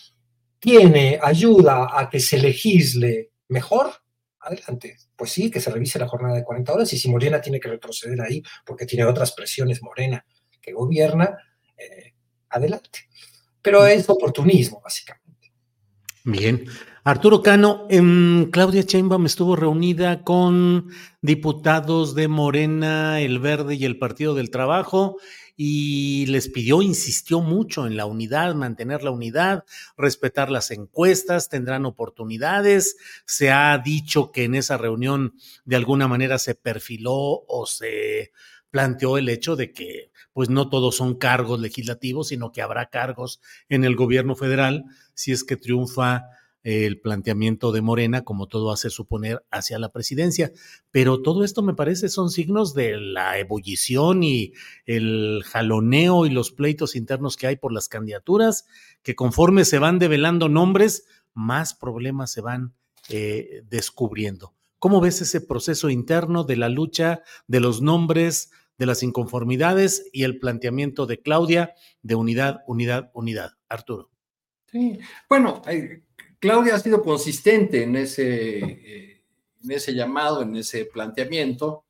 ayuda a que se legisle mejor, adelante. Pues sí, que se revise la jornada de 40 horas y si Morena tiene que retroceder ahí porque tiene otras presiones Morena que gobierna, adelante. Pero es oportunismo, básicamente. Bien. Arturo Cano, Claudia Sheinbaum estuvo reunida con diputados de Morena, El Verde y el Partido del Trabajo y les pidió, insistió mucho en la unidad, mantener la unidad, respetar las encuestas, tendrán oportunidades. Se ha dicho que en esa reunión de alguna manera se perfiló o se planteó el hecho de que pues no todos son cargos legislativos, sino que habrá cargos en el gobierno federal si es que triunfa el planteamiento de Morena, como todo hace suponer, hacia la presidencia. Pero todo esto me parece son signos de la ebullición y el jaloneo y los pleitos internos que hay por las candidaturas, que conforme se van develando nombres, más problemas se van descubriendo. ¿Cómo ves ese proceso interno de la lucha, de los nombres, de las inconformidades y el planteamiento de Claudia de unidad, unidad, unidad? Arturo. Sí, bueno, Claudia ha sido consistente en ese llamado, en ese planteamiento,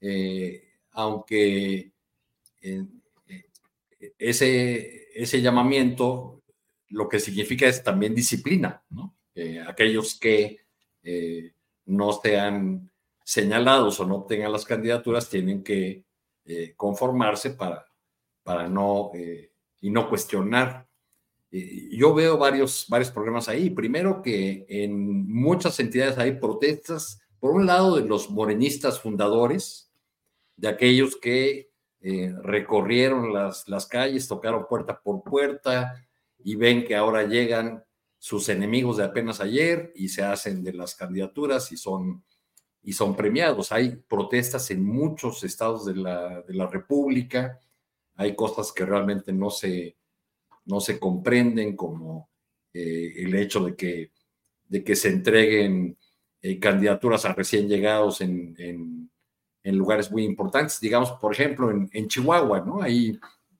aunque ese llamamiento lo que significa es también disciplina, ¿no? Aquellos que no sean señalados o no obtengan las candidaturas tienen que conformarse para no cuestionar. Yo veo varios problemas ahí. Primero, que en muchas entidades hay protestas, por un lado, de los morenistas fundadores, de aquellos que recorrieron las calles, tocaron puerta por puerta y ven que ahora llegan sus enemigos de apenas ayer y se hacen de las candidaturas y son premiados. Hay protestas en muchos estados de la República, hay cosas que realmente no se comprenden, como el hecho de que se entreguen candidaturas a recién llegados en lugares muy importantes. Digamos, por ejemplo, en Chihuahua, ¿no? Ahí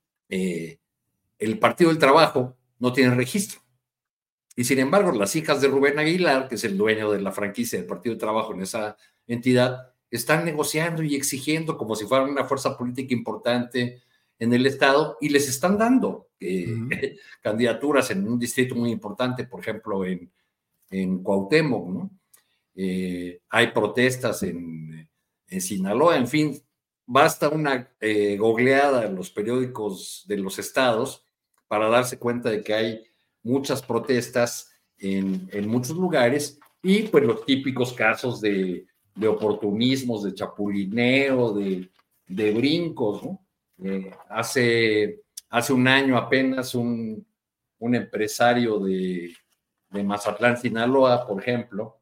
el Partido del Trabajo no tiene registro. Y sin embargo, las hijas de Rubén Aguilar, que es el dueño de la franquicia del Partido del Trabajo en esa entidad, están negociando y exigiendo como si fueran una fuerza política importante en el estado, y les están dando candidaturas en un distrito muy importante, por ejemplo, en Cuauhtémoc, ¿no? Hay protestas en Sinaloa, en fin, basta una googleada en los periódicos de los estados para darse cuenta de que hay muchas protestas en muchos lugares, y pues los típicos casos de oportunismos, de chapulineo, de brincos, ¿no? Hace un año apenas un empresario de Mazatlán, Sinaloa, por ejemplo,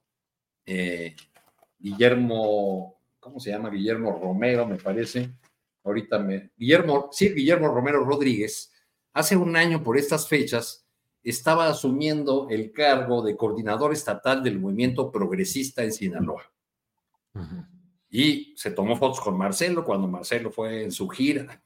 Guillermo, ¿cómo se llama? Guillermo Romero, me parece. Guillermo Romero Rodríguez, hace un año por estas fechas estaba asumiendo el cargo de coordinador estatal del movimiento progresista en Sinaloa. Uh-huh. Y se tomó fotos con Marcelo cuando Marcelo fue en su gira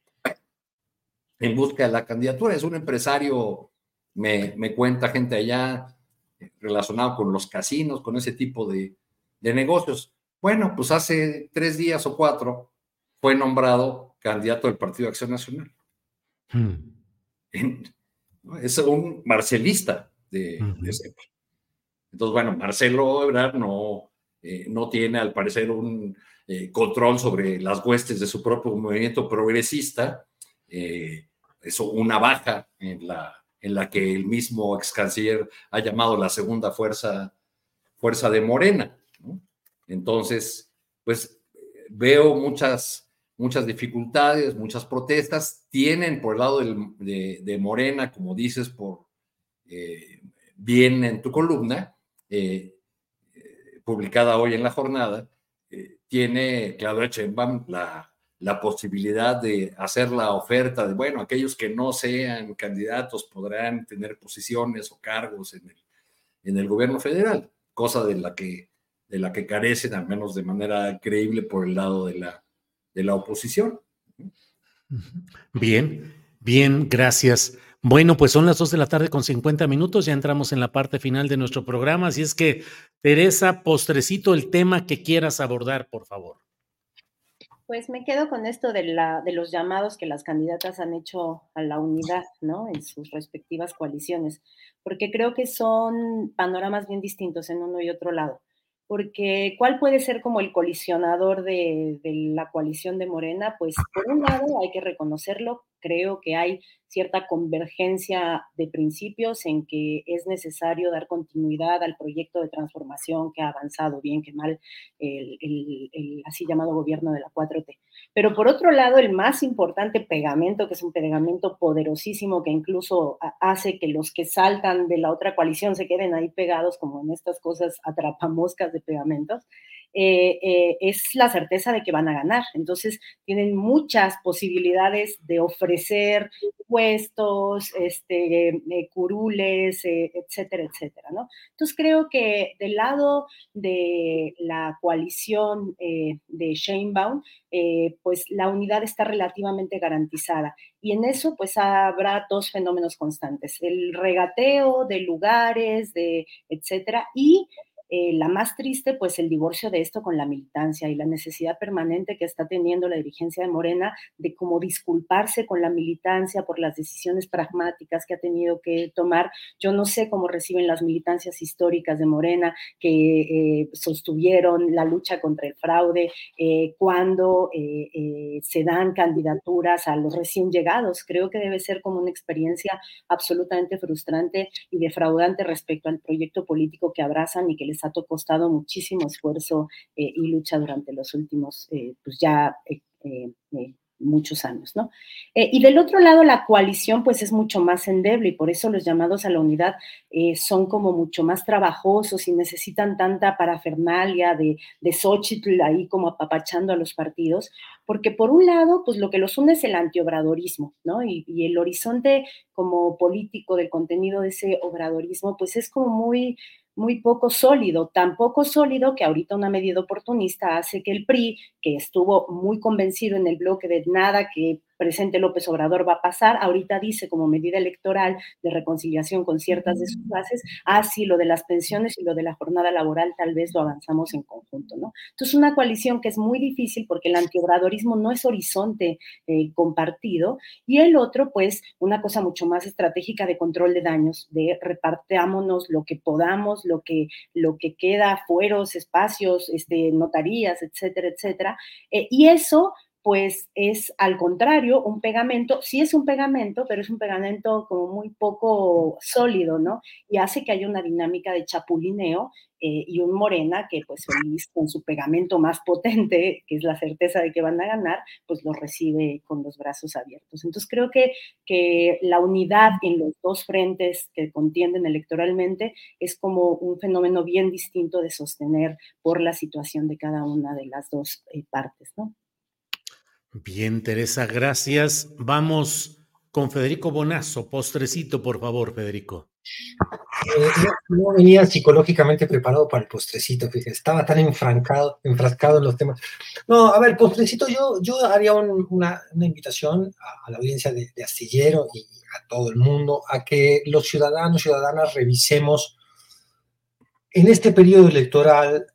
en busca de la candidatura. Es un empresario, me cuenta gente allá, relacionado con los casinos, con ese tipo de negocios. Bueno, pues hace 3 días o 4 fue nombrado candidato del Partido de Acción Nacional. Es un marcelista de ese. Entonces, bueno, Marcelo Ebrard no tiene, al parecer, un control sobre las huestes de su propio movimiento progresista. Eso, una baja en la que el mismo ex canciller ha llamado la segunda fuerza de Morena, ¿no? Entonces, pues veo muchas dificultades, muchas protestas. Tienen por el lado de Morena, como dices, bien en tu columna, publicada hoy en La Jornada, tiene Claudia Sheinbaum la posibilidad de hacer la oferta de, bueno, aquellos que no sean candidatos podrán tener posiciones o cargos en el gobierno federal, cosa de la que carecen, al menos de manera creíble, por el lado de la oposición. Bien, gracias. Bueno, pues son las 2:50 p.m, ya entramos en la parte final de nuestro programa, así es que, Teresa, postrecito, el tema que quieras abordar, por favor. Pues me quedo con esto de los llamados que las candidatas han hecho a la unidad, ¿no? En sus respectivas coaliciones, porque creo que son panoramas bien distintos en uno y otro lado. Porque ¿cuál puede ser como el colisionador de la coalición de Morena? Pues por un lado hay que reconocerlo, creo que hay cierta convergencia de principios en que es necesario dar continuidad al proyecto de transformación que ha avanzado bien que mal el así llamado gobierno de la 4T. Pero por otro lado, el más importante pegamento, que es un pegamento poderosísimo que incluso hace que los que saltan de la otra coalición se queden ahí pegados, como en estas cosas atrapamoscas de pegamentos, es la certeza de que van a ganar. Entonces, tienen muchas posibilidades de ofrecer puestos, curules, etcétera, etcétera, ¿no? Entonces, creo que del lado de la coalición de Sheinbaum, pues la unidad está relativamente garantizada. Y en eso, pues habrá dos fenómenos constantes: el regateo de lugares, etcétera, y la más triste, pues el divorcio de esto con la militancia y la necesidad permanente que está teniendo la dirigencia de Morena de como disculparse con la militancia por las decisiones pragmáticas que ha tenido que tomar. Yo no sé cómo reciben las militancias históricas de Morena que sostuvieron la lucha contra el fraude cuando se dan candidaturas a los recién llegados. Creo que debe ser como una experiencia absolutamente frustrante y defraudante respecto al proyecto político que abrazan y que les ha costado muchísimo esfuerzo y lucha durante los últimos, pues ya muchos años, ¿no? Y del otro lado, la coalición pues es mucho más endeble y por eso los llamados a la unidad son como mucho más trabajosos y necesitan tanta parafernalia de Xóchitl ahí como apapachando a los partidos, porque por un lado, pues lo que los une es el antiobradorismo, ¿no? Y el horizonte como político del contenido de ese obradorismo, pues es como muy poco sólido, tan poco sólido que ahorita una medida oportunista hace que el PRI, que estuvo muy convencido en el bloque de nada que presente López Obrador va a pasar, ahorita dice como medida electoral de reconciliación con ciertas de sus bases, sí, lo de las pensiones y lo de la jornada laboral tal vez lo avanzamos en conjunto, ¿no? Entonces una coalición que es muy difícil porque el antiobradorismo no es horizonte compartido, y el otro pues una cosa mucho más estratégica de control de daños, de repartámonos lo que podamos, lo que queda, fueros, espacios, notarías, etcétera, etcétera, y eso pues es al contrario un pegamento, sí es un pegamento, pero es un pegamento como muy poco sólido, ¿no? Y hace que haya una dinámica de chapulineo y un Morena que pues feliz con su pegamento más potente, que es la certeza de que van a ganar, pues lo recibe con los brazos abiertos. Entonces creo que la unidad en los dos frentes que contienden electoralmente es como un fenómeno bien distinto de sostener por la situación de cada una de las dos partes, ¿no? Bien, Teresa, gracias. Vamos con Federico Bonazo. Postrecito, por favor, Federico. No venía psicológicamente preparado para el postrecito, fíjate, estaba tan enfrascado en los temas. No, a ver, postrecito, yo haría una invitación a la audiencia de Astillero y a todo el mundo a que los ciudadanos, ciudadanas, revisemos en este periodo electoral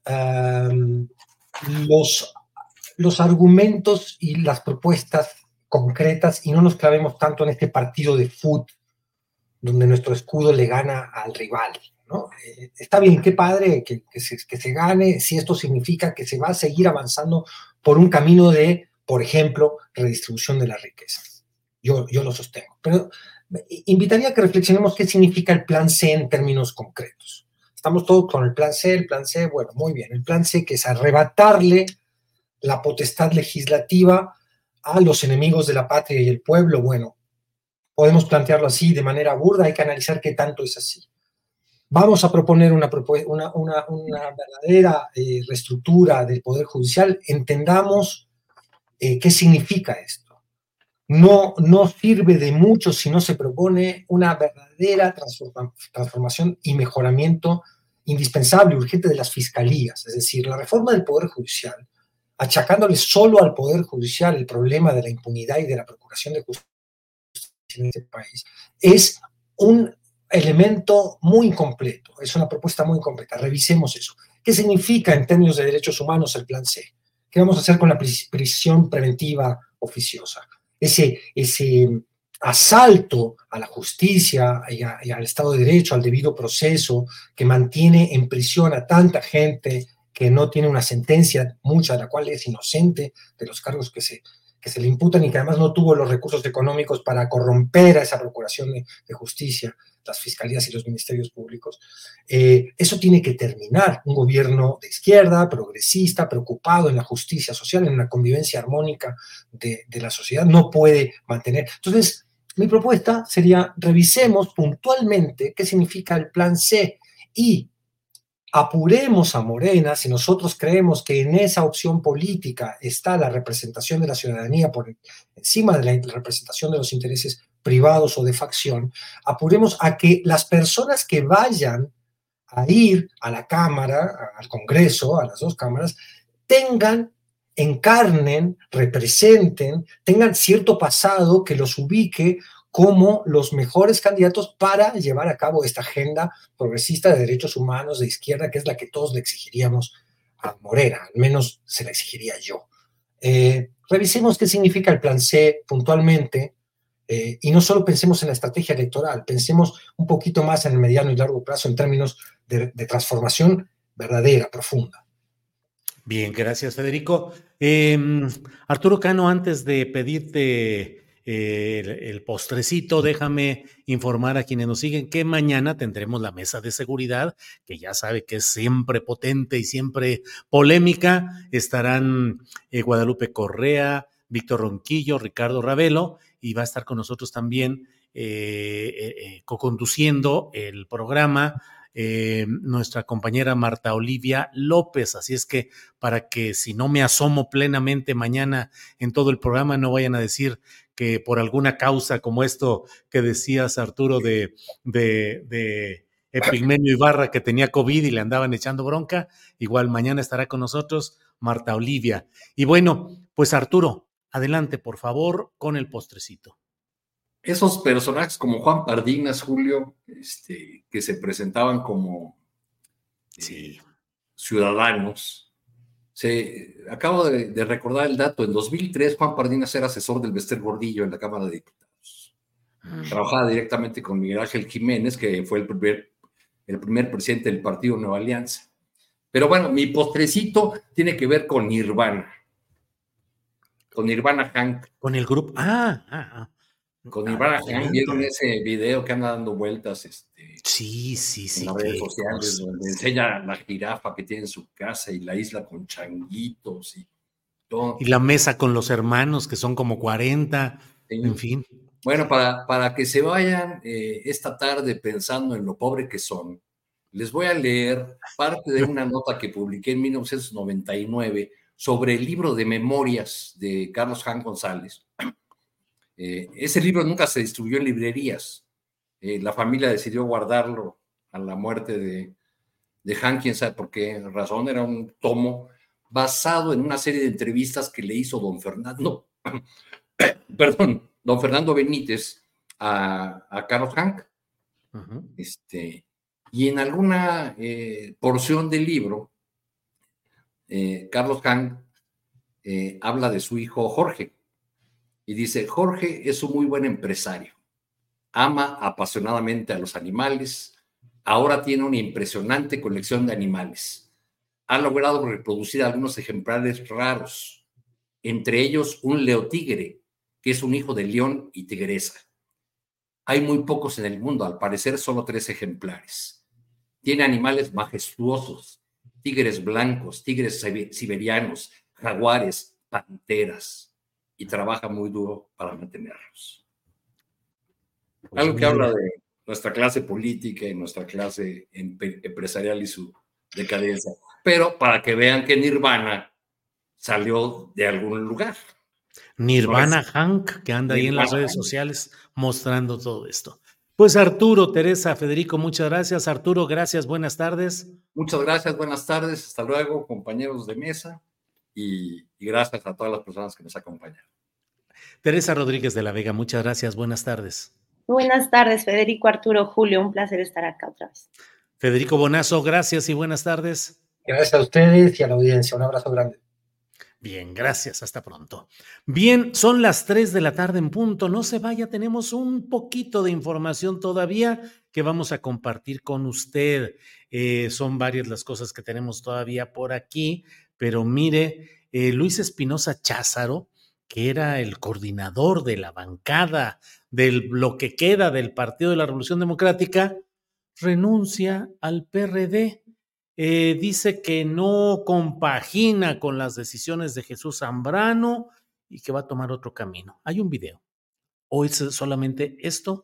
los argumentos y las propuestas concretas y no nos clavemos tanto en este partido de fútbol donde nuestro escudo le gana al rival, ¿no? Está bien, qué padre que se gane, si esto significa que se va a seguir avanzando por un camino de, por ejemplo, redistribución de la riqueza. Yo lo sostengo. Pero invitaría a que reflexionemos qué significa el plan C en términos concretos. Estamos todos con el plan C, bueno, muy bien. El plan C, que es arrebatarle la potestad legislativa a los enemigos de la patria y el pueblo. Bueno, podemos plantearlo así de manera burda, hay que analizar qué tanto es así. Vamos a proponer una verdadera reestructura del Poder Judicial. Entendamos qué significa esto. No sirve de mucho si no se propone una verdadera transformación y mejoramiento indispensable, urgente de las fiscalías. Es decir, la reforma del Poder Judicial, achacándole solo al Poder Judicial el problema de la impunidad y de la procuración de justicia en este país, es un elemento muy incompleto, es una propuesta muy incompleta. Revisemos eso. ¿Qué significa en términos de derechos humanos el plan C? ¿Qué vamos a hacer con la prisión preventiva oficiosa? Ese asalto a la justicia y al Estado de Derecho, al debido proceso, que mantiene en prisión a tanta gente que no tiene una sentencia, mucha de la cual es inocente de los cargos que que se le imputan y que además no tuvo los recursos económicos para corromper a esa Procuración de Justicia, las fiscalías y los ministerios públicos. Eso tiene que terminar. Un gobierno de izquierda, progresista, preocupado en la justicia social, en una convivencia armónica de la sociedad, no puede mantener. Entonces, mi propuesta sería: revisemos puntualmente qué significa el plan C y apuremos a Morena. Si nosotros creemos que en esa opción política está la representación de la ciudadanía por encima de la representación de los intereses privados o de facción, apuremos a que las personas que vayan a ir a la Cámara, al Congreso, a las dos cámaras, encarnen, representen, tengan cierto pasado que los ubique como los mejores candidatos para llevar a cabo esta agenda progresista de derechos humanos de izquierda, que es la que todos le exigiríamos a Morena, al menos se la exigiría yo. Revisemos qué significa el plan C puntualmente, y no solo pensemos en la estrategia electoral, pensemos un poquito más en el mediano y largo plazo en términos de transformación verdadera, profunda. Bien, gracias, Federico. Arturo Cano, antes de pedirte el postrecito, déjame informar a quienes nos siguen que mañana tendremos la mesa de seguridad, que ya sabe que es siempre potente y siempre polémica. Estarán Guadalupe Correa, Víctor Ronquillo, Ricardo Ravelo, y va a estar con nosotros también co-conduciendo el programa nuestra compañera Marta Olivia López. Así es que, para que si no me asomo plenamente mañana en todo el programa, no vayan a decir que por alguna causa como esto que decías, Arturo, de Epigmenio Ibarra, que tenía COVID y le andaban echando bronca. Igual mañana estará con nosotros Marta Olivia. Y bueno, pues Arturo, adelante por favor con el postrecito. Esos personajes como Juan Pardinas, Julio, que se presentaban como ciudadanos. Acabo de recordar el dato. En 2003, Juan Pardinas era asesor del Bester Gordillo en la Cámara de Diputados. Trabajaba directamente con Miguel Ángel Jiménez, que fue el primer presidente del partido Nueva Alianza. Pero bueno, mi postrecito tiene que ver con Nirvana. Con Nirvana Hank. Con el grupo. Con Nirvana Hank, ¿vieron ese video que anda dando vueltas sí, en las redes sociales, donde enseña la jirafa que tiene en su casa y la isla con changuitos y todo? Y la mesa con los hermanos, que son como 40, en fin. Bueno, para que se vayan esta tarde pensando en lo pobre que son, les voy a leer parte de una nota que publiqué en 1999 sobre el libro de memorias de Carlos Hank González. Ese libro nunca se distribuyó en librerías. La familia decidió guardarlo a la muerte de Hank, quién sabe por qué razón. Era un tomo basado en una serie de entrevistas que le hizo don Fernando Benítez a Carlos Hank. Y en alguna porción del libro, Carlos Hank habla de su hijo Jorge. Y dice: Jorge es un muy buen empresario, ama apasionadamente a los animales, ahora tiene una impresionante colección de animales. Ha logrado reproducir algunos ejemplares raros, entre ellos un leotigre, que es un hijo de león y tigresa. Hay muy pocos en el mundo, al parecer solo 3 ejemplares. Tiene animales majestuosos, tigres blancos, tigres siberianos, jaguares, panteras, y trabaja muy duro para mantenerlos. Pues algo que habla de nuestra clase política y nuestra clase empresarial y su decadencia. Pero para que vean que Nirvana salió de algún lugar. Nirvana Hank, que anda ahí en las redes sociales mostrando todo esto. Pues Arturo, Teresa, Federico, muchas gracias. Arturo, gracias, buenas tardes. Muchas gracias, buenas tardes. Hasta luego, compañeros de mesa. Y gracias a todas las personas que nos acompañan. Teresa Rodríguez de la Vega, muchas gracias, buenas tardes. Buenas tardes, Federico, Arturo, Julio, un placer estar acá otra vez. Federico Bonazo, gracias y buenas tardes. Gracias a ustedes y a la audiencia, un abrazo grande. Bien, gracias, hasta pronto. Bien, son las 3 de la tarde en punto, no se vaya, tenemos un poquito de información todavía que vamos a compartir con usted. Son varias las cosas que tenemos todavía por aquí, pero mire, Luis Espinosa Cházaro, que era el coordinador de la bancada del lo que queda del Partido de la Revolución Democrática, renuncia al PRD. Dice que no compagina con las decisiones de Jesús Zambrano y que va a tomar otro camino. Hay un video. ¿O es solamente esto?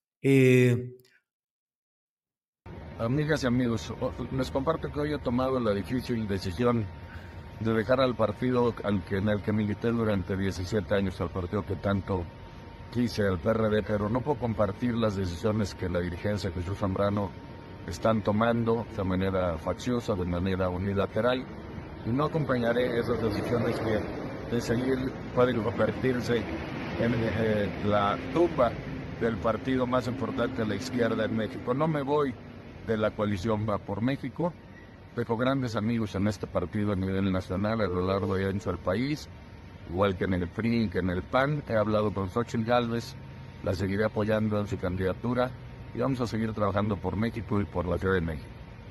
Amigas y amigos, les comparto que hoy he tomado la difícil decisión de dejar al partido en el que milité durante 17 años, al partido que tanto quise, al PRD, pero no puedo compartir las decisiones que la dirigencia de Jesús Zambrano están tomando de manera facciosa, de manera unilateral, y no acompañaré esas decisiones que de seguir pueden convertirse en la tumba del partido más importante de la izquierda en México. No me voy de la coalición Va por México. Dejo grandes amigos en este partido a nivel nacional, a lo largo y ancho del país, igual que en el PRI, que en el PAN. He hablado con Xóchitl Gálvez, la seguiré apoyando en su candidatura y vamos a seguir trabajando por México y por la Ciudad de México.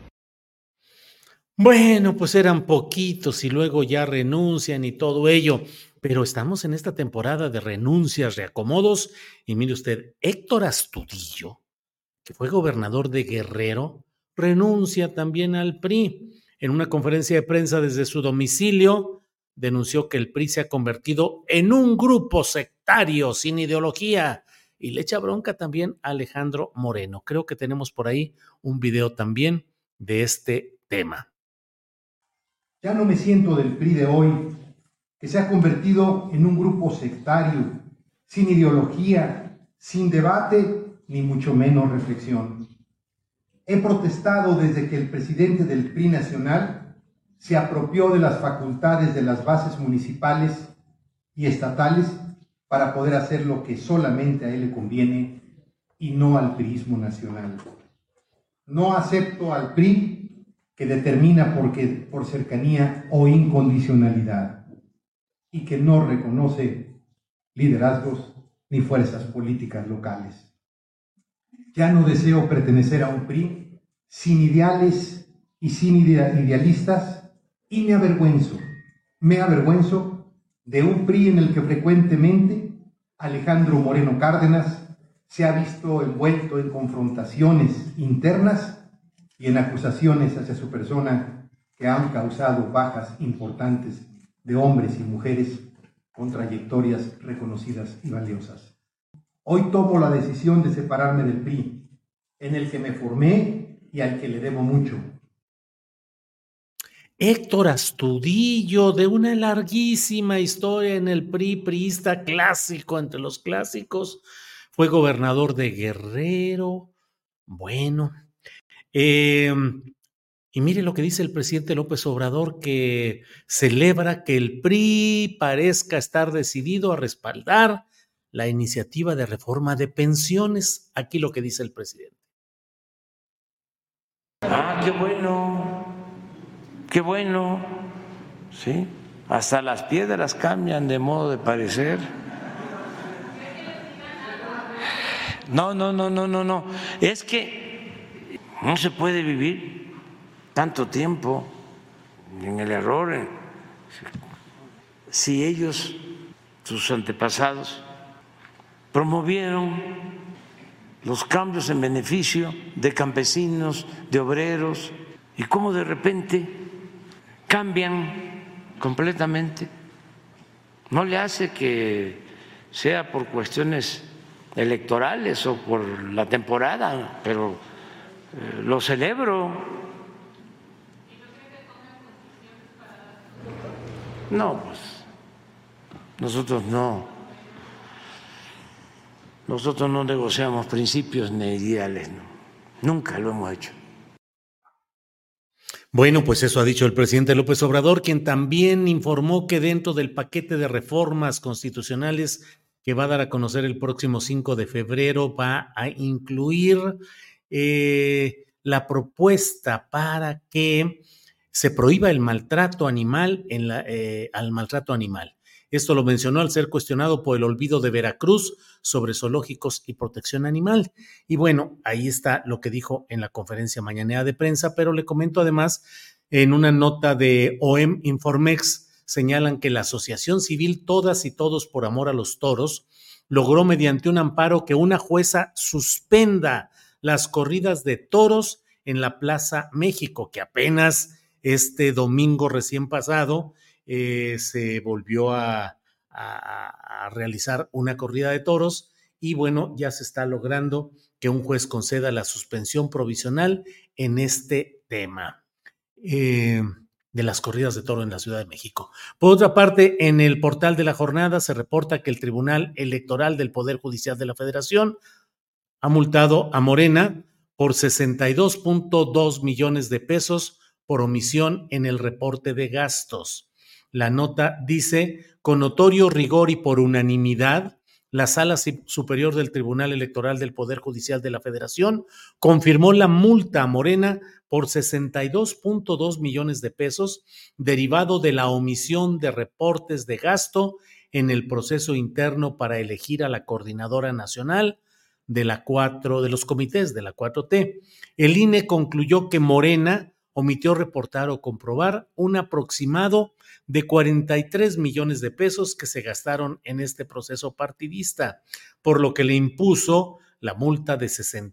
Bueno, pues eran poquitos y luego ya renuncian y todo ello, pero estamos en esta temporada de renuncias, reacomodos, y mire usted, Héctor Astudillo, que fue gobernador de Guerrero, renuncia también al PRI. En una conferencia de prensa desde su domicilio, denunció que el PRI se ha convertido en un grupo sectario sin ideología y le echa bronca también a Alejandro Moreno. Creo que tenemos por ahí un video también de este tema. Ya no me siento del PRI de hoy, que se ha convertido en un grupo sectario, sin ideología, sin debate, ni mucho menos reflexión. He protestado desde que el presidente del PRI nacional se apropió de las facultades de las bases municipales y estatales para poder hacer lo que solamente a él le conviene y no al priismo nacional. No acepto al PRI que determina por cercanía o incondicionalidad y que no reconoce liderazgos ni fuerzas políticas locales. Ya no deseo pertenecer a un PRI sin ideales y sin idealistas y me avergüenzo de un PRI en el que frecuentemente Alejandro Moreno Cárdenas se ha visto envuelto en confrontaciones internas y en acusaciones hacia su persona que han causado bajas importantes de hombres y mujeres con trayectorias reconocidas y valiosas. Hoy tomo la decisión de separarme del PRI, en el que me formé y al que le debo mucho. Héctor Astudillo, de una larguísima historia en el PRI, priista clásico, entre los clásicos, fue gobernador de Guerrero. Bueno, y mire lo que dice el presidente López Obrador, que celebra que el PRI parezca estar decidido a respaldar la iniciativa de reforma de pensiones. Aquí lo que dice el presidente. Qué bueno, ¿sí? Hasta las piedras cambian de modo de parecer. No. Es que no se puede vivir tanto tiempo en el error. Si ellos, sus antepasados, promovieron los cambios en beneficio de campesinos, de obreros, y cómo de repente cambian completamente. No le hace que sea por cuestiones electorales o por la temporada, pero lo celebro. No, pues nosotros no negociamos principios ni ideales, no. Nunca lo hemos hecho. Bueno, pues eso ha dicho el presidente López Obrador, quien también informó que dentro del paquete de reformas constitucionales que va a dar a conocer el próximo 5 de febrero va a incluir la propuesta para que se prohíba el maltrato animal al maltrato animal. Esto lo mencionó al ser cuestionado por el olvido de Veracruz sobre zoológicos y protección animal. Y bueno, ahí está lo que dijo en la conferencia mañanera de prensa, pero le comento además en una nota de OEM Informex señalan que la Asociación Civil Todas y Todos por Amor a los Toros logró mediante un amparo que una jueza suspenda las corridas de toros en la Plaza México, que apenas este domingo recién pasado se volvió a realizar una corrida de toros y bueno, ya se está logrando que un juez conceda la suspensión provisional en este tema de las corridas de toro en la Ciudad de México. Por otra parte, en el portal de la jornada se reporta que el Tribunal Electoral del Poder Judicial de la Federación ha multado a Morena por 62.2 millones de pesos por omisión en el reporte de gastos. La nota dice, con notorio rigor y por unanimidad, la Sala Superior del Tribunal Electoral del Poder Judicial de la Federación confirmó la multa a Morena por 62.2 millones de pesos derivado de la omisión de reportes de gasto en el proceso interno para elegir a la coordinadora nacional de los comités de la 4T. El INE concluyó que Morena omitió reportar o comprobar un aproximado de 43 millones de pesos que se gastaron en este proceso partidista, por lo que le impuso la multa de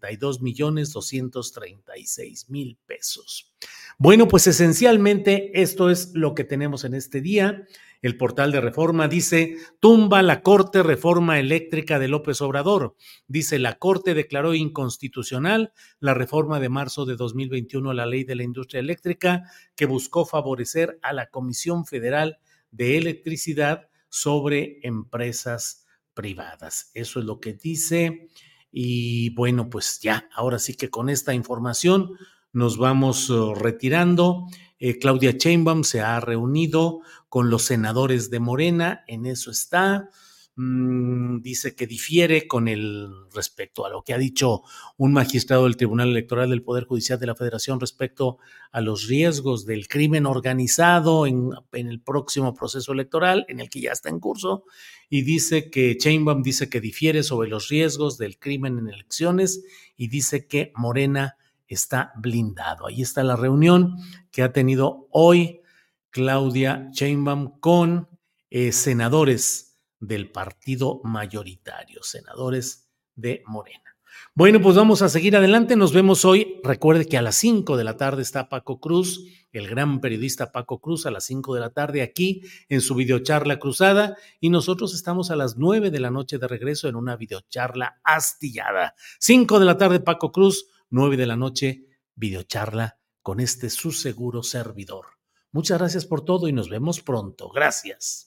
62.236.000 pesos. Bueno, pues esencialmente esto es lo que tenemos en este día. El portal de Reforma dice, tumba la Corte reforma eléctrica de López Obrador. Dice, la Corte declaró inconstitucional la reforma de marzo de 2021 a la Ley de la Industria Eléctrica que buscó favorecer a la Comisión Federal de Electricidad sobre empresas privadas. Eso es lo que dice. Y bueno, pues ya, ahora sí que con esta información nos vamos retirando. Claudia Sheinbaum se ha reunido con los senadores de Morena, en eso está. Dice que difiere con respecto a lo que ha dicho un magistrado del Tribunal Electoral del Poder Judicial de la Federación respecto a los riesgos del crimen organizado en el próximo proceso electoral, en el que ya está en curso, y dice que Sheinbaum dice que difiere sobre los riesgos del crimen en elecciones y dice que Morena está blindado. Ahí está la reunión que ha tenido hoy Claudia Sheinbaum con senadores del partido mayoritario, senadores de Morena. Bueno, pues vamos a seguir adelante. Nos vemos hoy. Recuerde que a las 5 de la tarde está Paco Cruz, el gran periodista Paco Cruz, a las 5 de la tarde aquí en su videocharla cruzada, y nosotros estamos a las 9 de la noche de regreso en una videocharla astillada. 5 de la tarde Paco Cruz, 9 de la noche videocharla con su seguro servidor. Muchas gracias por todo y nos vemos pronto. Gracias.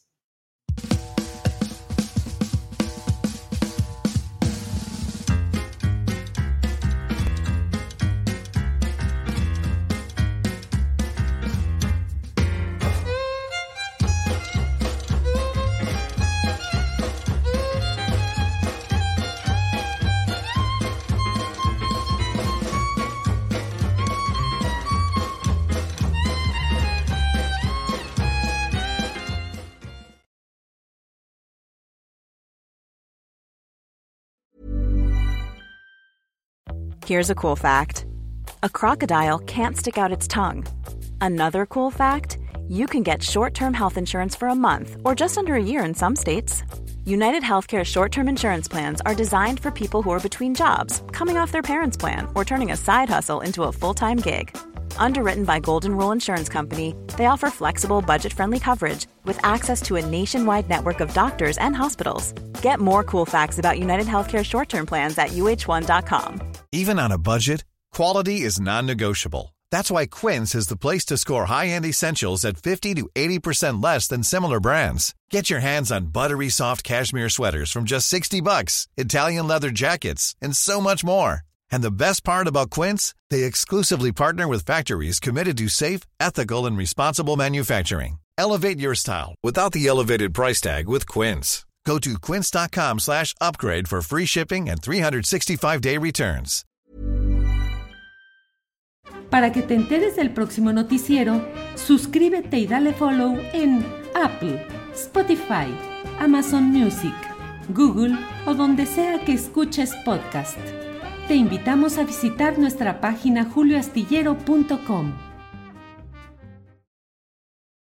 Here's a cool fact. A crocodile can't stick out its tongue. Another cool fact, you can get short-term health insurance for a month or just under a year in some states. United Healthcare short-term insurance plans are designed for people who are between jobs, coming off their parents' plan, or turning a side hustle into a full-time gig. Underwritten by Golden Rule Insurance Company, they offer flexible, budget-friendly coverage with access to a nationwide network of doctors and hospitals. Get more cool facts about United Healthcare short-term plans at uh1.com. Even on a budget, quality is non-negotiable. That's why Quince is the place to score high-end essentials at 50 to 80% less than similar brands. Get your hands on buttery soft cashmere sweaters from just $60, Italian leather jackets, and so much more. And the best part about Quince, they exclusively partner with factories committed to safe, ethical, and responsible manufacturing. Elevate your style without the elevated price tag with Quince. Go to quince.com/upgrade for free shipping and 365-day returns. Para que te enteres del próximo noticiero, suscríbete y dale follow en Apple, Spotify, Amazon Music, Google o donde sea que escuches podcast. Te invitamos a visitar nuestra página julioastillero.com.